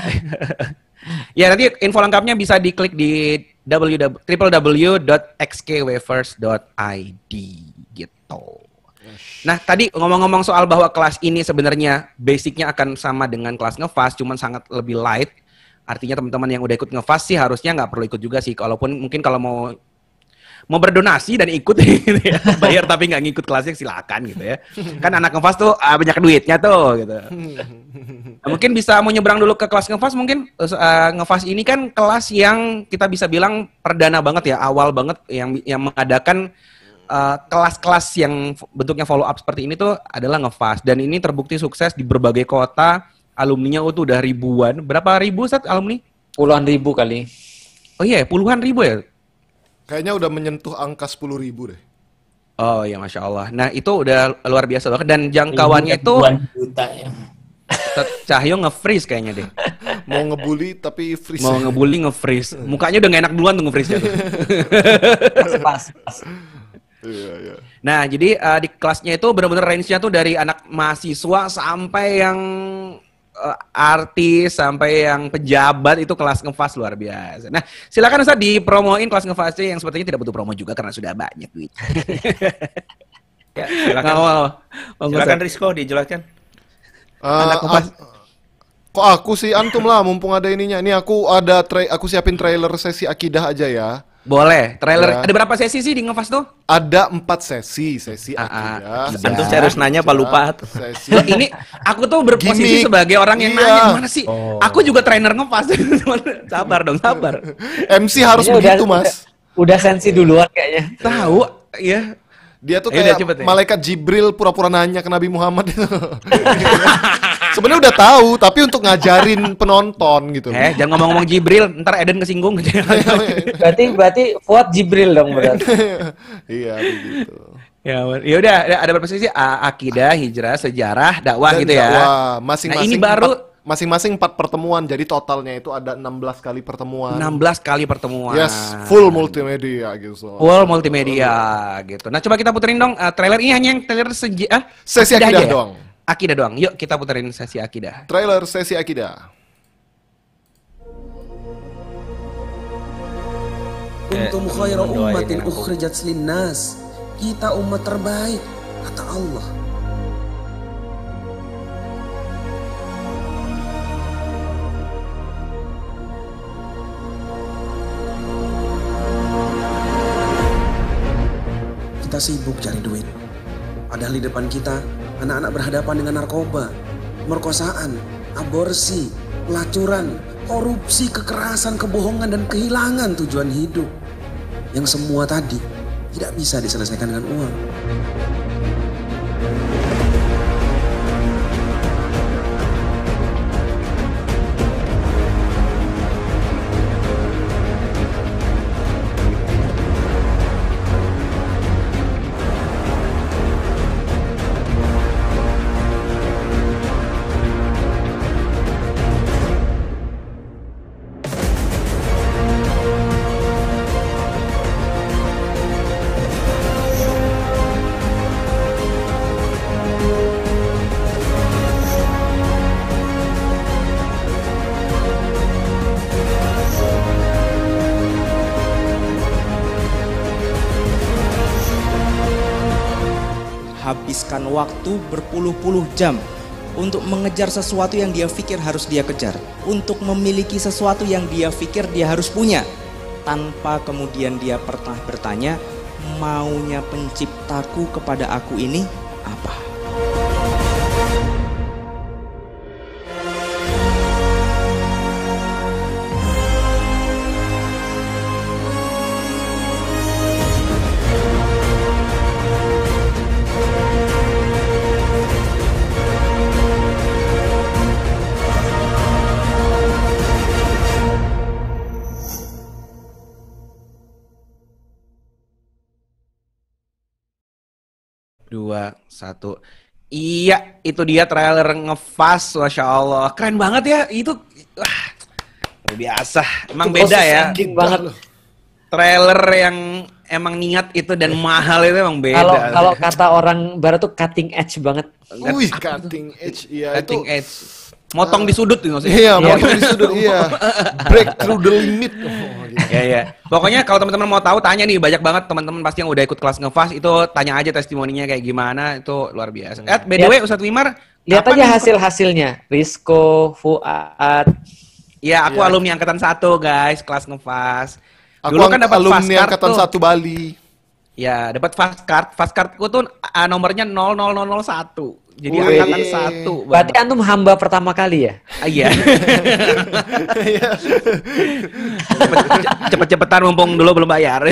Ya nanti info lengkapnya bisa diklik di w w w dot x k wafers dot i d gitu. Nah tadi ngomong-ngomong soal bahwa kelas ini sebenarnya basicnya akan sama dengan kelas ngefast, cuman sangat lebih light. Artinya teman-teman yang udah ikut ngefast sih harusnya nggak perlu ikut juga sih. Kalaupun mungkin kalau mau mau berdonasi dan ikut gitu ya, bayar tapi nggak ngikut kelasnya silakan gitu ya. Kan anak ngefast tuh ah, banyak duitnya tuh gitu. Nah, mungkin bisa mau nyebrang dulu ke kelas ngefast mungkin uh, ngefast ini kan kelas yang kita bisa bilang perdana banget ya, awal banget yang yang mengadakan uh, kelas-kelas yang bentuknya follow up seperti ini tuh adalah ngefast dan ini terbukti sukses di berbagai kota. Alumninya tuh udah ribuan. Berapa ribu Ustaz alumni? Puluhan ribu kali. Oh iya, puluhan ribu ya? Kayaknya udah menyentuh angka sepuluh ribu deh. Oh iya, Masya Allah. Nah itu udah luar biasa banget. Dan jangkauannya itu juta ya. Cahyo nge-freeze kayaknya deh. Mau ngebully tapi freeze. Mau ngebully nge-freeze. Mukanya udah gak enak duluan tuh nge-freeze-nya tuh. Pas, pas. Iya, iya. Nah jadi uh, di kelasnya itu benar-benar range-nya tuh dari anak mahasiswa sampai yang uh, artis, sampai yang pejabat itu kelas ngefast luar biasa. Nah silakan Ustaz dipromoin kelas ngefastnya yang sepertinya tidak butuh promo juga karena sudah banyak duit. Ya, silakan. Nggak mau. Mau Silakan Ustaz. Rizko dijelaskan. Ah, Anak ngefast. ah, kok aku sih antum lah mumpung ada ininya. Ini aku ada tra- aku siapin trailer sesi akidah aja ya. Boleh, trailer. Ya. Ada berapa sesi sih di ngefast tuh? Ada empat sesi, sesi Ah, akidah. ah, sesi Antum serius nanya apa lupa? Sesi. Loh, ini aku tuh berposisi Gimik. sebagai orang yang Iya. nanya gimana sih? Oh. Aku juga trainer ngefast. Sabar dong, sabar. M C harus Ini udah- begitu, Mas. Udah sensi duluan kayaknya. Tahu, ya. Dia tuh Ayo kayak udah, cepet ya. malaikat Jibril pura-pura nanya ke Nabi Muhammad itu. Sebenarnya udah tahu, tapi untuk ngajarin penonton gitu. Eh, jangan ngomong-ngomong Jibril, ntar Eden kesinggung. Berarti berarti Fuad Jibril dong berarti. Iya begitu. Ya, ya udah, ada ada berapa sesi? A- Akidah, hijrah, sejarah, dakwah Dan gitu ya. dakwah, masing-masing Nah, ini baru empat- masing-masing empat pertemuan. Jadi totalnya itu ada enam belas kali pertemuan. enam belas kali pertemuan. Yes, full multimedia gitu. Full multimedia gitu. Nah, coba kita puterin dong uh, trailer ini hanya yang trailer seji ah, Sesi akidah aja ya? doang. Akidah doang. Yuk kita puterin sesi akidah. Trailer sesi akidah. Kuntum khaira doain ummatin aku. ukhrijat linnas. Kita umat terbaik, kata Allah. Kita sibuk cari duit. Padahal di depan kita, anak-anak berhadapan dengan narkoba, merkosaan, aborsi, pelacuran, korupsi, kekerasan, kebohongan, dan kehilangan tujuan hidup. Yang semua tadi tidak bisa diselesaikan dengan uang. menghabiskan waktu berpuluh-puluh jam untuk mengejar sesuatu yang dia pikir harus dia kejar, untuk memiliki sesuatu yang dia pikir dia harus punya, tanpa kemudian dia pernah bertanya, maunya penciptaku kepada aku ini apa? Dua, satu. Iya, itu dia trailer Ngefast, Masya Allah. Keren banget ya, itu wah, luar biasa. Emang Itu beda proses ya. editing banget. Trailer yang emang niat itu dan mahal itu emang beda. Kalau kalau kata orang barat tuh cutting edge banget. Wih, cutting edge, iya Cutting itu. edge. Motong di sudut gitu maksudnya. Iya, motong di sudut, iya. Break through the limit. Oh, gitu. Ya ya. Pokoknya kalau teman-teman mau tahu tanya nih, banyak banget teman-teman pasti yang udah ikut kelas Ngefast itu tanya aja testimoninya kayak gimana, itu luar biasa. Eh, by the way Ustadz Wimar, Lihat kapan aja nih- hasil-hasilnya. Rizko, Fuad. Ya, aku Iya. alumni angkatan satu, guys, kelas Ngefast. Aku Dulu kan dapat alumni fast card angkatan tuh. satu Bali. Ya, dapat fast card. Fast cardku tuh ah, nomornya nol nol nol nol satu. Jadi Wih. angkatan satu. Berarti antum hamba pertama kali ya? Ah, iya. Cepet- Cepet-cepetan mumpung dulu belum bayar.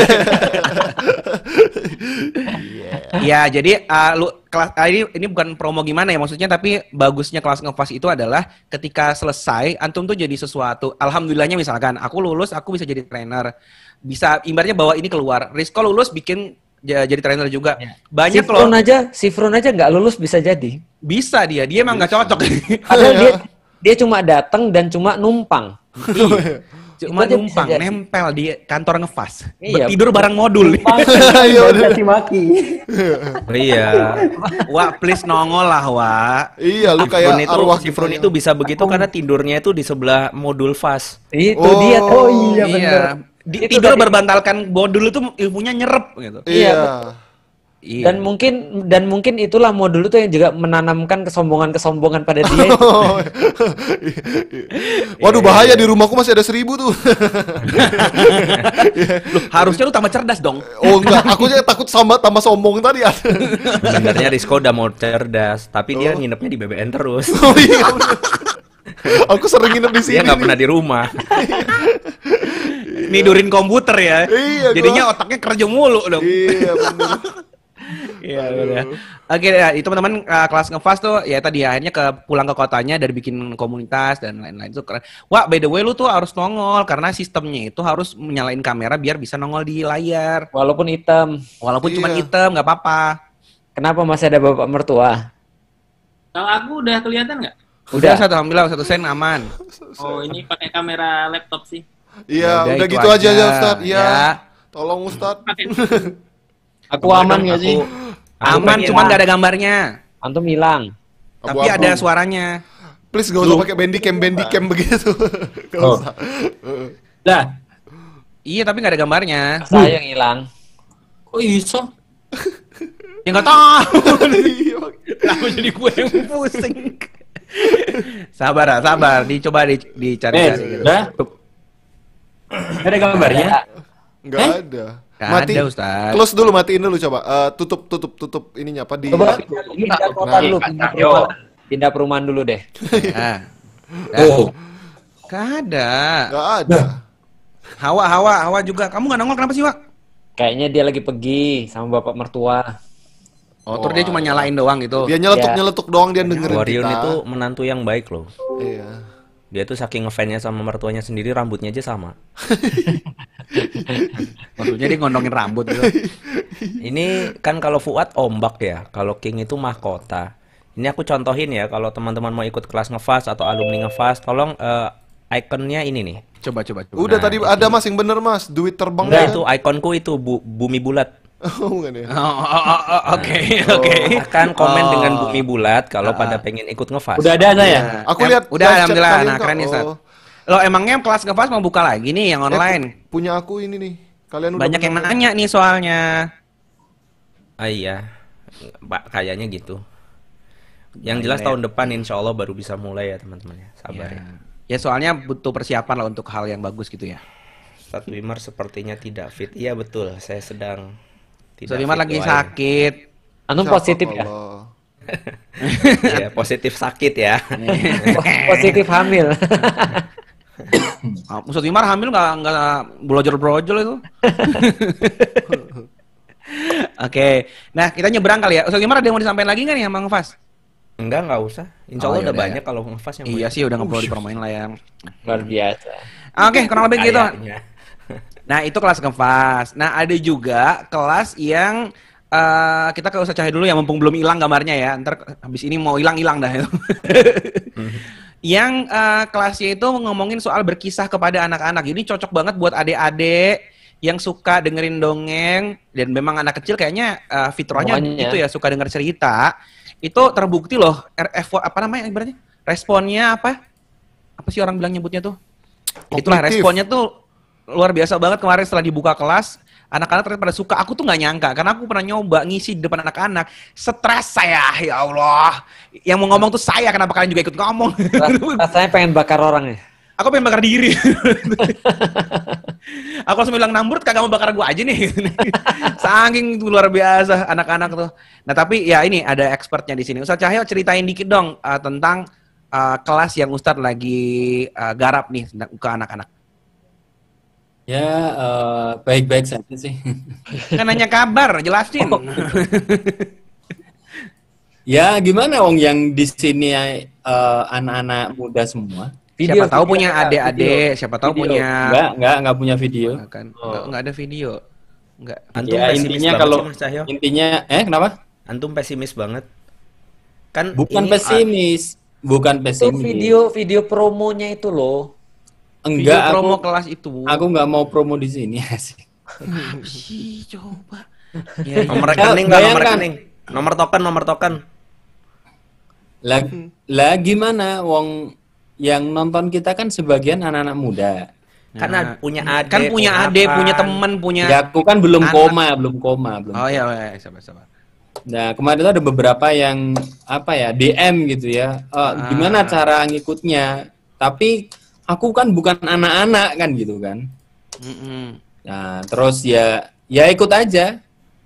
Ya, jadi uh, lu kelas ah, ini ini bukan promo gimana ya maksudnya, tapi bagusnya kelas Ngefast itu adalah ketika selesai antum tuh jadi sesuatu. Alhamdulillahnya misalkan aku lulus, aku bisa jadi trainer. Bisa ibaratnya bawa ini keluar. Rizko lulus bikin ja- jadi trainer juga. Banyak si Frun loh. aja, si Frun aja nggak lulus bisa jadi. Bisa dia, dia emang nggak cocok. Padahal dia dia cuma datang dan cuma numpang. Cuma Itu aja bisa numpang, jadi. nempel di kantor Ngefast. Iya. Tidur bareng modul. Iya, udah. Caci maki. Oh iya. Wah, please nongol lah, Wak. Iya, lu Si kayak Frun itu, arwah si Frun itu bisa begitu karena tidurnya itu di sebelah modul fast. Itu Oh. dia. Oh iya bener. Di, Itu tidur tadi. berbantalkan modul itu ilmunya nyerep gitu. Iya. Iya. Dan mungkin dan mungkin itulah modul itu yang juga menanamkan kesombongan-kesombongan pada dia. itu. Waduh, bahaya di rumahku masih ada seribu tuh. Loh, harusnya lu tambah cerdas dong. Oh enggak, aku aja takut sama tambah sombong tadi. Sebenarnya Rizko udah mau cerdas, tapi dia nginepnya di B B N terus. Oh iya. Aku sering nginep di sini. Dia nggak nih. pernah di rumah. Nidurin komputer ya. Iya, gua- Jadinya otaknya kerja mulu dong. Iya, bener. Iya, bener. Oke, ya, itu teman-teman uh, kelas Ngefast tuh ya tadi akhirnya ke pulang ke kotanya dari bikin komunitas dan lain-lain itu keren. Wah, by the way lu tuh harus nongol karena sistemnya itu harus menyalain kamera biar bisa nongol di layar. Walaupun hitam. Walaupun cuma Iya. hitam nggak apa-apa. Kenapa masih ada bapak mertua? Kalau aku udah kelihatan nggak? Udah satu alhamdulillah satu sen aman. Oh, ini pakai kamera laptop sih. Iya, Ya udah itu gitu aja ya Ustaz. Iya. Ya. Tolong Ustaz. Aku aman nggak sih? Aman, pengen- cuman nggak ada gambarnya. Antum hilang. Tapi Abu-abu. ada suaranya. Please gak usah pakai bandicam bandicam begitu. Gak Oh. usah. Heeh. Lah, Iya, tapi nggak ada gambarnya. Saya yang hilang. kok iso? Ya nggak tahu. Iya. Kenapa jadi gue yang pusing? Sabar, ah, sabar. Dicoba di, dicari Eh, cari gitu. udah. Ada gambarnya? Nggak ada. Nggak Mati. ada, Ustaz. Close dulu, matiin dulu coba. Eh, tutup tutup tutup ininya apa di Coba pindah kota Nah. dulu, pindah perumahan. Pindah perumahan dulu deh. Nah. Oh. Nggak ada. Nggak ada. Hawa, Hawa, Hawa juga. Kamu nggak nongol kenapa sih, Wak? Kayaknya dia lagi pergi sama bapak mertua. Oh, terus dia cuma nyalain doang gitu. Dia nyeletuk Ya. nyeletuk doang dia dengerin Waryun kita. itu menantu yang baik loh. Iya. Dia tuh saking ngefansnya sama mertuanya sendiri, rambutnya aja sama. Maksudnya dia ngondongin rambut gitu. Ini kan kalau Fuad ombak ya, kalau King itu mahkota. Ini aku contohin ya, kalau teman-teman mau ikut kelas Ngefast atau alumni Ngefast, tolong eh, ikonnya ini nih. Coba, coba, coba. Udah Nah, tadi ada Mas yang bener Mas, duit terbang Enggak, ya. itu ikonku itu bu- bumi bulat. Oh, bukan ya. Oh, oh, oh, oh, oke, oke. Akan komen Oh. dengan bumi bulat kalau Ah. pada pengen ikut Ngefast. Udah ada saya. Nah, Aku em- lihat udah live chat alhamdulillah. kalian Nah, kok. keren nih, Sat. Oh. Lo emangnya kelas Ngefast mau buka lagi nih yang Eh, online? pu- punya aku ini nih. Kalian udah Banyak yang bener. nanya nih soalnya. Ah iya. Pak, kayaknya gitu. Yang Nah, jelas ya. tahun depan insya Allah baru bisa mulai ya teman-teman ya. Sabar ya. Ya. Ya soalnya butuh persiapan lah untuk hal yang bagus gitu ya. Ustadz Wimar sepertinya tidak fit. Iya betul, saya sedang tidak Ustadz Wimar fit lagi doain. sakit. Antum Siapa positif ya? kalau- Iya, positif sakit ya. Positif hamil. Ah, Ustadz Wimar hamil nggak nggak brojol-brojol itu. Oke, nah kita nyebrang kali ya. Ustadz Wimar ada yang mau disampaikan lagi nggak nih sama Ngefas? Enggak, enggak usah. Insya Oh, Allah udah yaudah, banyak ya. kalau ngefas yang Iya banyak. sih udah nggak perlu dipromoin lah ya. Luar biasa. Oke, kurang lebih gitu. Kayaknya. Nah itu kelas Ngefas. Nah ada juga kelas yang eh, kita ke Ustadz Cahaya dulu ya, mumpung belum hilang gambarnya ya. Ntar habis ini mau hilang-hilang dah itu. Yang eh, kelasnya itu ngomongin soal berkisah kepada anak-anak. Ini cocok banget buat adik-adik yang suka dengerin dongeng, dan memang anak kecil kayaknya uh, fitrahnya Semuanya. itu ya, suka denger cerita. Itu terbukti loh, R F apa namanya ibaratnya? Responnya apa? Apa sih orang bilang nyebutnya tuh? Itulah Kognitif. responnya tuh luar biasa banget kemarin setelah dibuka kelas. Anak-anak ternyata pada suka. Aku tuh nggak nyangka karena aku pernah nyoba ngisi di depan anak-anak. Stres saya, ya Allah. Yang mau ngomong tuh saya, kenapa kalian juga ikut ngomong? Rasanya pengen bakar orang ya. Aku pengen bakar diri. Aku langsung bilang, Namrud kagak mau bakar gua aja nih. Saking luar biasa anak-anak tuh. Nah tapi ya ini ada expertnya di sini. Ustadz Cahyo ceritain dikit dong uh, tentang uh, kelas yang Ustadz lagi uh, garap nih tentang ke anak-anak. Ya, eh, baik-baik saja sih. Kan nanya kabar, jelasin. Ya, gimana wong yang di sini eh, anak-anak muda semua? Siapa tahu punya Video, adik-adik, video. siapa tahu Video. punya. Enggak, enggak, enggak punya video. Kan, enggak, enggak ada video. Enggak. Antum Ya, pesimis intinya banget kalau sih, Mas Cahyo. intinya eh kenapa? Antum pesimis banget. Kan Bukan ini pesimis, bukan Itu pesimis. video video promonya itu loh. Enggak, Video promo aku, kelas itu. aku enggak mau promo di sini sih. Sih, coba. Ya, nomor Ya, rekening nggak nomor bayangkan. rekening. Nomor token, nomor token. Lah, lah gimana wong yang nonton kita kan sebagian anak-anak muda. Kan ad- punya adik. Kan punya adik, ponakan. punya teman, punya. Ya aku kan belum anak. koma, belum koma, belum. Oh iya, iya, sabar, sabar. Nah, kemarin itu ada beberapa yang apa ya, D M gitu ya. Eh, Ah. Gimana cara ngikutnya? Tapi aku kan bukan anak-anak kan gitu kan. Mm-mm. Nah, terus ya ya ikut aja.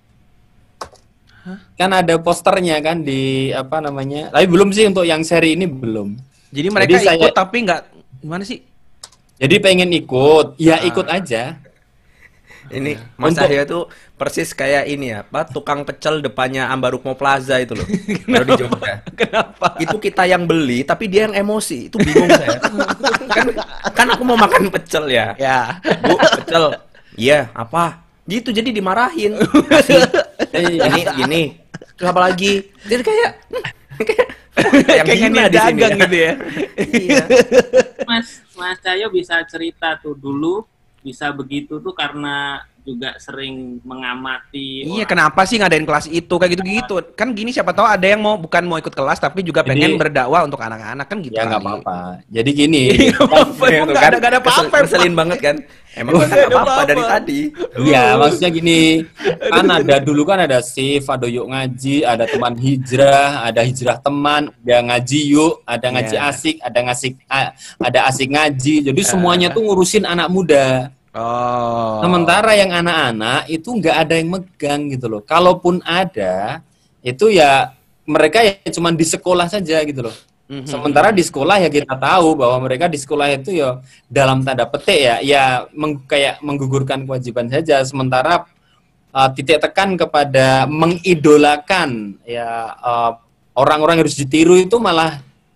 Kan ada posternya kan di apa namanya? Tapi belum sih untuk yang seri ini belum. Jadi mereka Jadi saya- ikut tapi nggak gimana sih? Jadi pengen ikut, ya Ah. ikut aja. Ini Mas Untuk- Cahyo tuh persis kayak ini ya, apa tukang pecel depannya Ambarukmo Plaza itu loh. Kalau di Jogja. Kenapa? Itu kita yang beli tapi dia yang emosi. Itu bingung saya. kan kan aku mau makan pecel ya. Ya. Bu, pecel. Iya, apa? Gitu jadi dimarahin. Kasih. ini ini. Terus apa lagi? Jadi kayak kayak yang Kayak gila dia di sini dagang ya. gitu ya. Iya. Mas Mas Cahyo bisa cerita tuh dulu bisa begitu tuh karena juga sering mengamati Iya, orang. kenapa sih ngadain kelas itu kayak gitu-gitu? Kan gini siapa tahu ada yang mau bukan mau ikut kelas tapi juga Jadi- pengen berdakwah untuk anak-anak kan gitu Ya nggak kali. apa-apa. Jadi gini. Iya, nggak apa-apa, Itu emang nggak kan ada nggak ada kesel- apa-apa. Keselin banget kan. Emang Nggak nggak ada apa-apa apa-apa. dari tadi. Iya, maksudnya gini, kan ada dulu kan ada shift, ada yuk ngaji, ada teman hijrah, ada hijrah teman, ada ngaji yuk, ada ngaji Iya. asik, ada ngasik, a- ada asik ngaji. Jadi semuanya tuh ngurusin anak muda. Oh. Sementara yang anak-anak itu nggak ada yang megang gitu loh. Kalaupun ada, itu ya mereka ya cuma di sekolah saja gitu loh. Mhm. Sementara di sekolah ya kita tahu bahwa mereka di sekolah itu ya dalam tanda petik ya ya meng- kayak menggugurkan kewajiban saja. Sementara uh, titik tekan kepada mengidolakan ya uh, orang-orang yang harus ditiru itu malah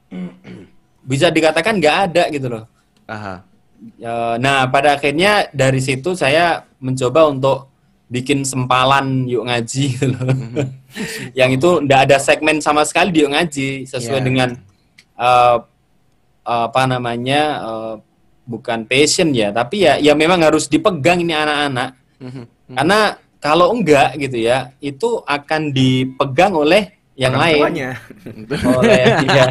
bisa dikatakan nggak ada gitu loh. Aha. Ya, nah pada akhirnya dari situ saya mencoba untuk bikin sempalan yuk ngaji gitu loh. Yang itu nggak ada segmen sama sekali di yuk ngaji sesuai Ya. dengan uh, apa namanya uh, bukan passion ya, tapi ya ya memang harus dipegang ini anak-anak. Karena kalau enggak gitu ya, itu akan dipegang oleh yang Orang lain. tuanya. Oleh ya.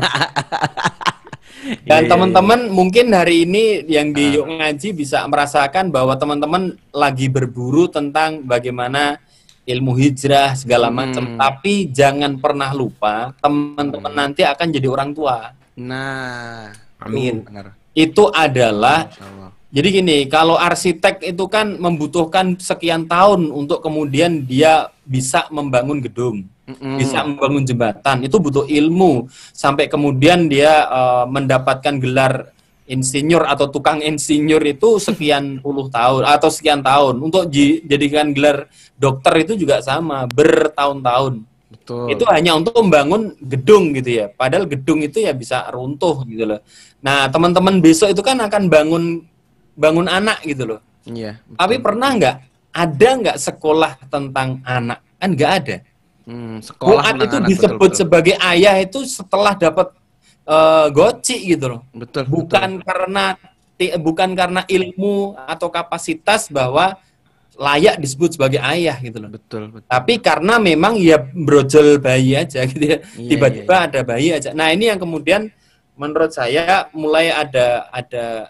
Dan Iya, iya, teman-teman mungkin hari ini yang di Yuk Ngaji bisa merasakan bahwa teman-teman lagi berburu tentang bagaimana ilmu hijrah segala Hmm. macam. Tapi jangan pernah lupa teman-teman nanti akan jadi orang tua. Nah, Amin. benar. Itu adalah Masya Allah. jadi gini, kalau arsitek itu kan membutuhkan sekian tahun untuk kemudian dia bisa membangun gedung, Mm-mm. bisa membangun jembatan, itu butuh ilmu sampai kemudian dia eh, mendapatkan gelar insinyur atau tukang insinyur itu sekian puluh tahun atau sekian tahun. Untuk dijadikan gelar dokter itu juga sama, bertahun-tahun. Betul. Itu hanya untuk membangun gedung gitu ya. Padahal gedung itu ya bisa runtuh gitu loh. Nah, teman-teman besok itu kan akan bangun bangun anak gitu loh. Iya. betul. Tapi pernah nggak ada nggak sekolah tentang anak? Kan nggak ada. Hmm, sekolah Fuad tentang itu anak, disebut betul, betul. sebagai ayah itu setelah dapat eh, goci gitu loh. Betul, Bukan karena ti- bukan karena ilmu atau kapasitas bahwa layak disebut sebagai ayah gitu loh. Betul, betul. Tapi karena memang ya brojol bayi aja gitu ya. Iya, Tiba-tiba iya, ada bayi aja. Nah, ini yang kemudian menurut saya mulai ada ada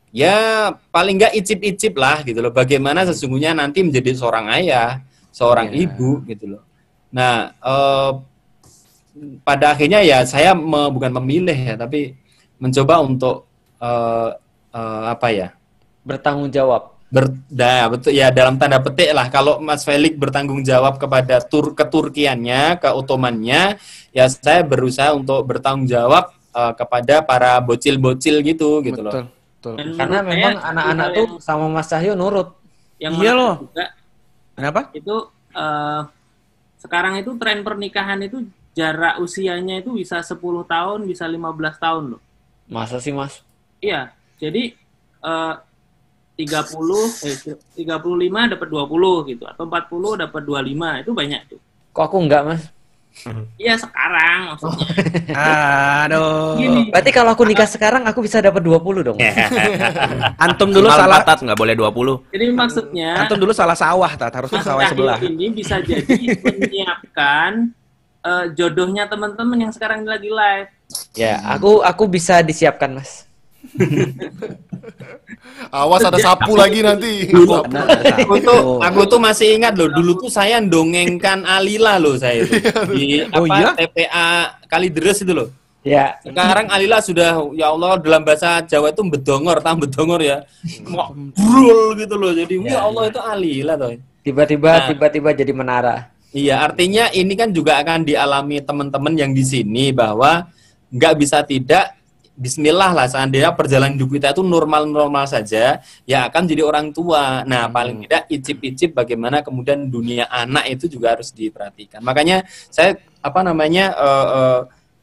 ya paling nggak icip-icip lah gitu loh. Bagaimana sesungguhnya nanti menjadi seorang ayah, seorang Iya. ibu gitu loh. Nah, eh, pada akhirnya ya saya me- bukan memilih ya, tapi mencoba untuk eh, eh, apa ya? Bertanggung jawab. Ber, dah, betul ya, dalam tanda petik lah, kalau Mas Felix bertanggung jawab kepada tur keturkiannya, ke Ottomannya, ya saya berusaha untuk bertanggung jawab eh, kepada para bocil-bocil gitu gitu loh. Betul, betul. Dan Karena menurut memang saya, anak-anak hal tuh yang- sama Mas Cahyo nurut. yang Iya menarik loh. juga Kenapa? itu eh, sekarang itu tren pernikahan itu jarak usianya itu bisa sepuluh tahun, bisa lima belas tahun loh. Masa sih, Mas? Iya, jadi eh, tiga puluh eh tiga puluh lima dapat dua puluh gitu atau empat puluh dapat dua puluh lima, itu banyak tuh. Kok aku enggak, Mas? Iya, sekarang maksudnya. Aduh. Gini, Berarti kalau aku nikah sekarang aku bisa dapat dua puluh dong. Antum dulu Maksimal salah. empat tat, nggak boleh dua puluh. jadi maksudnya Antum dulu salah sawah, tat. Harusnya Mas sawah yang sebelah. Cahyo ini bisa jadi menyiapkan eh, jodohnya teman-teman yang sekarang lagi live. Ya, aku aku bisa disiapkan, Mas. Awas ada sapu lagi nanti. Dulu, Sapu. aku tuh aku tuh masih ingat loh, dulu tuh saya dongengkan Alila loh saya itu di apa Oh iya? T P A Kalideres itu loh. Ya, Sekarang Alila sudah, ya Allah, dalam bahasa Jawa itu bedongor, tam bedongor ya, mau brul gitu loh. Jadi ya Allah itu Alila tuh. tiba-tiba Nah. tiba-tiba jadi menara. Iya, artinya ini kan juga akan dialami teman-teman yang di sini bahwa nggak bisa tidak, Bismillah lah, seandainya perjalanan hidup kita itu normal-normal saja, ya akan jadi orang tua. Nah, paling tidak icip-icip bagaimana kemudian dunia anak itu juga harus diperhatikan. Makanya saya apa namanya eh, eh,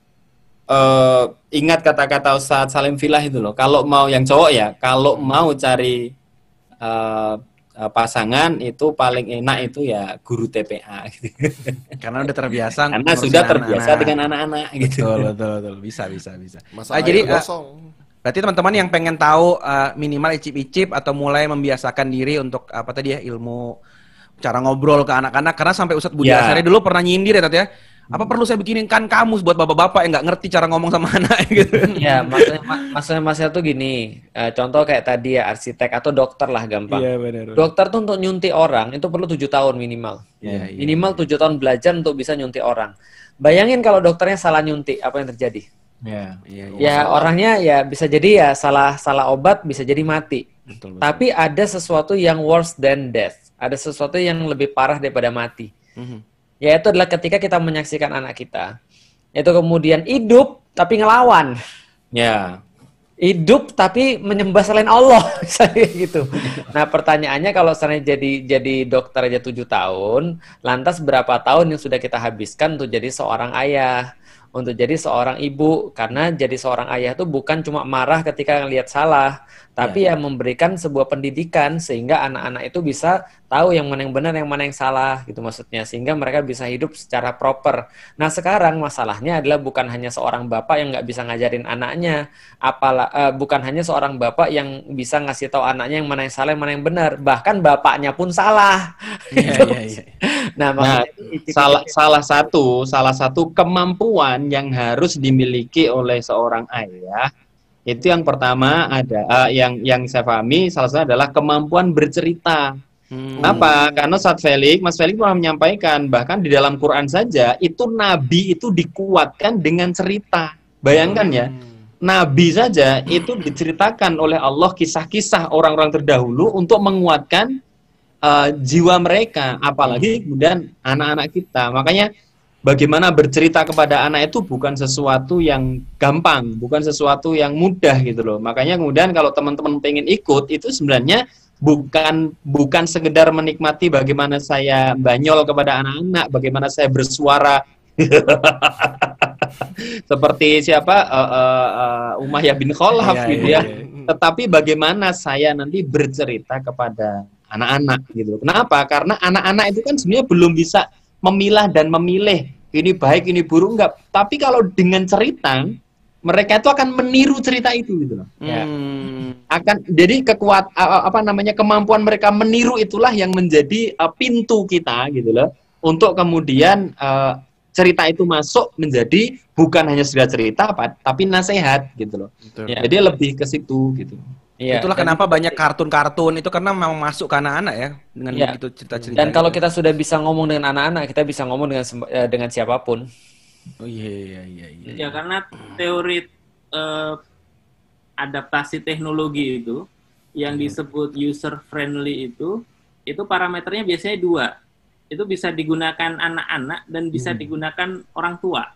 eh, ingat kata-kata Ustadz Salim Filah itu loh. Kalau mau yang cowok ya, kalau mau cari eh, eh, pasangan itu paling enak itu ya guru T P A. Gitu. Karena udah terbiasa. Karena ngurusin sudah terbiasa anak-anak. dengan anak-anak gitu. Betul, betul, betul. Bisa, bisa, bisa. Masa Ah, air jadi ah, gosong. berarti teman-teman yang pengen tahu uh, minimal icip-icip atau mulai membiasakan diri untuk apa tadi ya, ilmu cara ngobrol ke anak-anak, karena sampai Ustadz Budi Ya. Asyari dulu pernah nyindir ya Tat ya. Apa perlu saya bikinin kan kamus buat bapak-bapak yang nggak ngerti cara ngomong sama anak gitu. Ya, maksudnya ma- maksudnya Masnya tuh gini, eh, contoh kayak tadi ya arsitek atau dokter lah gampang. Iya, benar. Dokter tuh untuk nyuntik orang itu perlu tujuh tahun minimal. Iya, iya. Minimal tujuh tahun belajar untuk bisa nyuntik orang. Bayangin kalau dokternya salah nyuntik, apa yang terjadi? Ya. Iya, iya. Ya orangnya ya bisa jadi ya salah salah obat, bisa jadi mati. Betul, betul. Tapi ada sesuatu yang worse than death. Ada sesuatu yang lebih parah daripada mati. Mhm. Yaitu adalah ketika kita menyaksikan anak kita, itu kemudian hidup tapi ngelawan. Ya. Hidup tapi menyembah selain Allah, misalnya gitu. Nah pertanyaannya kalau misalnya jadi jadi dokter aja tujuh tahun, lantas berapa tahun yang sudah kita habiskan untuk jadi seorang ayah, untuk jadi seorang ibu? Karena jadi seorang ayah itu bukan cuma marah ketika ngelihat salah, tapi ya. memberikan sebuah pendidikan sehingga anak-anak itu bisa tahu yang mana yang benar, yang mana yang salah gitu maksudnya, sehingga mereka bisa hidup secara proper. Nah sekarang masalahnya adalah bukan hanya seorang bapak yang nggak bisa ngajarin anaknya, apalah eh, bukan hanya seorang bapak yang bisa ngasih tahu anaknya yang mana yang salah, yang mana yang benar, bahkan bapaknya pun salah. Iya, Gitu. iya, iya. Nah, Nah, maksudnya itu- salah salah satu salah satu kemampuan yang harus dimiliki oleh seorang ayah itu yang pertama ada eh, yang yang saya pahami salah satu adalah kemampuan bercerita. Hmm. Kenapa? Karena Ustadz Felix, Mas Felix pernah menyampaikan bahkan di dalam Quran saja itu nabi itu dikuatkan dengan cerita. Bayangkan ya, nabi saja itu diceritakan oleh Allah kisah-kisah orang-orang terdahulu untuk menguatkan uh, jiwa mereka, apalagi kemudian anak-anak kita. Makanya bagaimana bercerita kepada anak itu bukan sesuatu yang gampang, bukan sesuatu yang mudah gitu loh. Makanya kemudian kalau teman-teman pengen ikut itu sebenarnya bukan bukan sekedar menikmati bagaimana saya banyol kepada anak-anak, bagaimana saya bersuara seperti siapa uh, uh, uh, Umayyah bin Khalaf Iya, gitu iya, ya. iya. Tetapi bagaimana saya nanti bercerita kepada anak-anak gitu. Kenapa? Karena anak-anak itu kan sebenarnya belum bisa memilah dan memilih ini baik ini buruk enggak. Tapi kalau dengan cerita mereka itu akan meniru cerita itu gitu loh. Ya. Akan jadi kekuat apa namanya kemampuan mereka meniru itulah yang menjadi uh, pintu kita gitu loh untuk kemudian uh, cerita itu masuk menjadi bukan hanya sekedar cerita apa tapi nasihat gitu loh. Ya. Jadi lebih ke situ gitu. Iya, Itulah dan- kenapa banyak kartun-kartun itu karena memang masuk ke anak-anak ya dengan Iya. begitu cerita-cerita. Dan kalau gitu. kita sudah bisa ngomong dengan anak-anak, kita bisa ngomong dengan sem- eh, dengan siapapun. Oh iya iya iya iya. Ya karena teori eh, adaptasi teknologi itu yang disebut user friendly itu itu parameternya biasanya dua. Itu bisa digunakan anak-anak dan bisa digunakan orang tua.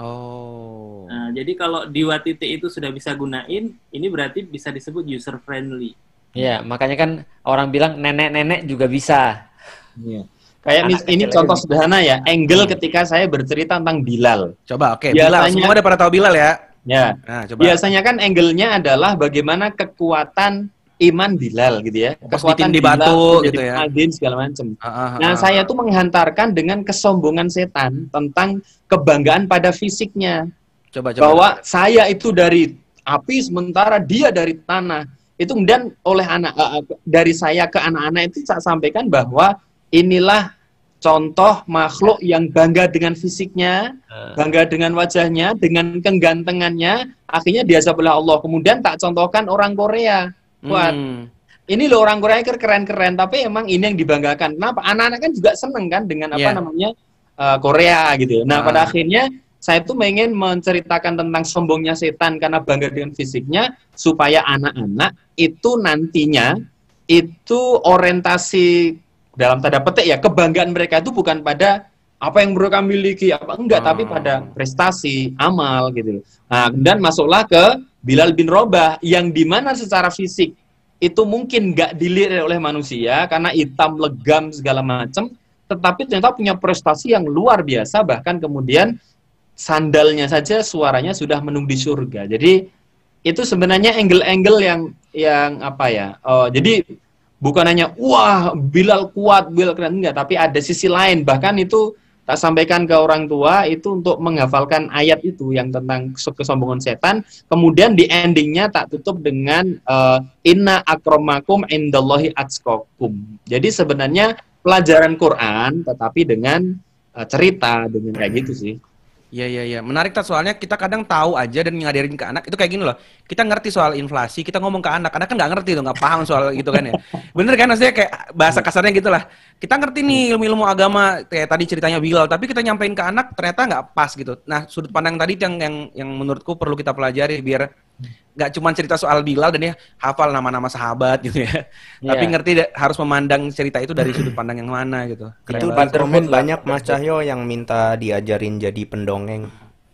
Oh. Nah, jadi kalau di dua titik itu sudah bisa gunain, ini berarti bisa disebut user friendly. Iya, makanya kan orang bilang nenek-nenek juga bisa. Iya. Kayak Anak mis- ini kecil contoh aja bisa. sederhana ya, angle ketika saya bercerita tentang Bilal. Coba oke, Bilal. Semua udah pada tahu Bilal ya. Ya. Nah, coba. Biasanya kan angle-nya adalah bagaimana kekuatan iman Bilal gitu ya. Pas Kekuatan ditindih Bilal batu menjadi gitu ya. pengadil segala macam. Ah, ah, Nah, ah, saya ah. tuh menghantarkan dengan kesombongan setan tentang kebanggaan pada fisiknya. Coba coba. Bahwa saya itu dari api sementara dia dari tanah. Itu kemudian oleh anak eh, dari saya ke anak-anak itu saya sampaikan bahwa inilah contoh makhluk yang bangga dengan fisiknya, bangga dengan wajahnya, dengan kegantengannya, akhirnya diazab oleh Allah. Kemudian tak contohkan orang Korea. Buat Hmm. ini loh orang Korea keren-keren, tapi emang ini yang dibanggakan. Kenapa? Anak-anak kan juga seneng kan dengan apa Yeah. namanya uh, Korea gitu. Nah, Ah. pada akhirnya saya tuh ingin menceritakan tentang sombongnya setan karena bangga dengan fisiknya, supaya anak-anak itu nantinya itu orientasi dalam tanda petik ya kebanggaan mereka itu bukan pada apa yang mereka miliki apa enggak, Ah. tapi pada prestasi, amal gitu. Nah, kemudian masuklah ke Bilal bin Robah yang dimana secara fisik itu mungkin nggak dilirik oleh manusia karena hitam, legam, segala macam, tetapi ternyata punya prestasi yang luar biasa, bahkan kemudian sandalnya saja suaranya sudah menung di surga. Jadi itu sebenarnya angle-angle yang yang apa ya? Oh, jadi bukan hanya wah Bilal kuat, Bilal keren, enggak, tapi ada sisi lain. Bahkan itu tak sampaikan ke orang tua itu untuk menghafalkan ayat itu yang tentang kesombongan setan. Kemudian di endingnya tak tutup dengan uh, inna akramakum indallahi atqakum. Jadi sebenarnya pelajaran Quran tetapi dengan uh, cerita, dengan kayak gitu sih. Iya iya iya, menarik tak soalnya kita kadang tahu aja dan ngajarin ke anak itu kayak gini loh. Kita ngerti soal inflasi, kita ngomong ke anak, anak kan nggak ngerti tuh, nggak paham soal gitu kan ya. Bener kan, maksudnya kayak bahasa kasarnya gitulah. Kita ngerti nih ilmu-ilmu agama kayak tadi ceritanya Bilal, tapi kita nyampein ke anak ternyata nggak pas gitu. Nah sudut pandang tadi yang yang yang menurutku perlu kita pelajari biar nggak cuma cerita soal Bilal dan ya hafal nama-nama sahabat gitu ya. Iya. Tapi ngerti da- harus memandang cerita itu dari sudut pandang yang mana gitu. Keren Itu di banget. komen banyak Mas Cahyo yang minta diajarin jadi pendongeng.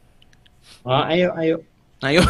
Oh, ayo ayo. Ayo.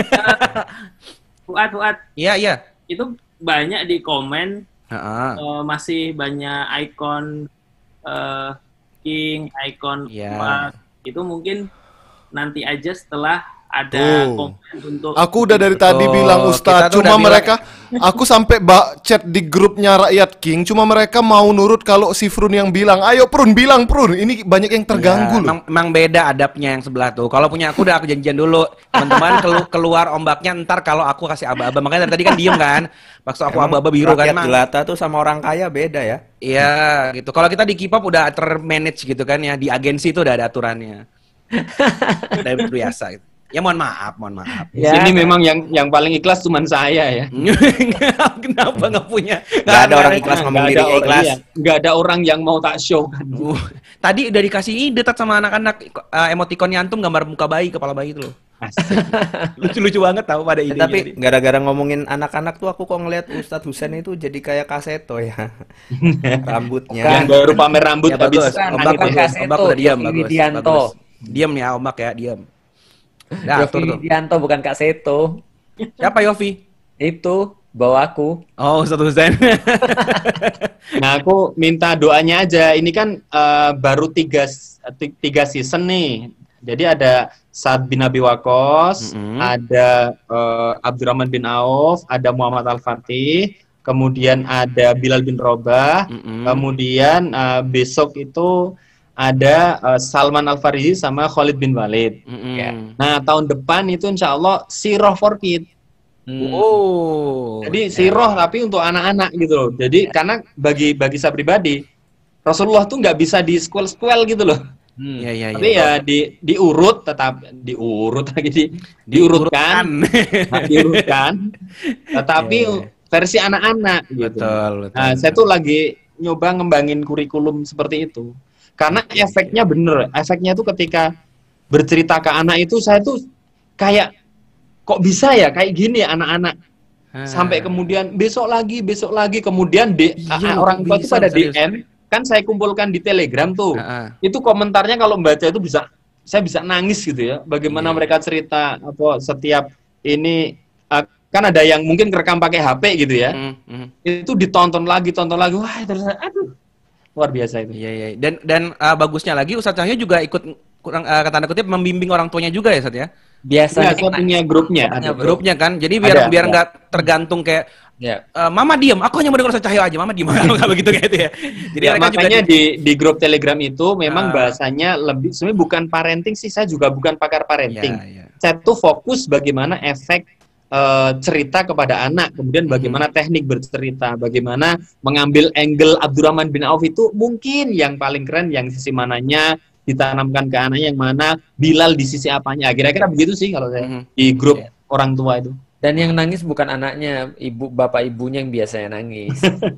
Fuad, Fuad. Iya iya. Itu banyak di komen, Heeh. eh, masih banyak ikon eh, King, ikon Iya. Fuad. Itu mungkin nanti aja setelah ada Tuh. komen untuk Aku udah dari tadi Betul. bilang Kita Ustadz, tuh cuma udah bilang- mereka, aku sampai ba- chat di grupnya Rakyat King, cuma mereka mau nurut kalau si Frun yang bilang, ayo Prun, bilang Prun, ini banyak yang terganggu Ya, loh. emang, emang beda adabnya yang sebelah tuh. Kalau punya aku udah aku janjian dulu. Teman-teman kelu- keluar ombaknya ntar kalau aku kasih aba-aba. Makanya dari tadi kan diem kan. Maksud aku Emang aba-aba biru kan. rakyat Mang. jelata tuh sama orang kaya beda ya. Iya gitu. Kalau kita di K-pop udah termanage gitu kan ya. Di agensi itu udah ada aturannya. Udah biasa gitu. Ya mohon maaf, mohon maaf. Di sini memang yang yang paling ikhlas cuma saya ya. Kenapa nggak punya? Nggak ada orang ikhlas ngomong diri ikhlas. Iya, nggak ada orang yang mau tak show kan. Uh, tadi udah dikasih ide tat sama anak-anak uh, emotikonnya antum gambar muka bayi, kepala bayi itu loh. Lucu-lucu banget tahu pada ide. Ya, tapi gara-gara ngomongin anak-anak tuh aku kok ngeliat Ustadz Husain itu jadi kayak Kaseto ya. Rambutnya. Yang baru pamer rambut ya, habis. Ombak, Ombak udah diam, bagus. Bagus. Diam nih ya Ombak ya, diam. Nah, Yofi Widianto bukan Kak Seto. Siapa Yofi? Itu bawaku. Oh, Ustadz Husain. Nah, aku minta doanya aja. Ini kan uh, baru tiga, tiga season nih. Jadi ada Sa'ad bin Abi Waqqas, mm-hmm. ada uh, Abdurrahman bin Auf, ada Muhammad Al-Fatih, kemudian ada Bilal bin Rabah, mm-hmm. kemudian uh, besok itu ada uh, Salman Al-Farisi sama Khalid bin Walid. Mm-hmm. Ya. Nah, tahun depan itu insya Allah Sirah for Kids. Hmm. Oh. Jadi Sirah tapi untuk anak-anak gitu loh. Jadi karena bagi bagi saya pribadi Rasulullah tuh nggak bisa di squel-squel gitu loh. Hmm. Ya, ya, Tapi ya, ya di diurut tetap diurut lagi di diurutkan, nah, diurutkan. Tetapi ya, ya. versi anak-anak gitu. Betul, betul. Nah, saya tuh lagi nyoba ngembangin kurikulum seperti itu. Karena efeknya bener, efeknya tuh ketika bercerita ke anak itu saya tuh kayak kok bisa ya kayak gini anak-anak. Hmm. Sampai kemudian besok lagi, besok lagi kemudian di, iya, orang tua itu pada serius. D M. Kan saya kumpulkan di Telegram tuh, uh-uh. itu komentarnya kalau membaca itu bisa, saya bisa nangis gitu ya. Bagaimana yeah. mereka cerita apa setiap ini uh, kan ada yang mungkin kerekam pakai H P gitu ya, mm-hmm. itu ditonton lagi, tonton lagi, wah terus, aduh luar biasa itu. Iya yeah, yeah. Dan dan uh, bagusnya lagi Ustadz Cahyo juga ikut kurang uh, kata tanda kutip membimbing orang tuanya juga ya Ustadz ya. Biasanya ya, punya grupnya, ada grupnya kan, jadi biar ada, biar nggak tergantung kayak Ya. Uh, mama diem, aku hanya mendengar Ustadz Cahyo aja, mama diem, nggak begitu kayak itu ya. Jadi ya, makanya juga di, di grup Telegram itu memang uh, bahasanya lebih, sebenarnya bukan parenting sih, saya juga bukan pakar parenting. Ya, ya. Saya tuh fokus bagaimana efek uh, cerita kepada anak, kemudian bagaimana hmm. teknik bercerita, bagaimana mengambil angle Abdurrahman bin Auf itu mungkin yang paling keren, yang sisi mananya ditanamkan ke anaknya, yang mana Bilal di sisi apanya. Kira-kira begitu sih kalau saya hmm. di grup ya. Orang tua itu. Dan yang nangis bukan anaknya, ibu bapak ibunya yang biasanya nangis.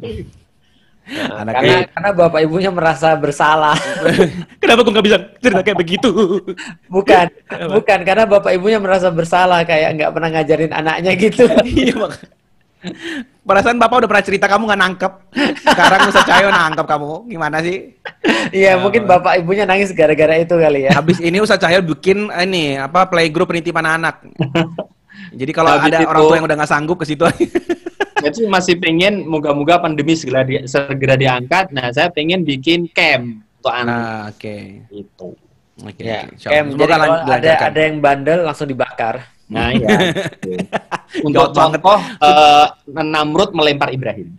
Nah, karena karena bapak ibunya merasa bersalah. Kenapa gue nggak bisa cerita kayak begitu? Bukan, bukan karena bapak ibunya merasa bersalah kayak nggak pernah ngajarin anaknya gitu. Iya mak. Perasaan bapak udah pernah cerita kamu nggak nangkep. Sekarang Ustadz Cahyo nangkep kamu. Gimana sih? Iya, mungkin bapak ibunya nangis gara-gara itu kali ya. Habis ini Ustadz Cahyo bikin ini apa playgroup penitipan anak. Jadi kalau Habis ada itu, orang tua yang udah nggak sanggup ke situ, jadi masih pengen moga-moga pandemi segera di, segera diangkat. Nah, saya pengen bikin camp untuk anak. Nah, oke. Okay. Itu. Oke. Okay, ya, okay. camp. Jadi kalau ada ada yang bandel langsung dibakar. Nah, iya. Untuk contoh uh, Namrud melempar Ibrahim.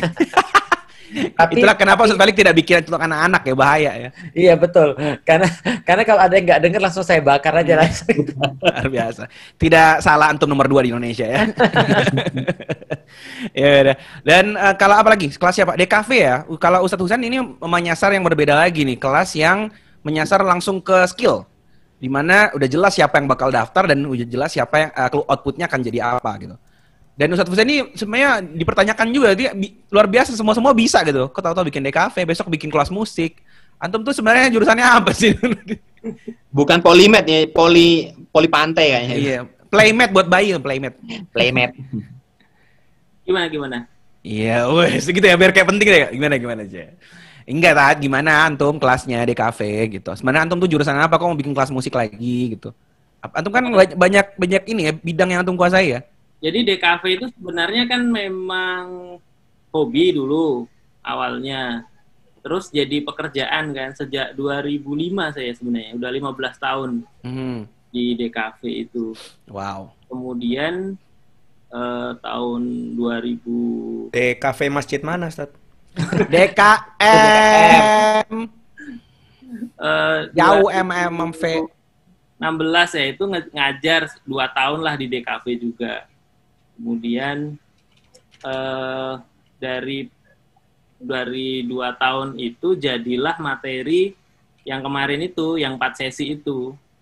Tapi, itulah kenapa Ustadz Balik tidak bikin untuk anak-anak ya, bahaya ya. Iya betul, karena karena kalau ada yang nggak dengar langsung saya bakar aja langsung. Luar biasa. Tidak salah antum nomor dua di Indonesia ya. Ya, dan uh, kalau apa lagi kelas siapa? D K V ya. Kalau Ustadz Husain ini menyasar yang berbeda lagi nih, kelas yang menyasar langsung ke skill, dimana udah jelas siapa yang bakal daftar dan udah jelas siapa yang uh, outputnya akan jadi apa gitu. Dan Ustadz Husain ini sebenarnya dipertanyakan juga, dia bi- luar biasa, semua-semua bisa gitu. Kok tahu-tahu bikin D K V, besok bikin kelas musik. Antum tuh sebenarnya jurusannya apa sih? Bukan polimet ya, poli poli pantai kayaknya. Iya, playmat buat bayi, playmat. Playmat. Gimana gimana? Iya, wes segitu ya, biar kayak penting deh. Gimana gimana aja. Enggak, Tat, gimana antum kelasnya D K V gitu. Sebenarnya antum tuh jurusan apa, kok mau bikin kelas musik lagi gitu. Antum kan banyak banyak ini ya, bidang yang antum kuasai ya. Jadi D K V itu sebenarnya kan memang hobi dulu awalnya. Terus jadi pekerjaan kan sejak dua ribu lima saya sebenarnya. Udah lima belas tahun hmm. di D K V itu. Wow. Kemudian eh, tahun dua ribu... D K V masjid mana, Ustaz? D K M. uh, Jauh M M V. enam belas ya, itu ngajar dua tahun lah di D K V juga. Kemudian eh, dari dari dua tahun itu jadilah materi yang kemarin itu, yang empat sesi itu.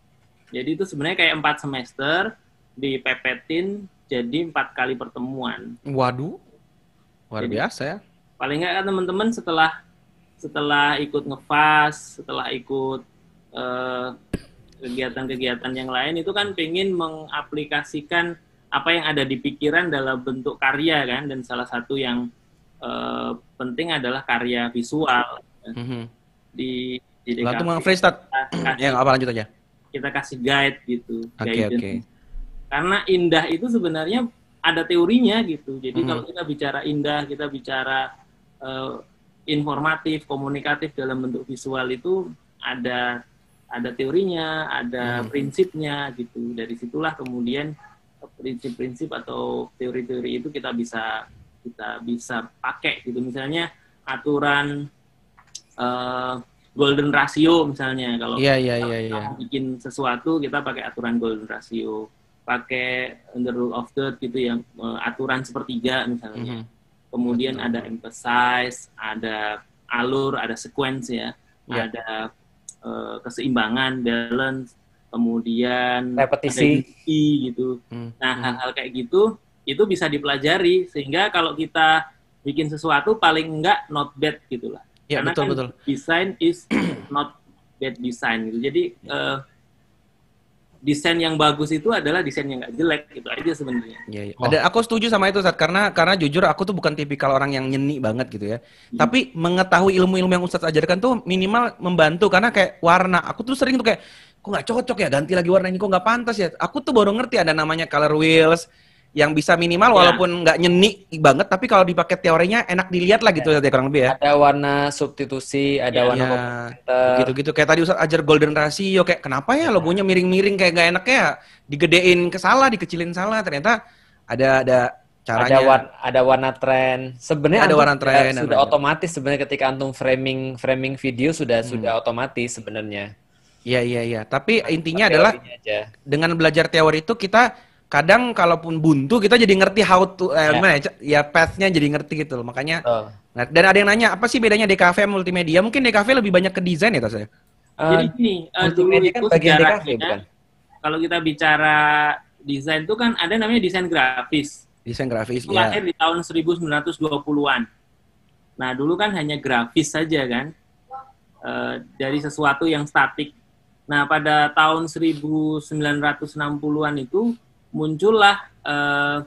Jadi itu sebenarnya kayak empat semester dipepetin jadi empat kali pertemuan. Waduh, luar Jadi, biasa ya. Paling nggak kan teman-teman setelah setelah ikut ngefas, setelah ikut eh, kegiatan-kegiatan yang lain itu kan pengen mengaplikasikan apa yang ada di pikiran dalam bentuk karya kan, dan salah satu yang eh, penting adalah karya visual. Mm-hmm. Di di D K V Lalu meng-freeze Tat. Ya nggak apa, lanjut aja. Kita kasih guide gitu, Oke, okay, oke. Okay. Karena indah itu sebenarnya ada teorinya gitu. Jadi Mhm. kalau kita bicara indah, kita bicara uh, informatif, komunikatif dalam bentuk visual itu ada ada teorinya, ada Mhm. prinsipnya gitu. Dari situlah kemudian prinsip-prinsip atau teori-teori itu kita bisa kita bisa pakai gitu. Misalnya aturan uh, golden ratio misalnya, kalau Iya, iya, kita iya, iya. mau bikin sesuatu kita pakai aturan golden ratio, pakai the rule of third gitu, yang uh, aturan sepertiga misalnya. Mhm. Kemudian Betul. ada emphasize, ada alur, ada sequence ya, Ya. ada uh, keseimbangan, balance, kemudian Repetisi. ada unity gitu. Hmm. Nah, hal-hal kayak gitu itu bisa dipelajari sehingga kalau kita bikin sesuatu paling enggak not bad gitulah. Ya, Karena betul, kan betul. design is not bad design gitu. Jadi eh, desain yang bagus itu adalah desain yang nggak jelek, gitu aja sebenarnya. Iya, iya. Ada, aku setuju sama itu, Sat, karena karena jujur aku tuh bukan tipikal orang yang nyeni banget gitu ya. Hmm. Tapi mengetahui ilmu-ilmu yang Ustadz ajarkan tuh minimal membantu, karena kayak warna, aku tuh sering tuh kayak kok nggak cocok ya, ganti lagi warna ini, kok nggak pantas ya. Aku tuh baru ngerti ada namanya color wheels yang bisa minimal Ya. walaupun nggak nyeni banget, tapi kalau dipakai teorinya enak dilihat lah gitu ya, kurang lebih ya. Ada warna substitusi, ada Ya. warna Ya, komplementer. gitu-gitu. Kayak tadi Ustadz ajar golden ratio, kayak kenapa ya logonya miring-miring kayak gak enaknya, digedein ke salah, dikecilin salah, ternyata ada ada caranya. Ada warna, ada warna tren. Sebenarnya Ada antum warna sudah- tren dan sudah lain-lain. otomatis sebenarnya ketika antum framing framing video sudah Hmm. sudah otomatis sebenarnya. Iya, iya, iya. Tapi intinya Teorinya adalah aja. dengan belajar teori itu kita kadang kalaupun buntu kita jadi ngerti how to eh, Ya. gimana ya, ya path-nya jadi ngerti gitu loh. Makanya Betul. nah, dan ada yang nanya apa sih bedanya D K V multimedia? Mungkin D K V lebih banyak ke desain ya, Tas ya? Jadi Eh, gini, eh, dulu multimedia itu kan bagian D K V, sejarahnya, bukan? kalau kita bicara desain itu kan ada namanya desain grafis. Desain grafis Itu ya. lahir di tahun seribu sembilan ratus dua puluhan. Nah, dulu kan hanya grafis saja kan, eh, dari sesuatu yang statik. Nah, pada tahun seribu sembilan ratus enam puluhan itu muncullah eh,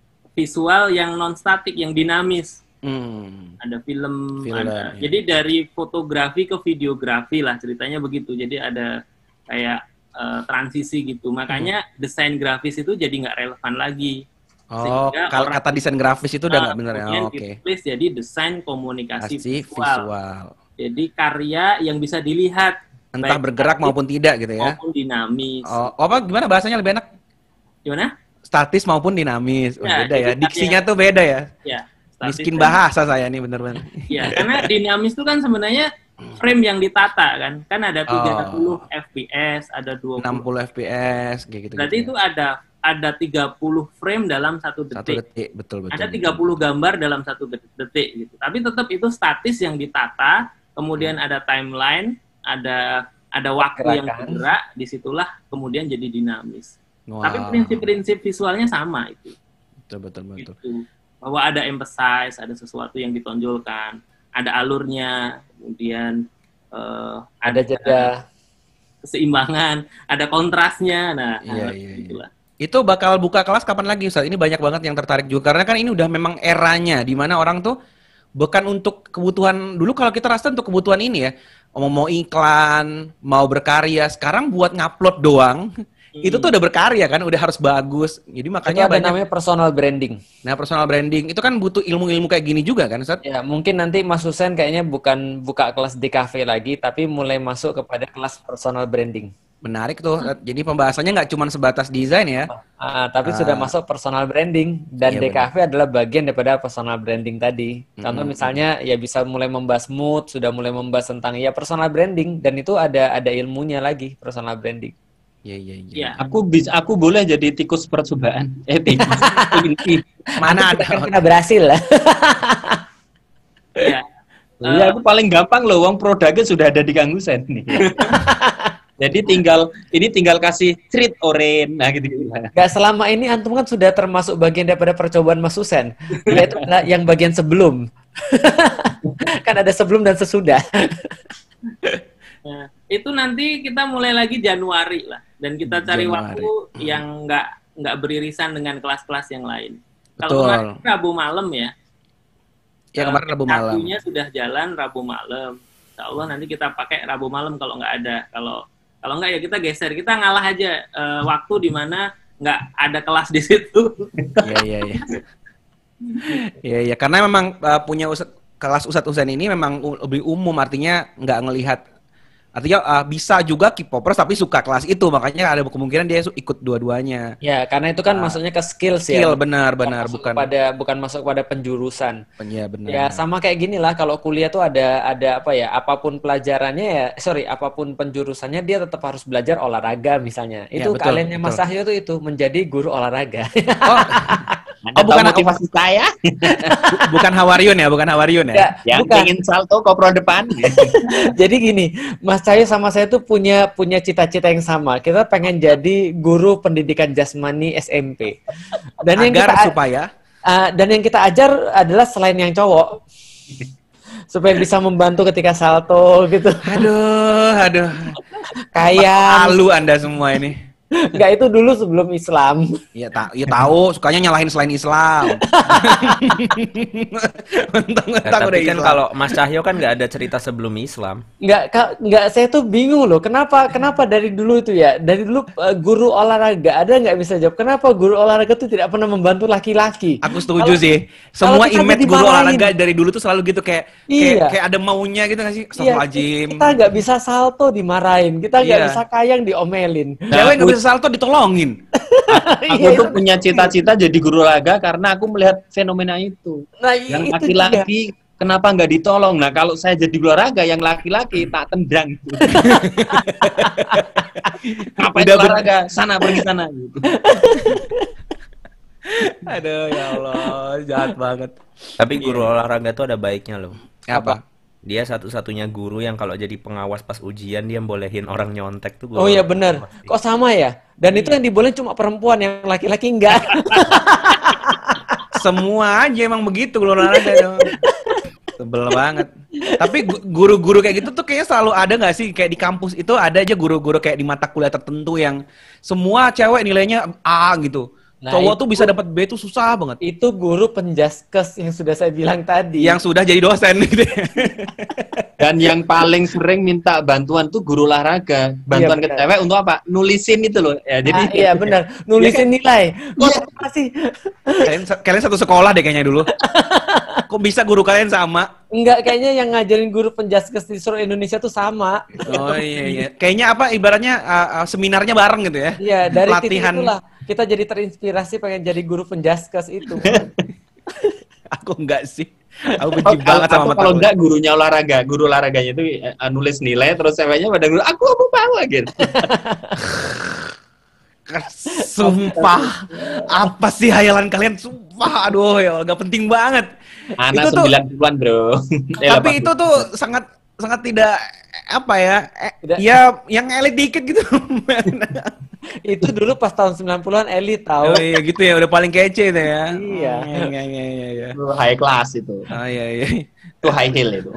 visual yang non statik, yang dinamis. Hmm. Ada film, Film, ada. ya. Jadi dari fotografi ke videografi lah ceritanya begitu. Jadi ada kayak eh, transisi gitu. Makanya Hmm. desain grafis itu jadi nggak relevan lagi. Oh, Sehingga kalau orang- kata desain grafis itu udah Nah, nggak bener ya. kemudian Oh, oke. ditulis jadi desain komunikasi Kasih visual. visual. Jadi karya yang bisa dilihat, Entah baik bergerak statis maupun tidak gitu ya. maupun dinamis. Oh, apa gimana bahasanya lebih enak? Gimana? Statis maupun dinamis. Oh, Ya, beda ya. jadi Diksinya karya- tuh beda ya. Ya, statis Miskin dan- bahasa saya nih bener-bener. Ya, karena dinamis itu kan sebenarnya frame yang ditata kan. Kan ada tiga puluh F P S, ada dua puluh. enam puluh F P S kayak gitu. Berarti itu ada ada tiga puluh frame dalam satu detik. satu detik, betul betul. Ada tiga puluh gambar dalam satu detik gitu. Tapi tetap itu statis yang ditata, kemudian ada timeline, ada ada waktu yang Gerakan. bergerak, disitulah kemudian jadi dinamis. Wow. Tapi prinsip-prinsip visualnya sama itu. Betul betul betul. Gitu. Bahwa ada emphasize, ada sesuatu yang ditonjolkan, ada alurnya, kemudian eh, Ada jeda. keseimbangan, ada kontrasnya. Nah, Iya, hal iya, iya. itulah. Itu bakal buka kelas kapan lagi Ustaz? Ini banyak banget yang tertarik juga karena kan ini udah memang eranya di mana orang tuh bukan untuk kebutuhan dulu, kalau kita rasa untuk kebutuhan ini ya, mau mau iklan, mau berkarya, sekarang buat ngupload doang. Itu tuh udah berkarya kan, udah harus bagus. Jadi Itu makanya ada banyak. namanya personal branding. Nah, personal branding itu kan butuh ilmu-ilmu kayak gini juga kan, Ustaz? Ya, mungkin nanti Mas Husen kayaknya bukan buka kelas di kafe lagi, tapi mulai masuk kepada kelas personal branding. Menarik tuh. Jadi pembahasannya nggak cuma sebatas desain ya. Ah, tapi Ah. sudah masuk personal branding dan Iya, D K V adalah bagian daripada personal branding tadi. Contoh Mm-mm. misalnya ya bisa mulai membahas mood, sudah mulai membahas tentang ya personal branding dan itu ada ada ilmunya lagi personal branding. Iya, iya, iya. Ya, Aku bisa, aku boleh jadi tikus percobaan. Eh, tikus. Ini. Mana ada? Kan kita berhasil lah. ya. Iya, aku paling gampang loh, uang produknya sudah ada di Kang Husen nih. Jadi tinggal ini tinggal kasih treat oren, nah gitu gitu. Gak selama ini antum kan sudah termasuk bagian daripada percobaan Mas Husen, yaitu adalah yang bagian sebelum. Kan ada sebelum dan sesudah. Nah, itu nanti kita mulai lagi Januari lah, dan kita cari Januari. waktu yang nggak nggak beririsan dengan kelas-kelas yang lain. Betul. Kalau kemarin Rabu malam ya. Ya kemarin Rabu malam. Satunya sudah jalan Rabu malam. Insya Allah nanti kita pakai Rabu malam kalau nggak ada. Kalau kalau nggak ya kita geser. Kita ngalah aja eh, waktu di mana nggak ada kelas di situ. Iya iya iya. Iya iya karena memang uh, punya usat, kelas Ustadz Husain ini memang u- lebih umum, artinya nggak ngelihat. Artinya uh, bisa juga K-popers tapi suka kelas itu, makanya ada kemungkinan dia su- ikut dua-duanya. Ya, karena itu kan Ah, masuknya ke skills ya. Skill benar benar Masuk bukan. pada bukan masuk pada penjurusan. Iya benar. Ya sama kayak gini lah, kalau kuliah tuh ada ada apa ya, apapun pelajarannya ya, sorry, apapun penjurusannya dia tetap harus belajar olahraga misalnya. Ya, Itu betul, kaliannya Mas betul. Sahyo tuh itu menjadi guru olahraga. Oh, Anda oh bukan tahu motivasi saya? bu- bukan Hawariun ya, bukan Hawariun ya. Ya, Yang bukan. ingin salto kopro depan. Jadi gini, Mas Cahyo sama saya tuh punya punya cita-cita yang sama. Kita pengen jadi guru pendidikan jasmani S M P. Dan yang Agar kita supaya uh, dan yang kita ajar adalah selain yang cowok, supaya bisa membantu ketika salto gitu. aduh aduh Kayak halu Anda semua ini. enggak, itu dulu sebelum Islam. Iya tak, ya tahu, sukanya nyalahin selain Islam. Nah, Mentang-mentang udah tapi kan Islam. kalau Mas Cahyo kan nggak ada cerita sebelum Islam. Enggak, Kak, enggak, saya tuh bingung loh. Kenapa kenapa dari dulu itu ya? Dari dulu uh, guru olahraga ada nggak bisa jawab. Kenapa guru olahraga tuh tidak pernah membantu laki-laki? Aku setuju Kalau- sih. Semua kalau kita image guru dimarahin. olahraga dari dulu tuh selalu gitu kayak Iya. kayak, kayak ada maunya gitu nggak sih? Iya, Astagfirullahaladzim. kita nggak bisa salto dimarahin, kita nggak Iya. bisa kayang diomelin. Cewek nggak bisa salto ditolongin. Aku Iya, tuh punya cita-cita jadi guru olahraga karena aku melihat fenomena itu. Nah, Yang itu laki-laki kenapa nggak ditolong? Nah, kalau saya jadi guru olahraga yang laki-laki tak tendang. Apa itu Udah ber- olahraga? Sana pergi sana gitu. Aduh ya Allah, jahat banget. Tapi guru olahraga tuh ada baiknya loh. Apa? Dia satu-satunya guru yang kalau jadi pengawas pas ujian dia bolehin orang nyontek tuh. guru Oh iya olahraga benar. pasti. Kok sama ya? Dan itu yang dibolehin cuma perempuan, yang laki-laki enggak. Semua aja emang begitu guru olahraga dong. Sebel banget. Tapi gu- guru-guru kayak gitu tuh kayaknya selalu ada nggak sih? Kayak di kampus itu ada aja guru-guru kayak di mata kuliah tertentu yang semua cewek nilainya A gitu. Nah, Cowok itu- tuh bisa dapat B tuh susah banget. Itu guru penjaskes yang sudah saya bilang tadi. Yang sudah jadi dosen gitu. Dan yang paling sering minta bantuan tuh guru olahraga. Bantuan Iya, ke benar. cewek untuk apa? Nulisin itu loh. Ya, jadi Ah, iya benar, nulisin nilai. Kok apa sih? kalian, kalian satu sekolah deh kayaknya dulu. Kok bisa guru kalian sama? Enggak, kayaknya yang ngajarin guru penjaskes di seluruh Indonesia tuh sama. Oh iya iya. Kayaknya apa ibaratnya uh, uh, seminarnya bareng gitu ya. Iya, dari titik Pelatihan. itulah kita jadi terinspirasi pengen jadi guru penjaskes itu. Aku enggak sih. Aku benci Aku- banget sama aku mata kalau kuliah. enggak gurunya olahraga, guru olahraganya itu eh, nulis nilai terus ceweknya pada guru aku apa apa gitu. Sumpah, apa sih hayalan kalian? Sumpah, aduh ya, nggak penting banget. Anak Itu tuh- sembilan puluhan bro. Eh, Tapi delapan itu tuh sangat sangat tidak apa ya? Eh, Tidak. ya yang elit dikit gitu. Itu dulu pas tahun sembilan puluhan elit tahu. Oh iya gitu ya, udah paling kece itu ya. Iya. Oh, iya iya iya iya. Itu high class itu. Oh iya iya. Itu high heel itu.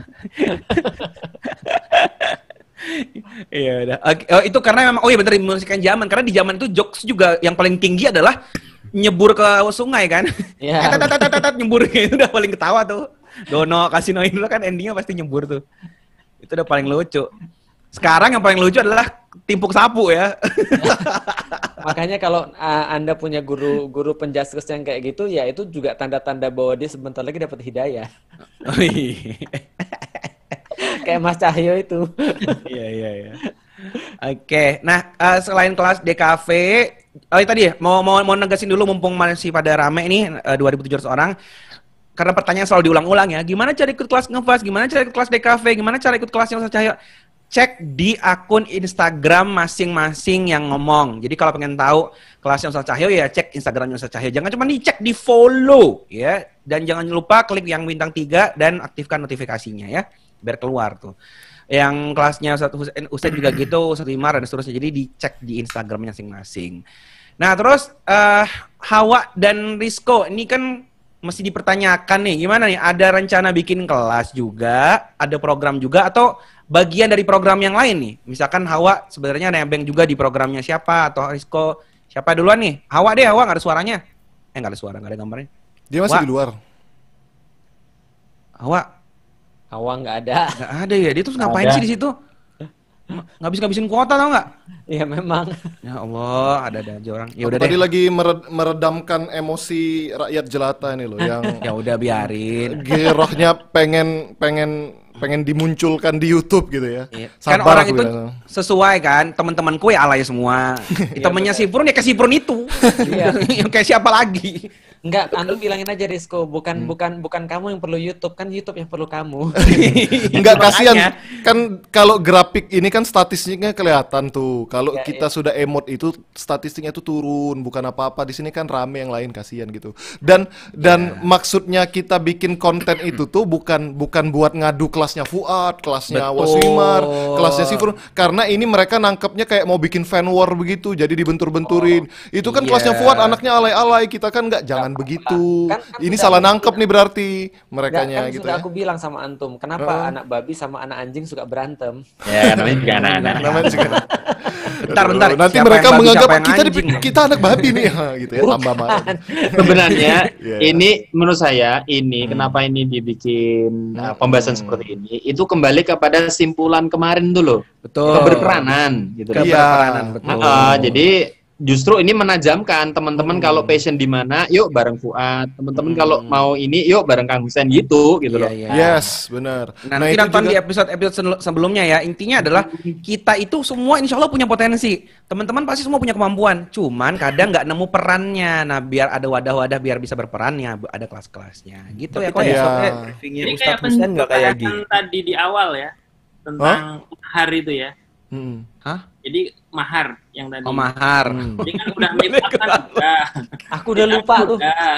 Iya udah. Oke, oh, itu karena memang oh iya bener memulihkan zaman karena di zaman itu jokes juga yang paling tinggi adalah nyebur ke sungai kan. Iya. Eh, tat, tat, tat, tat, tat, nyebur itu udah paling ketawa tuh. Dono Kasino dulu kan endingnya pasti nyebur tuh. Itu udah paling lucu. Sekarang yang paling lucu adalah timpuk sapu ya. Makanya kalau uh, Anda punya guru guru penjaskes yang kayak gitu, ya itu juga tanda-tanda bahwa dia sebentar lagi dapat hidayah. Oh, iya. Kayak Mas Cahyo itu. Iya iya iya. Oke, nah eh, selain kelas D K V, oh itu tadi ya, mau mau mau negasin dulu mumpung masih pada rame ini eh, dua ribu tujuh ratus orang. Karena pertanyaan selalu diulang-ulang ya, gimana cara ikut kelas ngepas, gimana cara ikut kelas D K V, gimana cara ikut kelasnya Ustaz Cahyo? cek di akun Instagram masing-masing yang ngomong. Jadi kalau pengen tahu kelasnya Ustaz Cahyo ya cek Instagramnya Ustaz Cahyo. Jangan cuma dicek, di follow ya. Dan jangan lupa klik yang bintang tiga dan aktifkan notifikasinya ya. Biar keluar tuh. Yang kelasnya Ustaz Husain, Ustaz juga gitu, Ustaz Wimar dan seterusnya. Jadi dicek di Instagramnya masing-masing. Nah terus uh, Hawa dan Rizko ini kan mesti dipertanyakan nih. Gimana nih? Ada rencana bikin kelas juga? Ada program juga? Atau bagian dari program yang lain nih? Misalkan Hawa sebenarnya nebeng juga di programnya siapa? Atau Rizko siapa duluan nih? Hawa deh, Hawa nggak ada suaranya. Eh nggak ada suara, nggak ada gambarnya. Dia masih Hawa. di luar. Hawa. Hawa nggak ada. Nggak ada ya? Dia tuh ngapain Ada. sih di situ? Ngabis-ngabisin kuota tau nggak? Iya memang. Ya Allah, ada-ada aja orang. Ya Aku udah tadi deh. lagi mered- meredamkan emosi rakyat jelata ini loh yang Ya udah biarin. gerohnya pengen pengen pengen dimunculkan di YouTube gitu ya. Iya. Sabar Kan orang aku itu bilang. sesuai kan, teman-temanku ya alay semua. Temennya Sifrun ya kayak Sifrun itu. Iya. Yang kayak siapa lagi? Enggak, antum bilangin aja Rizko, bukan bukan bukan kamu yang perlu YouTube, kan YouTube yang perlu kamu. Enggak kasihan Makanya. kan kalau grafik ini kan statistiknya kelihatan tuh. Kalau Ya, kita sudah emote itu statistiknya itu turun, bukan apa-apa. Di sini kan rame yang lain kasihan gitu. Dan dan maksudnya kita bikin konten itu tuh bukan bukan buat ngadu kelasnya Fuad, kelasnya Betul. Waswimar, kelasnya Sifrun, karena ini mereka nangkepnya kayak mau bikin fan war begitu, jadi dibentur-benturin. Itu kan iya. kelasnya Fuad anaknya alay-alay, kita kan nggak jangan begitu. Kan- kan Ini sudah- salah nangkep nih berarti Enggak, merekanya kan gitu sudah ya. aku bilang sama antum, kenapa Heeh. anak babi sama anak anjing suka berantem? Ya, namanya juga anak-anak. Namanya juga. Bentar, bentar. Nanti Siapa mereka yang babi, menganggap siapa yang kita anjing? kita anak babi nih gitu ya, tambah marah. Sebenarnya Iya. ini menurut saya ini kenapa ini dibikin uh, pembahasan seperti ini itu kembali kepada simpulan kemarin tuh loh. Betul. Keberperanan gitu. loh. Keberperanan, betul. Nah, jadi justru ini menajamkan teman-teman kalau passion di mana, yuk bareng Fuad. Teman-teman kalau mau ini, yuk bareng Kang Husain gitu, gitu loh. Yes, benar. Nah, nanti itu nonton juga- di episode-episode sel- sebelumnya ya. Intinya adalah kita itu semua insya Allah punya potensi. Teman-teman pasti semua punya kemampuan. Cuman kadang nggak nemu perannya. Nah, biar ada wadah-wadah biar bisa berperan ya ada kelas-kelasnya. Gitu ya kok Tapi ya. tadi Iya. briefingnya Ini Ustadz kayak Husain nggak kayak penjelasan gitu. tadi di awal ya tentang mahar itu ya. Hmm. Hah? Jadi mahar yang tadi. Oh, mahar. Jadi kan udah make up kan udah. Aku udah Make up lupa tuh. udah.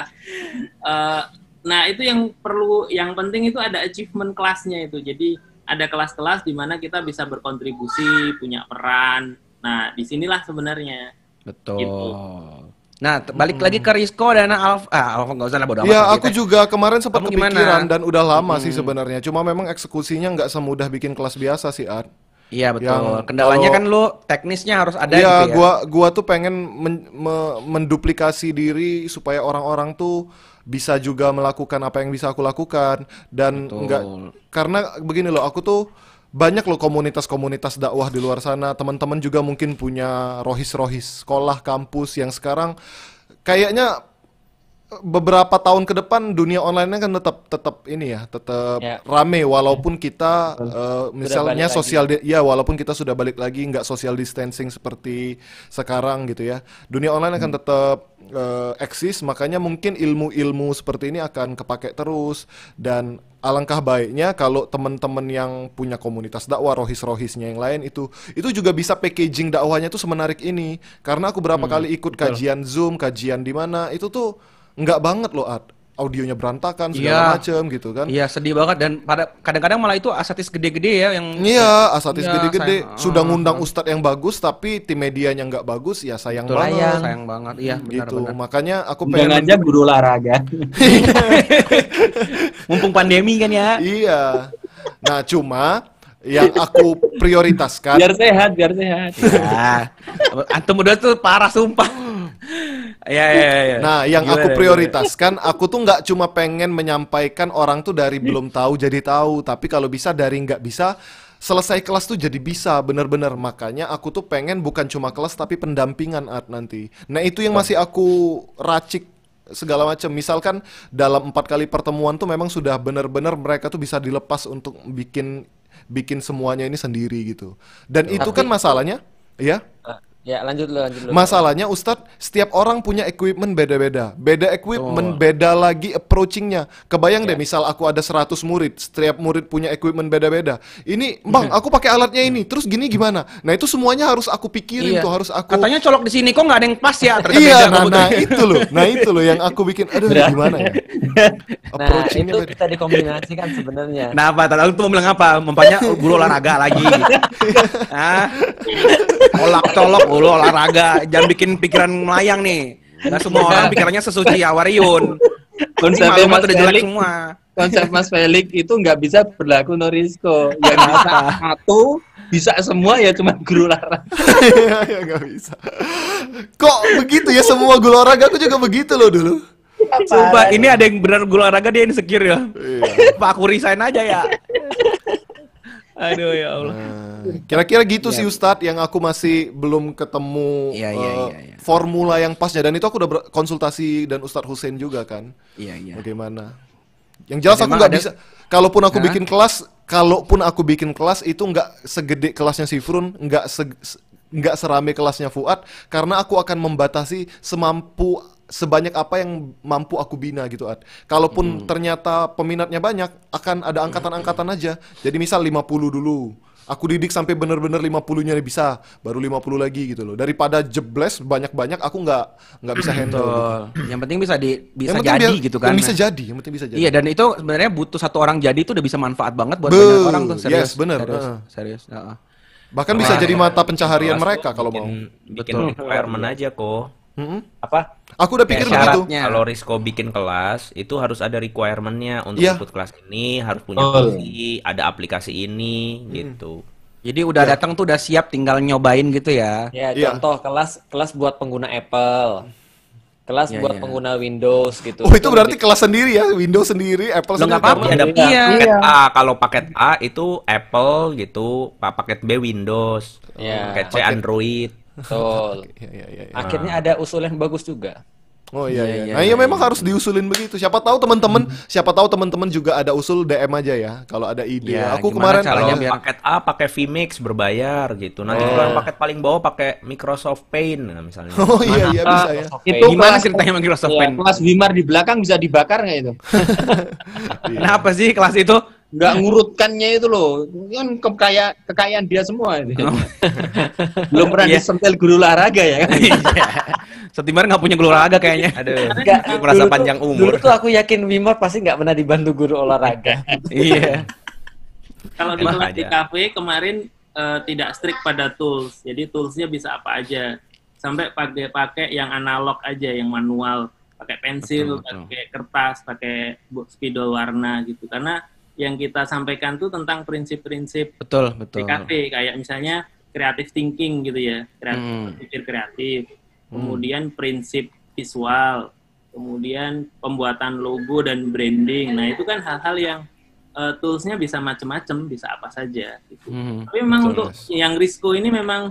Eh, nah itu yang perlu, yang penting itu ada achievement kelasnya itu. Jadi ada kelas-kelas di mana kita bisa berkontribusi, punya peran. Nah disinilah sebenarnya. Betul. Gitu. Nah, t- balik lagi ke Rizko dan Alf. Ah, Alf nggak usah lah bodo amat. Ya, sama aku kita. juga kemarin sempat Kamu gimana? kepikiran dan udah lama Hmm. sih sebenarnya. Cuma memang eksekusinya nggak semudah bikin kelas biasa sih, Art. Iya betul. Yang Kendalanya kalau- kan lu teknisnya harus ada Iya, gitu ya. gua gua tuh pengen men- me- menduplikasi diri supaya orang-orang tuh bisa juga melakukan apa yang bisa aku lakukan dan Betul. enggak karena begini loh, aku tuh banyak loh komunitas-komunitas dakwah di luar sana. Teman-teman juga mungkin punya rohis-rohis sekolah, kampus yang sekarang kayaknya beberapa tahun ke depan dunia online kan tetap tetap ini ya, tetap Ya. rame walaupun kita eh, misalnya balik sosial di- ya walaupun kita sudah balik lagi nggak social distancing seperti sekarang gitu ya. Dunia online akan tetap eh, eksis, makanya mungkin ilmu-ilmu seperti ini akan kepake terus dan alangkah baiknya kalau teman-teman yang punya komunitas dakwah, rohis-rohisnya yang lain itu itu juga bisa packaging dakwahnya tuh semenarik ini. Karena aku berapa kali ikut kajian Zoom, kajian di mana itu tuh nggak banget loh, Art. Audionya berantakan segala Iya. macem gitu kan. Iya sedih banget dan pada kadang-kadang malah itu asatis gede-gede ya yang Iya, asatis Iya, gede-gede. sayang. Sudah Ah, ngundang ah. ustadz yang bagus tapi tim medianya nggak bagus, ya sayang Betul, banget. sayang. sayang banget. Iya benar Gitu. benar. Makanya aku Undang pengen aja guru olahraga. Mumpung pandemi kan ya. Iya. Nah, cuma yang aku prioritaskan Biar sehat, biar sehat. Ya. Antum udah tuh parah sumpah. Ya ya ya. Nah, yang Gimana, aku gimana? prioritaskan, aku tuh nggak cuma pengen menyampaikan orang tuh dari belum tahu jadi tahu, tapi kalau bisa dari nggak bisa selesai kelas tuh jadi bisa, bener-bener. Makanya aku tuh pengen bukan cuma kelas tapi pendampingan, Art, nanti. Nah, itu yang masih aku racik segala macam. Misalkan dalam empat kali pertemuan tuh memang sudah bener-bener mereka tuh bisa dilepas untuk bikin bikin semuanya ini sendiri gitu. Dan itu Tapi- kan masalahnya, ya. Ya, lanjut dulu, lanjut dulu. Masalahnya Ustadz, setiap orang punya equipment beda-beda. Beda equipment, beda lagi approachingnya. Kebayang deh, misal aku ada seratus murid, setiap murid punya equipment beda-beda. Ini, Bang, aku pakai alatnya ini, terus gini gimana? Nah, itu semuanya harus aku pikirin Iya. tuh, harus aku... Katanya colok di sini kok nggak ada yang pas ya? Ternyata Iya, beda nah, kamu nah tuh. itu loh, nah itu loh yang aku bikin, aduh gimana ya? Nah, Approachingnya itu beda. bisa dikombinasikan sebenarnya. Nah, apa? Tadi tuh mau bilang apa? Mempanya guru olahraga lagi. Ah, colak-colok guru olahraga. Jangan bikin pikiran melayang nih. Gak semua orang pikirannya sesuci Awariun. Konsepnya Ini Mas maklumat udah jelek Felix, semua. konsep Mas Felix itu nggak bisa berlaku Norisco. Yang bisa satu, bisa semua ya cuma guru olahraga. Ya nggak bisa. Kok begitu ya, semua guru olahraga aku juga begitu loh dulu. Sumpah, ini ada yang benar guru olahraga dia insecure ya. Pak, aku resign aja ya. Aduh ya Allah. Nah, kira-kira gitu sih Ustadz yang aku masih belum ketemu Iya, eh, iya, iya, iya. formula yang pasnya, dan itu aku udah konsultasi dan Ustadz Hussein juga kan. Iya, iya. Bagaimana? Yang jelas Dan aku emang nggak ada- bisa. Kalaupun aku Hah? bikin kelas, kalaupun aku bikin kelas itu nggak segede kelasnya Sifrun, nggak se- se- nggak serame kelasnya Fuad, karena aku akan membatasi semampu sebanyak apa yang mampu aku bina gitu, Ad. Kalaupun ternyata peminatnya banyak, akan ada angkatan-angkatan aja. Jadi misal lima puluh dulu. Aku didik sampai bener-bener lima puluh-nya bisa, baru lima puluh lagi gitu loh. Daripada jebles banyak-banyak, aku nggak nggak bisa handle. Gitu. Betul. Yang penting bisa di bisa Yang penting jadi biar- gitu kan. yang bisa jadi, yang penting bisa jadi. Iya, dan itu sebenarnya butuh satu orang jadi itu udah bisa manfaat banget buat Be- banyak orang tuh, serius. yes, bener, Serius, heeh. serius. heeh. Bahkan bisa Wah, jadi mata pencaharian kelas mereka tuh kalau bikin, mau. bikin Betul. requirement aja kok. Mm-mm. Apa? Aku udah pikir Kayak begitu. syaratnya. Kalau Risco bikin kelas, itu harus ada requirement-nya untuk Iya. ikut kelas ini, harus punya Betul. P C, ada aplikasi ini, gitu. Jadi udah datang tuh udah siap, tinggal nyobain gitu ya. Ya, Iya. contoh kelas kelas buat pengguna Apple. Kelas Iya, buat iya. pengguna Windows gitu. Oh, itu berarti kelas sendiri ya, Windows sendiri, Apple Lo sendiri. nggak apa-apa, karena- Ada Iya. paket A, kalau paket A itu Apple gitu, pa- paket B Windows, Iya. paket C Paket- Android. Betul. Iya, iya, iya, iya. Akhirnya ada usul yang bagus juga. Oh iya, Iya, iya. iya, Nah, iya, iya memang iya. harus diusulin begitu. Siapa tahu teman-teman, siapa tahu teman-teman juga ada usul D M aja ya kalau ada ide. Iya, Aku gimana kemarin caranya oh, biar- Paket A pakai vMix berbayar gitu. Nanti Oh. kalau paket paling bawah pakai Microsoft Paint nah, misalnya. Oh iya iya bisa ya. Itu Gimana kelas- ceritanya Microsoft ya, Paint? kelas Wimar di belakang bisa dibakar nggak itu? Kenapa sih kelas itu? Nggak ngurutkannya itu loh, kan kekaya kekayaan dia semua itu. Oh. Belum pernah Iya. disentil guru olahraga ya kan? Iya. Setimbar nggak punya guru olahraga kayaknya. Aduh, Enggak, aku merasa dulu panjang tuh, umur. Dulu tuh aku yakin Wimar pasti nggak pernah dibantu guru olahraga. Iya. Kalau di Emang kelas di aja. kafe kemarin eh, tidak strict pada tools, jadi toolsnya bisa apa aja, sampai pakai pakai yang analog aja, yang manual, pakai pensil, Betul, betul. pakai kertas, pakai bu- spidol warna gitu. Karena yang kita sampaikan tuh tentang prinsip-prinsip Betul, betul. T K P, kayak misalnya creative thinking gitu ya, kreatif, Hmm. berpikir kreatif, kemudian prinsip visual, kemudian pembuatan logo dan branding. Nah itu kan hal-hal yang eh, toolsnya bisa macam-macam, bisa apa saja. Gitu. Hmm, Tapi memang betul, untuk Mas. yang Risco ini memang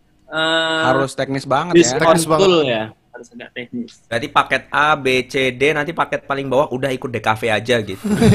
eh, Harus teknis banget ya. Teknis banget. Betul ya. harus agak teknis. Berarti paket A, B, C, D, nanti paket paling bawah udah ikut D K V aja gitu.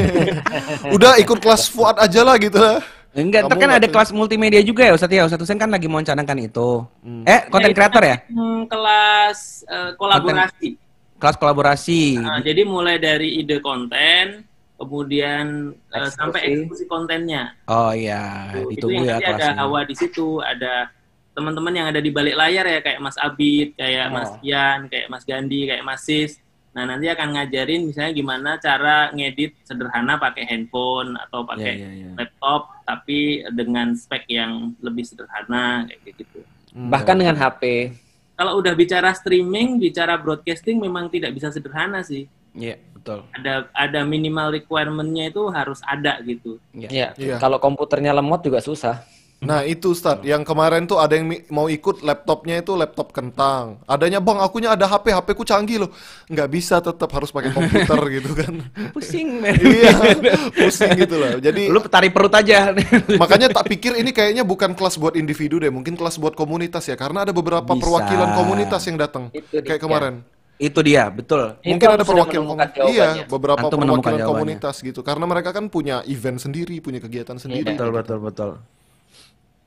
Udah ikut kelas Fuad aja lah gitu lah. Enggak, Kamu itu kan nggak ada punya- kelas multimedia juga ya Ustadz ya. Ustadz Hussein kan lagi merencanakan itu. Eh, konten Ya, itu creator kan, ya? hmm, kelas eh, kolaborasi. Kelas kolaborasi. Nah, jadi mulai dari ide konten, kemudian eh, Eksekusi. sampai eksekusi kontennya. Oh iya, Itu ditunggu yang ya nanti ada kelasnya. Hawa di situ, ada teman-teman yang ada di balik layar ya, kayak Mas Abid, kayak Mas Oh. Ian, kayak Mas Gandhi, kayak Mas Sis. Nah, nanti akan ngajarin misalnya gimana cara ngedit sederhana pakai handphone atau pakai Iya, iya, iya. laptop, tapi dengan spek yang lebih sederhana kayak gitu. Bahkan dengan H P. Kalau udah bicara streaming, bicara broadcasting memang tidak bisa sederhana sih. Iya, betul. Ada ada minimal requirement-nya itu harus ada gitu. Ya, Iya. kalau komputernya lemot juga susah. Nah itu Ustadz, yang kemarin tuh ada yang mi- mau ikut laptopnya itu laptop kentang. Adanya bang, akunya ada H P, H P ku canggih loh. Nggak bisa, tetap harus pakai komputer gitu kan. Pusing, men. Iya, pusing gitu loh. Jadi Lu tarik perut aja. makanya tak pikir ini kayaknya bukan kelas buat individu deh, mungkin kelas buat komunitas ya. Karena ada beberapa Bisa. perwakilan komunitas yang datang. Itu dia. Kayak kemarin. Itu dia, betul. Itu Mungkin ada sudah perwakilan menemukan komunitas. Iya, jawabannya. beberapa Antum menemukan perwakilan jawabannya. komunitas gitu. Karena mereka kan punya event sendiri, punya kegiatan sendiri. Betul, betul, betul.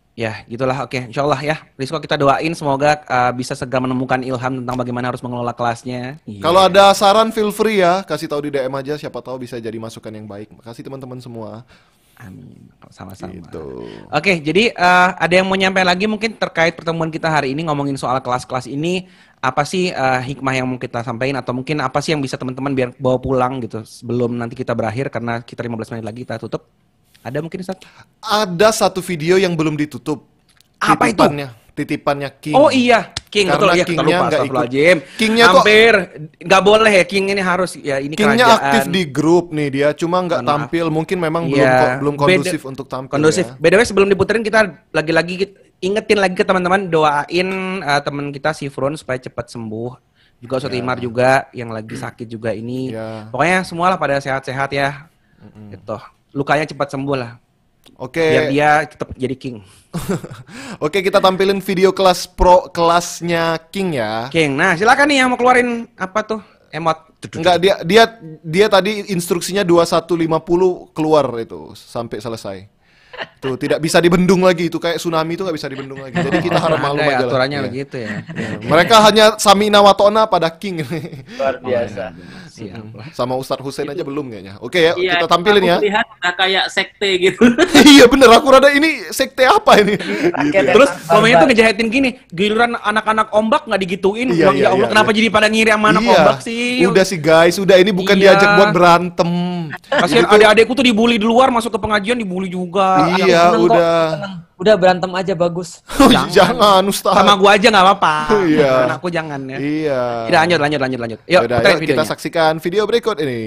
Ya, gitulah. Oke, insya Allah ya. Rizko kita doain semoga uh, bisa segera menemukan ilham tentang bagaimana harus mengelola kelasnya. Yeah. Kalau ada saran feel free ya, kasih tahu di D M aja, siapa tahu bisa jadi masukan yang baik. Makasih teman-teman semua. Amin. Sama-sama. Gitu. Oke, jadi uh, ada yang mau nyampe lagi mungkin terkait pertemuan kita hari ini ngomongin soal kelas-kelas ini, apa sih uh, hikmah yang mau kita sampaikan atau mungkin apa sih yang bisa teman-teman biar bawa pulang gitu sebelum nanti kita berakhir karena kita lima belas menit lagi kita tutup. Ada mungkin Ustaz? Ada satu video yang belum ditutup. Apa titipannya, itu? Titipannya King. Oh iya, King. Karena betul ya, kita lupa. nggak ikut. Kingnya hampir nggak boleh ya, King ini harus ya ini Kingnya kerajaan. aktif di grup nih dia, cuma nggak tampil. Mungkin memang belum ya, belum kondusif beda, untuk tampil. Kondusif. Ya. By the way, sebelum diputerin kita lagi-lagi ingetin lagi ke teman-teman, doain uh, teman kita si Frun supaya cepat sembuh. Juga Ustaz ya. Imar juga yang lagi sakit juga ini. Ya. Pokoknya semualah pada sehat-sehat ya. Mm-mm. Gitu. Lukanya cepat sembuh lah. Oke. Biar dia tetap jadi king. Oke, kita tampilin video kelas pro kelasnya King ya. King. Nah, silakan nih yang mau keluarin apa tuh? Emot. Enggak, dia dia dia tadi instruksinya dua puluh satu lima puluh keluar itu sampai selesai. Tuh tidak bisa dibendung lagi, itu kayak tsunami itu nggak bisa dibendung lagi. Jadi kita harap maklum ya, aja lah. Aturannya Ya. begitu ya. Ya. Mereka hanya Samina Watona pada King. Luar biasa. Siap. Sama Ustadz Hussein aja belum kayaknya. Oke ya, Iya, kita tampilin ya. aku lihat udah kayak sekte gitu. Iya bener, aku rada ini sekte apa ini? Gitu ya. Terus momennya tuh ngejahatin gini, giliran anak-anak ombak nggak digituin, Iya, bilang iya, ya Allah iya, kenapa iya. jadi pada ngiri sama anak Iya. ombak sih? Udah sih guys, udah ini bukan Iya. diajak buat berantem. Kasihan Gitu. adik-adikku tuh dibully di luar, masuk ke pengajian dibully juga. Iya, Seneng kok, udah. seneng. Udah berantem aja bagus. Oh, jangan Ustaz. Sama gua aja nggak apa-apa. Iya. Anakku jangan ya. Iya. Tidak, lanjut, lanjut, lanjut, lanjut. Yuk, Yaudah, puterin yuk kita videonya. saksikan video berikut ini.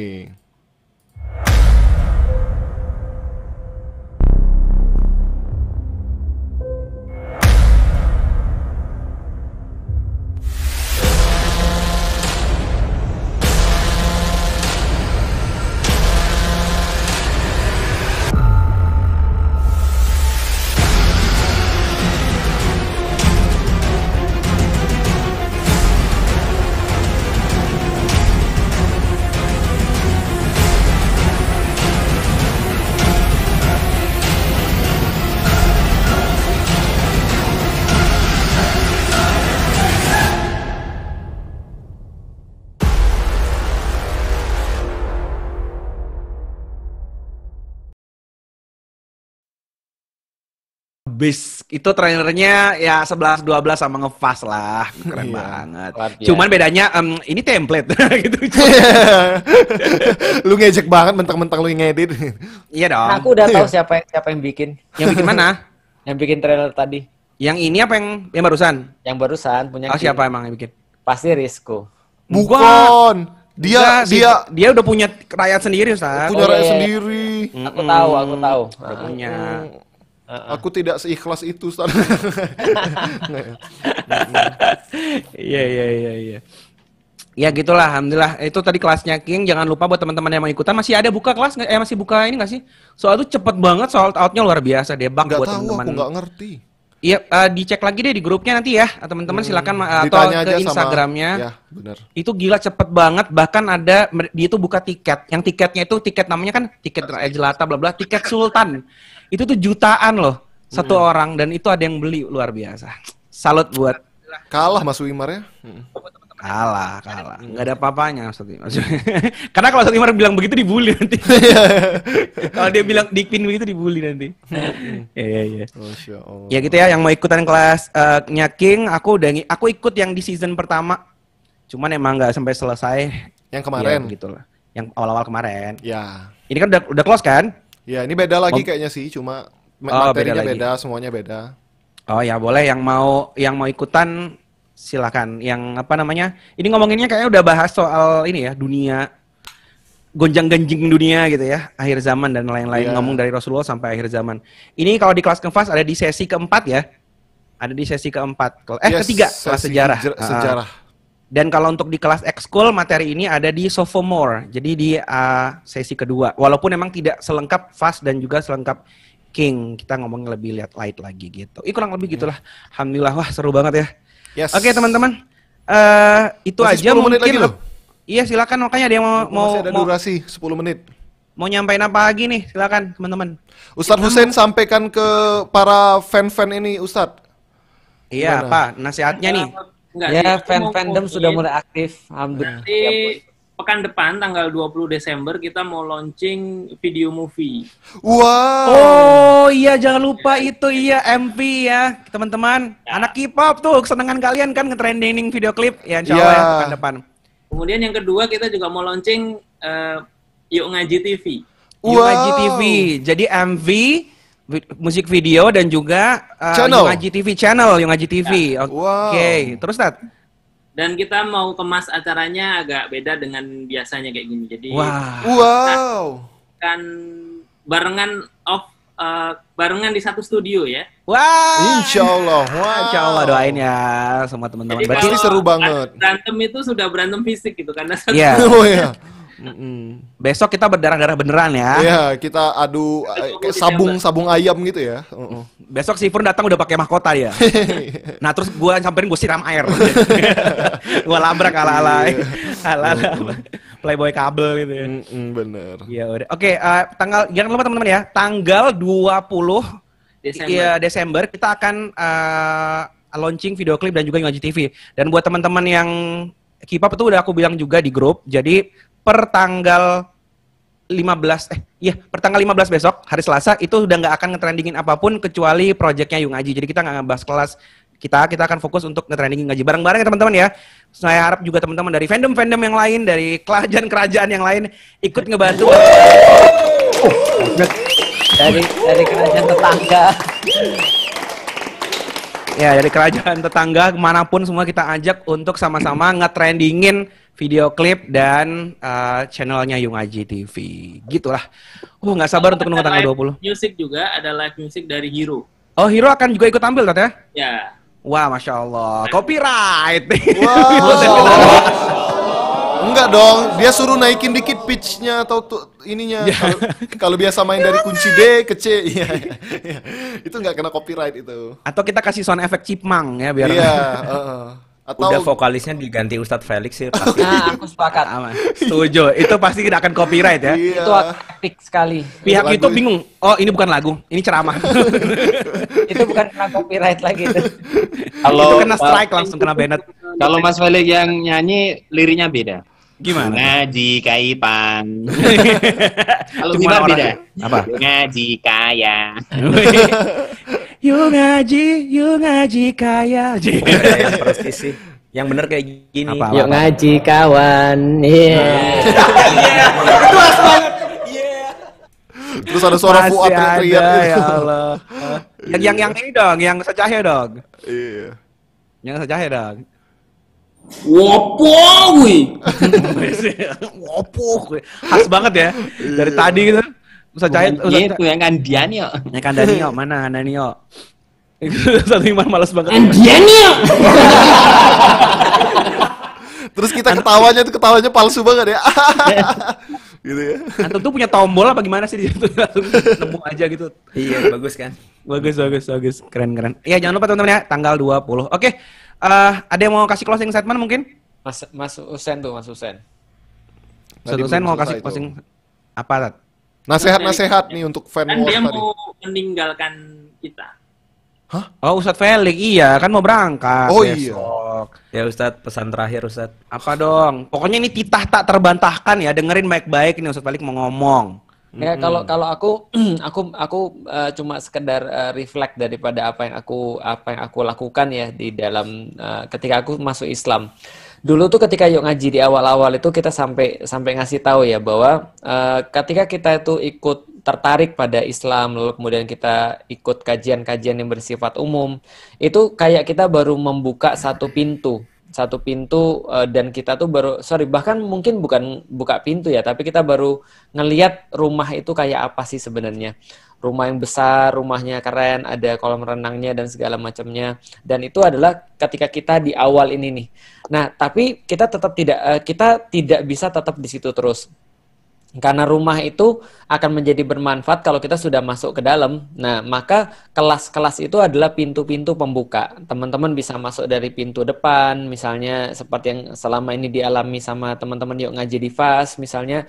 Bis itu trailernya ya sebelas dua belas sama ngefast lah. Keren Iya. banget. Luar biasa. Cuman bedanya em, ini template gitu. Lu ngejek banget mentang-mentang lu yang ngedit. Iya dong. Nah, aku udah tahu siapa siapa yang bikin. Yang bikin mana? Yang bikin trailer tadi. Yang ini apa yang yang barusan? Yang barusan punya Oh, King. siapa emang yang bikin? Pasti Rizko. Bukan. Dia Enggak, si- dia dia udah punya rakyat sendiri, Ustaz. punya Oh, rakyat iya, iya. sendiri. Aku tahu, aku tahu. Udah punya. Aku tidak seikhlas itu, Ustaz. Iya, iya, iya, iya. Ya gitulah, alhamdulillah. Itu tadi kelasnya King. Jangan lupa buat teman-teman yang mau ikutan, masih ada buka kelas nggak? Eh masih buka ini nggak sih? Soal itu cepet banget, soal outnya luar biasa. Debak Nggak buat tahu, teman-teman. aku nggak ngerti. Iya, eh, dicek lagi deh di grupnya nanti ya, teman-teman silakan ma- atau Ditanya ke aja sama- Instagramnya. Ya, benar. Itu gila cepet banget, bahkan ada mer- dia itu buka tiket. Yang tiketnya itu tiket namanya kan tiket jelata bla bla, tiket Sultan. Itu tuh jutaan loh satu orang dan itu ada yang beli, luar biasa. Salut buat Kalah Mas Wimar ya. kalah, kalah. Nggak ada apa-apanya Ustaz Imar. Karena kalau Ustaz Imar bilang begitu dibully nanti. Kalau dia bilang dikpin begitu dibully nanti. Iya, iya, iya. Masya Allah. Ya gitu ya, yang mau ikutan kelasnya King, aku udah ngi- aku ikut yang di season pertama. Cuman emang nggak sampai selesai. Yang kemarin. Ya, begitulah. Yang awal-awal kemarin. Ya. Ini kan udah udah close kan? Ya, ini beda lagi Om- kayaknya sih, cuma ma- Oh, materinya beda beda, lagi. semuanya beda. Oh ya boleh, yang mau yang mau ikutan silakan. Yang apa namanya? Ini ngomonginnya kayaknya udah bahas soal ini ya, dunia gonjang-ganjing dunia gitu ya, akhir zaman dan lain-lain. Iya. Ngomong dari Rasulullah sampai akhir zaman. Ini kalau di kelas Kefas ada di sesi keempat ya. Ada di sesi keempat. Eh Yes, ketiga, kelas sesi sejarah. hijer- Ah. sejarah. Dan kalau untuk di kelas ekskul materi ini ada di sophomore. Jadi di ah, sesi kedua. Walaupun memang tidak selengkap Fast dan juga selengkap King. Kita ngomongnya lebih lihat light lagi gitu. Ih, kurang lebih gitulah. Alhamdulillah, wah seru banget ya. Yes. Oke teman-teman. Eh itu Masih aja sepuluh menit mungkin. lagi loh. Iya silakan, makanya ada yang mau Masih mau, ada mau durasi sepuluh menit. Mau nyampein apa lagi nih? Silakan teman-teman. Ustadz Hussein sampaikan ke para fan-fan ini, Ustadz. Iya, Gimana? apa nasihatnya nih? Enggak Ya, sih, aku fan mau fandom ngomongin. sudah mulai aktif. Alhamdulillah. Nanti pekan depan tanggal dua puluh Desember kita mau launching video movie. Wow. Oh iya, jangan lupa itu iya M V ya teman-teman. Anak K-pop tuh kesenangan kalian kan ngetrending video klip ya insya Allah Iya. ya pekan depan. Kemudian yang kedua kita juga mau launching eh, Yuk Ngaji T V. Yuk Ngaji T V. Jadi M V, vi- musik video dan juga uh, Channel. Yuk Ngaji T V channel, Yuk Ngaji T V. Oke. Wow. Terus Tat? Dan kita mau kemas acaranya agak beda dengan biasanya kayak gini. Jadi Wah. Wow. kan barengan off eh, barengan di satu studio ya. Wah. Insya Allah. Wow. Insya Allah doain ya semua teman-teman. Jadi Berarti kalau seru banget. Berantem itu sudah berantem fisik gitu karena satu Iya. Oh ya. Mm-mm. Besok kita berdarah-darah beneran ya. Iya, kita adu eh, kayak sabung-sabung ayam gitu ya. Uh-uh. Besok si Furn datang udah pakai mahkota ya. Nah terus gua samperin gue siram air. Gua labrak ala-ala ala-ala Playboy kabel gitu ya. Mm-mm, bener. Iya udah. Oke, eh, tanggal jangan lupa teman-teman ya, tanggal dua puluh Desember. iya, Desember kita akan eh, launching video klip dan juga Ngaji T V. Dan buat teman-teman yang K-pop itu udah aku bilang juga di grup. Jadi per tanggal lima belas eh iya per tanggal lima belas besok hari Selasa itu udah nggak akan ngetrendingin apapun kecuali projectnya Yuk Ngaji. Jadi kita nggak ngebahas kelas kita, kita akan fokus untuk ngetrendingin ngaji bareng-bareng ya teman-teman ya. Saya harap juga teman-teman dari fandom-fandom yang lain, dari kerajaan-kerajaan yang lain ikut ngebantu. Dari dari kerajaan tetangga. Ya dari kerajaan tetangga kemanapun semua kita ajak untuk sama-sama ngetrendingin video klip dan uh, channelnya Yuk Ngaji T V. Gitulah. Oh nggak sabar untuk nunggu Ada tanggal live dua puluh. Music juga ada live music dari Hero. Oh Hero akan juga ikut tampil Tat ya? Ya. Wah Masya Allah. Copyright. Enggak dong, dia suruh naikin dikit pitch-nya atau tuh ininya. Kalau kalau biasa main dari kunci D ke C, iya, iya. Itu nggak kena copyright itu. Atau kita kasih sound effect chipmunk ya biar. Iya. uh-uh. Atau Udah vokalisnya diganti Ustadz Felix sih pasti. Nah, aku sepakat. Aman. Setuju. Itu pasti tidak akan copyright ya. Iya. Itu epic sekali. Pihak Lagu- YouTube bingung. Oh ini bukan lagu, ini ceramah. Itu bukan kena copyright lagi itu. Itu kena strike langsung kena banned. Kalau Mas Felix yang nyanyi liriknya beda. Gimana? Ngaji kaipan. Kalau Cuma Bibar orang- beda. Apa? Ngaji kaya. Yuk ngaji, yuk ngaji kaya. Yang persis sih. Yang bener kayak gini. Apa? Yuk ngaji kawan. Iya. Itu khas banget. terus ada suara Masih Fuad ada, teriak-teriak gitu. ya Allah. yang, yang yang ini dong, yang secahaya dong. Iya. Yang secahaya dong. Wopo wi. Wopo. Khas banget ya. Dari tadi gitu. Ustaz Cahaya, Ustaz Itu yang kan Dianio. Ya kan Danio, mana Danio? Satu iman malas banget. Dianio. Terus kita ketawanya tuh ketawanya palsu banget ya. Gitu ya. Antum tuh punya tombol apa gimana sih di situ? Langsung nemu aja gitu. Iya, bagus kan? Bagus, bagus, bagus. Keren, keren. Iya, jangan lupa teman-teman ya, tanggal dua puluh. Oke. eh, ada yang mau kasih closing statement mungkin? Mas Mas Usen tuh, Mas Usen. Satu Tadi sen belum mau selesai kasih tuh. closing apa, Tat? Nasehat-nasehat nih untuk fan Kan war dia tadi. mau meninggalkan kita. Oh, Ustadz Felix, iya kan mau berangkat Oh, besok. Ya Ustadz, pesan terakhir Ustadz. Apa dong? Pokoknya ini titah tak terbantahkan ya, dengerin baik-baik nih Ustadz Felix mau ngomong. Ya kalau kalau aku aku aku eh, cuma sekedar eh, reflect daripada apa yang aku apa yang aku lakukan ya di dalam eh, ketika aku masuk Islam. Dulu tuh ketika Yuk Ngaji di awal-awal itu kita sampai sampai ngasih tahu ya bahwa eh, ketika kita itu ikut tertarik pada Islam lalu kemudian kita ikut kajian-kajian yang bersifat umum, itu kayak kita baru membuka satu pintu. Satu pintu uh, dan kita tuh baru sorry bahkan mungkin bukan buka pintu ya tapi kita baru ngelihat rumah itu kayak apa sih sebenarnya, rumah yang besar, rumahnya keren, ada kolam renangnya dan segala macamnya, dan itu adalah ketika kita di awal ini nih. Nah tapi kita tetap tidak uh, kita tidak bisa tetap di situ terus. Karena rumah itu akan menjadi bermanfaat kalau kita sudah masuk ke dalam. Nah, maka kelas-kelas itu adalah pintu-pintu pembuka. Teman-teman bisa masuk dari pintu depan, misalnya seperti yang selama ini dialami sama teman-teman Yuk Ngaji di F A S, misalnya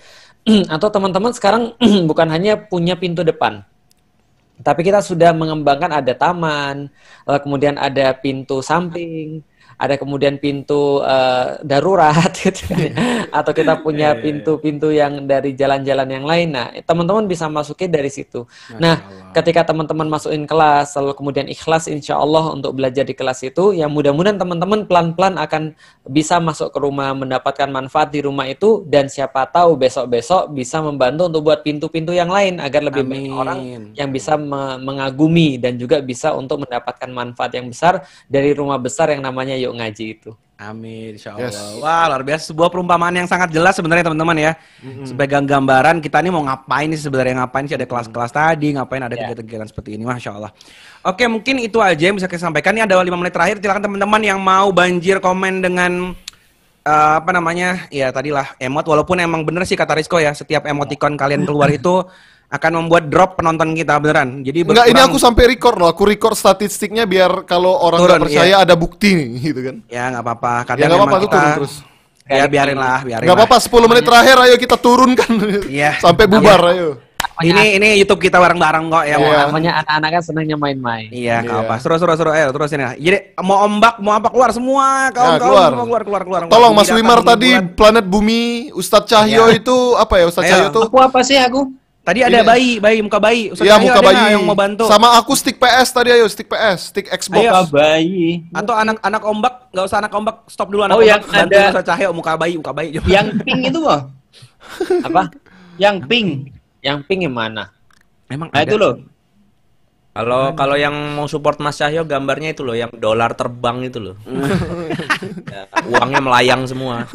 atau teman-teman sekarang bukan hanya punya pintu depan, tapi kita sudah mengembangkan ada taman, lalu kemudian ada pintu samping, ada kemudian pintu uh, darurat gitu kan. Atau kita punya pintu-pintu yang dari jalan-jalan yang lain. Nah, teman-teman bisa masukin dari situ. Nah, ketika teman-teman masukin kelas, lalu kemudian ikhlas insya Allah untuk belajar di kelas itu, ya mudah-mudahan teman-teman pelan-pelan akan bisa masuk ke rumah, mendapatkan manfaat di rumah itu, dan siapa tahu besok-besok bisa membantu untuk buat pintu-pintu yang lain agar lebih banyak orang yang bisa me- mengagumi dan juga bisa untuk mendapatkan manfaat yang besar dari rumah besar yang namanya Yuk Ngaji itu. Amin, insya Allah. Yes. Wah, luar biasa. Sebuah perumpamaan yang sangat jelas sebenarnya teman-teman ya. Mm-hmm. Sebagai gambaran kita ini mau ngapain sih sebenarnya, ngapain sih ada kelas-kelas tadi, ngapain ada Ya. kegiatan-kegiatan seperti ini, Masya Allah. Oke, mungkin itu aja yang bisa kita sampaikan. Ini ada lima menit terakhir. Silakan teman-teman yang mau banjir komen dengan eh, apa namanya, ya tadilah emot. Walaupun emang bener sih kata Rizko ya, setiap emoticon kalian keluar itu akan membuat drop penonton kita beneran. Jadi Enggak, ini berkurang- aku sampai record loh. Aku record statistiknya biar kalau orang Turun, nggak percaya iya. ada bukti nih, gitu kan. Ya nggak apa-apa. Ya Kadang nggak apa-apa, emang aku kita turun terus. ya biarin lah, biarin Nggak lah. apa-apa, sepuluh menit terakhir ayo kita turunkan. Iya. Sampai bubar ayo. Ini ini YouTube kita bareng-bareng kok ya. Iya. Mau- Namanya anak-anak kan senangnya main-main. Iya, nggak Iya. apa. Seru, seru, seru. Ayo terusin ya. Jadi mau ombak, mau apa keluar semua. Kaum, Nah, kaum keluar. semua keluar, keluar, keluar. Tolong keluar. Mas Bumi Wimar datar, tadi bumi bulan. planet bumi, Ustadz Cahyo Iya. itu apa ya Ustadz Ayo. Cahyo tuh? Aku apa sih aku? Tadi ada Ini- bayi, bayi muka bayi. Ustaz Iya, Cahyo muka ada nggak bayi. yang mau bantu. Sama aku stick P S tadi ayo, stick P S, stick Xbox. Ayo. Muka bayi. Atau anak-anak ombak, nggak usah anak ombak, stop dulu anak Oh, ombak. yang Bantu ada- Ustaz Cahyo muka bayi, muka bayi. Yang pink itu loh. Apa? Yang pink. Yang pink yang mana? Emang Nah ada. itu loh. Kalau kalau yang mau support Mas Cahyo gambarnya itu loh, yang dolar terbang itu loh. Ya, uangnya melayang semua.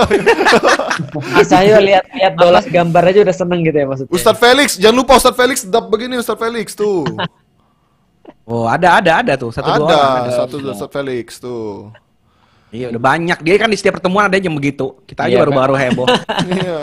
Mas Cahyo lihat-lihat dolar gambar aja udah seneng gitu ya maksudnya. Ustadz Felix, jangan lupa Ustadz Felix dap begini Ustadz Felix tuh. Oh, ada, ada, ada tuh. Satu dua ada, orang ada. satu Ustadz Felix tuh. Iya, udah banyak. Dia kan di setiap pertemuan ada yang begitu. Kita aja Iya, baru-baru heboh. Iya.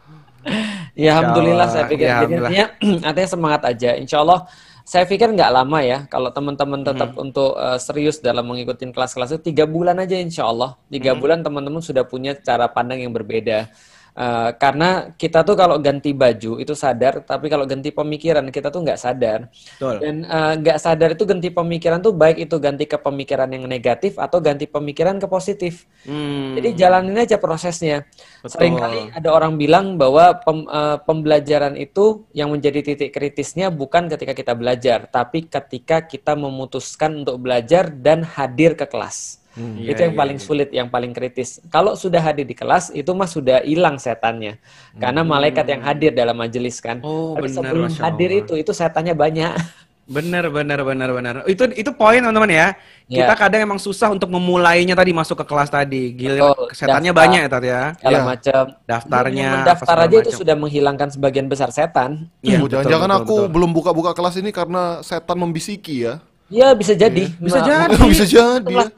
Ya alhamdulillah Insya saya pikir Allah. jadi Ya, artinya artinya semangat aja. Insya Allah saya pikir nggak lama ya kalau teman-teman tetap untuk uh, serius dalam mengikuti kelas-kelas itu tiga bulan aja insya Allah tiga bulan teman-teman sudah punya cara pandang yang berbeda. Uh, karena kita tuh kalau ganti baju itu sadar, tapi kalau ganti pemikiran kita tuh nggak sadar. Betul. Dan uh, nggak sadar itu ganti pemikiran tuh baik itu ganti ke pemikiran yang negatif atau ganti pemikiran ke positif. Hmm. Jadi jalanin aja prosesnya. Betul. Seringkali ada orang bilang bahwa pem, uh, pembelajaran itu yang menjadi titik kritisnya bukan ketika kita belajar, tapi ketika kita memutuskan untuk belajar dan hadir ke kelas. Hmm, Itu iya, yang iya, paling iya. sulit, yang paling kritis. Kalau sudah hadir di kelas, itu mah sudah hilang setannya. Karena malaikat yang hadir dalam majelis kan. Hmm. Oh, Tapi benar, sebelum Masya hadir Allah. itu, itu setannya banyak. Bener, bener, bener, bener. Itu itu poin teman-teman ya. Kita Ya. kadang emang susah untuk memulainya tadi masuk ke kelas tadi. Gila, Betul, setannya daftar. banyak ya tadi ya. Segala Iya. macam. Daftarnya, Yang apa mendaftar segala aja itu macam. sudah menghilangkan sebagian besar setan. Iya, Oh, betul, jangan-jangan betul, aku betul. belum buka-buka kelas ini karena setan membisiki ya. Ya bisa jadi. Bisa Nah, jadi. Bisa jadi ya.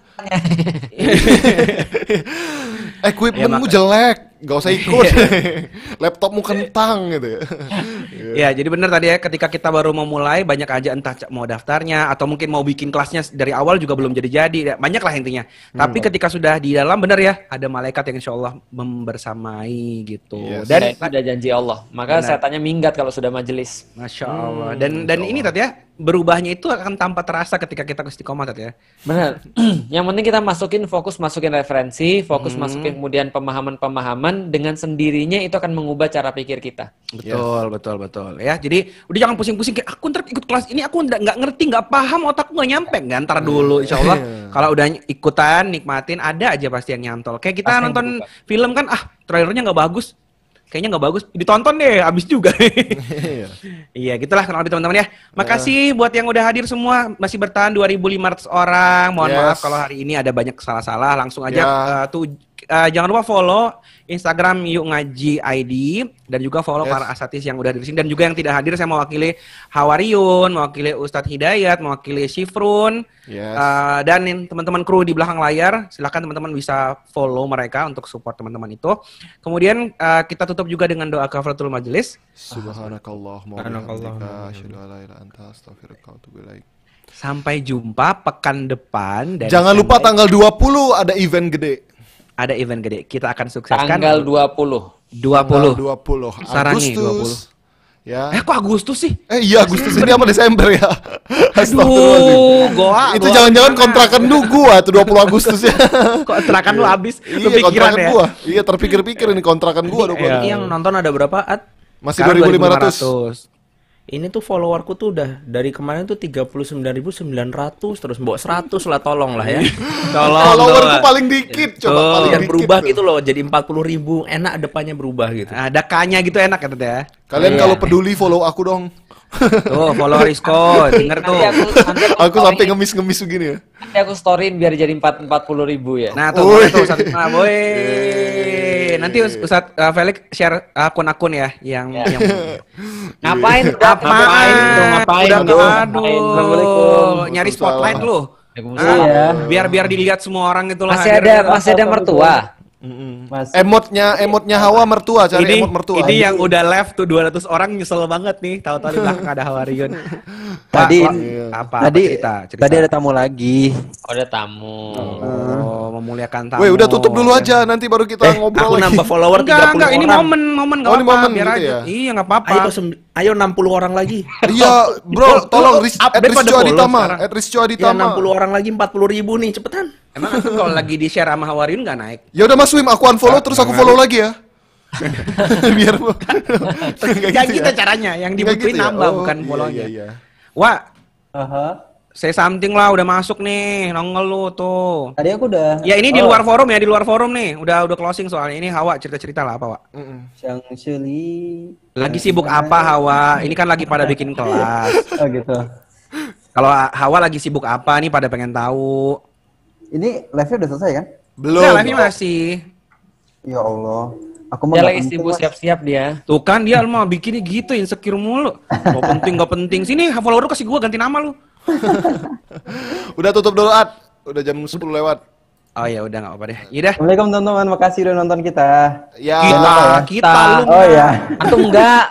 Equipmentmu Ya, maka- jelek, gak usah ikut. Laptopmu kentang gitu ya. Ya, jadi benar tadi ya, ketika kita baru mau mulai, banyak aja entah c- mau daftarnya, atau mungkin mau bikin kelasnya dari awal juga belum jadi-jadi, ya, banyak lah intinya. Tapi ketika sudah di dalam, benar ya, ada malaikat yang insya Allah membersamai gitu. Yes. Dan Dan, ada janji Allah. Maka Benar. setannya minggat kalau sudah majelis. Masya Allah. Dan dan ini tadi ya, berubahnya itu akan tanpa terasa ketika kita istiqomah tadi ya. Benar. Yang penting kita masukin fokus, masukin referensi, fokus Hmm. masukin kemudian pemahaman-pemahaman, dengan sendirinya itu akan mengubah cara pikir kita. Betul, betul, betul. Ya, jadi udah jangan pusing-pusing kayak aku ntar ikut kelas ini aku nggak nggak ngerti, nggak paham, otakku nggak nyampe. Nggak, ntar dulu, insya Allah. Kalau udah ikutan, nikmatin, ada aja pasti yang nyantol. Kayak kita Pasti yang nonton berubah. film kan, ah trailernya nggak bagus, kayaknya nggak bagus, ditonton deh, abis juga. Iya, gitulah kurang lebih teman-teman ya. Makasih buat yang udah hadir semua, masih bertahan dua ribu lima ratus orang. Mohon Yes. maaf kalau hari ini ada banyak salah-salah. Langsung aja Ya. eh, tuh eh, jangan lupa follow Instagram Yuk Ngaji I D dan juga follow Yes. para asatis yang udah di sini, dan juga yang tidak hadir saya mewakili Hawariun, mewakili Ustadz Hidayat, mewakili Shifrun. Yes. Uh, dan in- teman-teman kru di belakang layar, silakan teman-teman bisa follow mereka untuk support teman-teman itu. Kemudian uh, kita tutup juga dengan doa kafaratul majelis. Subhanakallahumma wa Subhanakallah. bihamdika asyhadu an la ilaha illa anta astaghfiruka wa atubu ilaik. Sampai jumpa pekan depan. Dan Jangan lupa sampai- tanggal dua puluh ada event gede. ada event gede. Kita akan sukseskan Tanggal dua puluh. dua puluh. dua puluh Sarangi dua puluh. Agustus. Ya. Eh kok Agustus sih? Eh iya Agustus ini apa Desember ya? Aduh, goa. Itu goa jangan-jangan gimana? kontrakan lu gua tuh dua puluh Agustus ya. Kontrakan lu habis. Iya Kepikiran kontrakan ya. gua. Iya terpikir-pikir ini kontrakan gua dua puluh. Ini yang nonton ada berapa, At? Masih dua ribu lima ratus. Ini tuh followerku tuh udah dari kemarin tuh tiga puluh sembilan ribu sembilan ratus terus bawa seratus lah, tolong lah ya. Tolong. Followerku paling dikit coba paling Biar dikit. berubah tuh. gitu loh, jadi empat puluh ribu, enak depannya berubah gitu. Ada K-nya gitu enak ya, ya. Kalian Iya. kalau peduli follow aku dong. Tuh, follow Rizko, denger tuh. Nanti aku, nanti aku, Aku sampai storyin- ngemis-ngemis begini ya. nanti aku storyin biar jadi empat empat puluh ribu ya. Nah, tuh, Woi. boleh tuh Ustaz. Nah, boy. Nanti Us- Ustaz uh, Felix share akun-akun ya yang Ya. yang Ngapain? Ngapain? Tuh, ngapain? Udah Aduh. aduh. Assalamualaikum. Nyari spotlight lu. Waalaikumsalam. Iya. Biar biar dilihat semua orang itu lah. Masih Biar- ada masih ada mertua. Mas. Emotnya emotnya Hawa mertua, cari ini, emot mertua. ini yang udah left tuh dua ratus orang nyesel banget nih. Tahu-tahu di belakang ada Hawariun. Tadi- Pak, Iya. apa, Tadi apa cerita, cerita. tadi ada tamu lagi. Oh, ada tamu. Oh, memuliakan tamu. Weh udah tutup dulu aja nanti baru kita Eh, ngobrol aku lagi. nambah follower Enggak, tiga puluh enggak, ini orang. momen, momen enggak Oh, ini apa-apa, momen biar gitu aja. ya? Iya, enggak apa-apa. Ayo, sem- ayo enam puluh orang lagi. Iya, bro, tolong Riz, at update pada Rizco follow Aditama, sekarang. at Rizco Ya Aditama. enam puluh orang lagi empat puluh ribu nih, cepetan. Emang aku kalau lagi di share sama Hawariun enggak naik? Ya udah Mas Wim, aku unfollow terus aku follow lagi ya. Biar Nggak Yang gitu kita ya? caranya, yang Nggak dibutuhin gitu ya? nambah Oh, bukan iya, follow-nya. iya, iya. Wah, Aha. say something lah, udah masuk nih, nongol lu tuh. Tadi aku udah. Ya ini di Oh, luar forum ya, di luar forum nih. Udah udah closing soalnya. Ini Hawa cerita-cerita lah apa, Wak? Shang Shili. Lagi sibuk apa Hawa? Ini kan lagi pada bikin kelas. Oh gitu. Kalau Hawa lagi sibuk apa nih pada pengen tahu. Ini live-nya udah selesai kan? Belum. Nah, live masih. Ya Allah. Aku mau Dia nggak lagi penting, sibuk Mas. siap-siap dia. Tuh kan dia mau bikinnya gitu, insecure mulu. Gak penting, gak penting. Sini follower lu kasih gua ganti nama lu. Udah tutup dulu At. Udah jam sepuluh lewat. Oh ya udah nggak apa-apa deh. Yaudah. Assalamualaikum teman-teman, makasih udah nonton kita. Ya. Kita, kita lu. Oh ya. Antum enggak.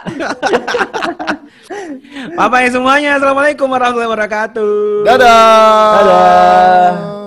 Bapak semuanya, assalamualaikum warahmatullahi wabarakatuh. Dadah. Dadah.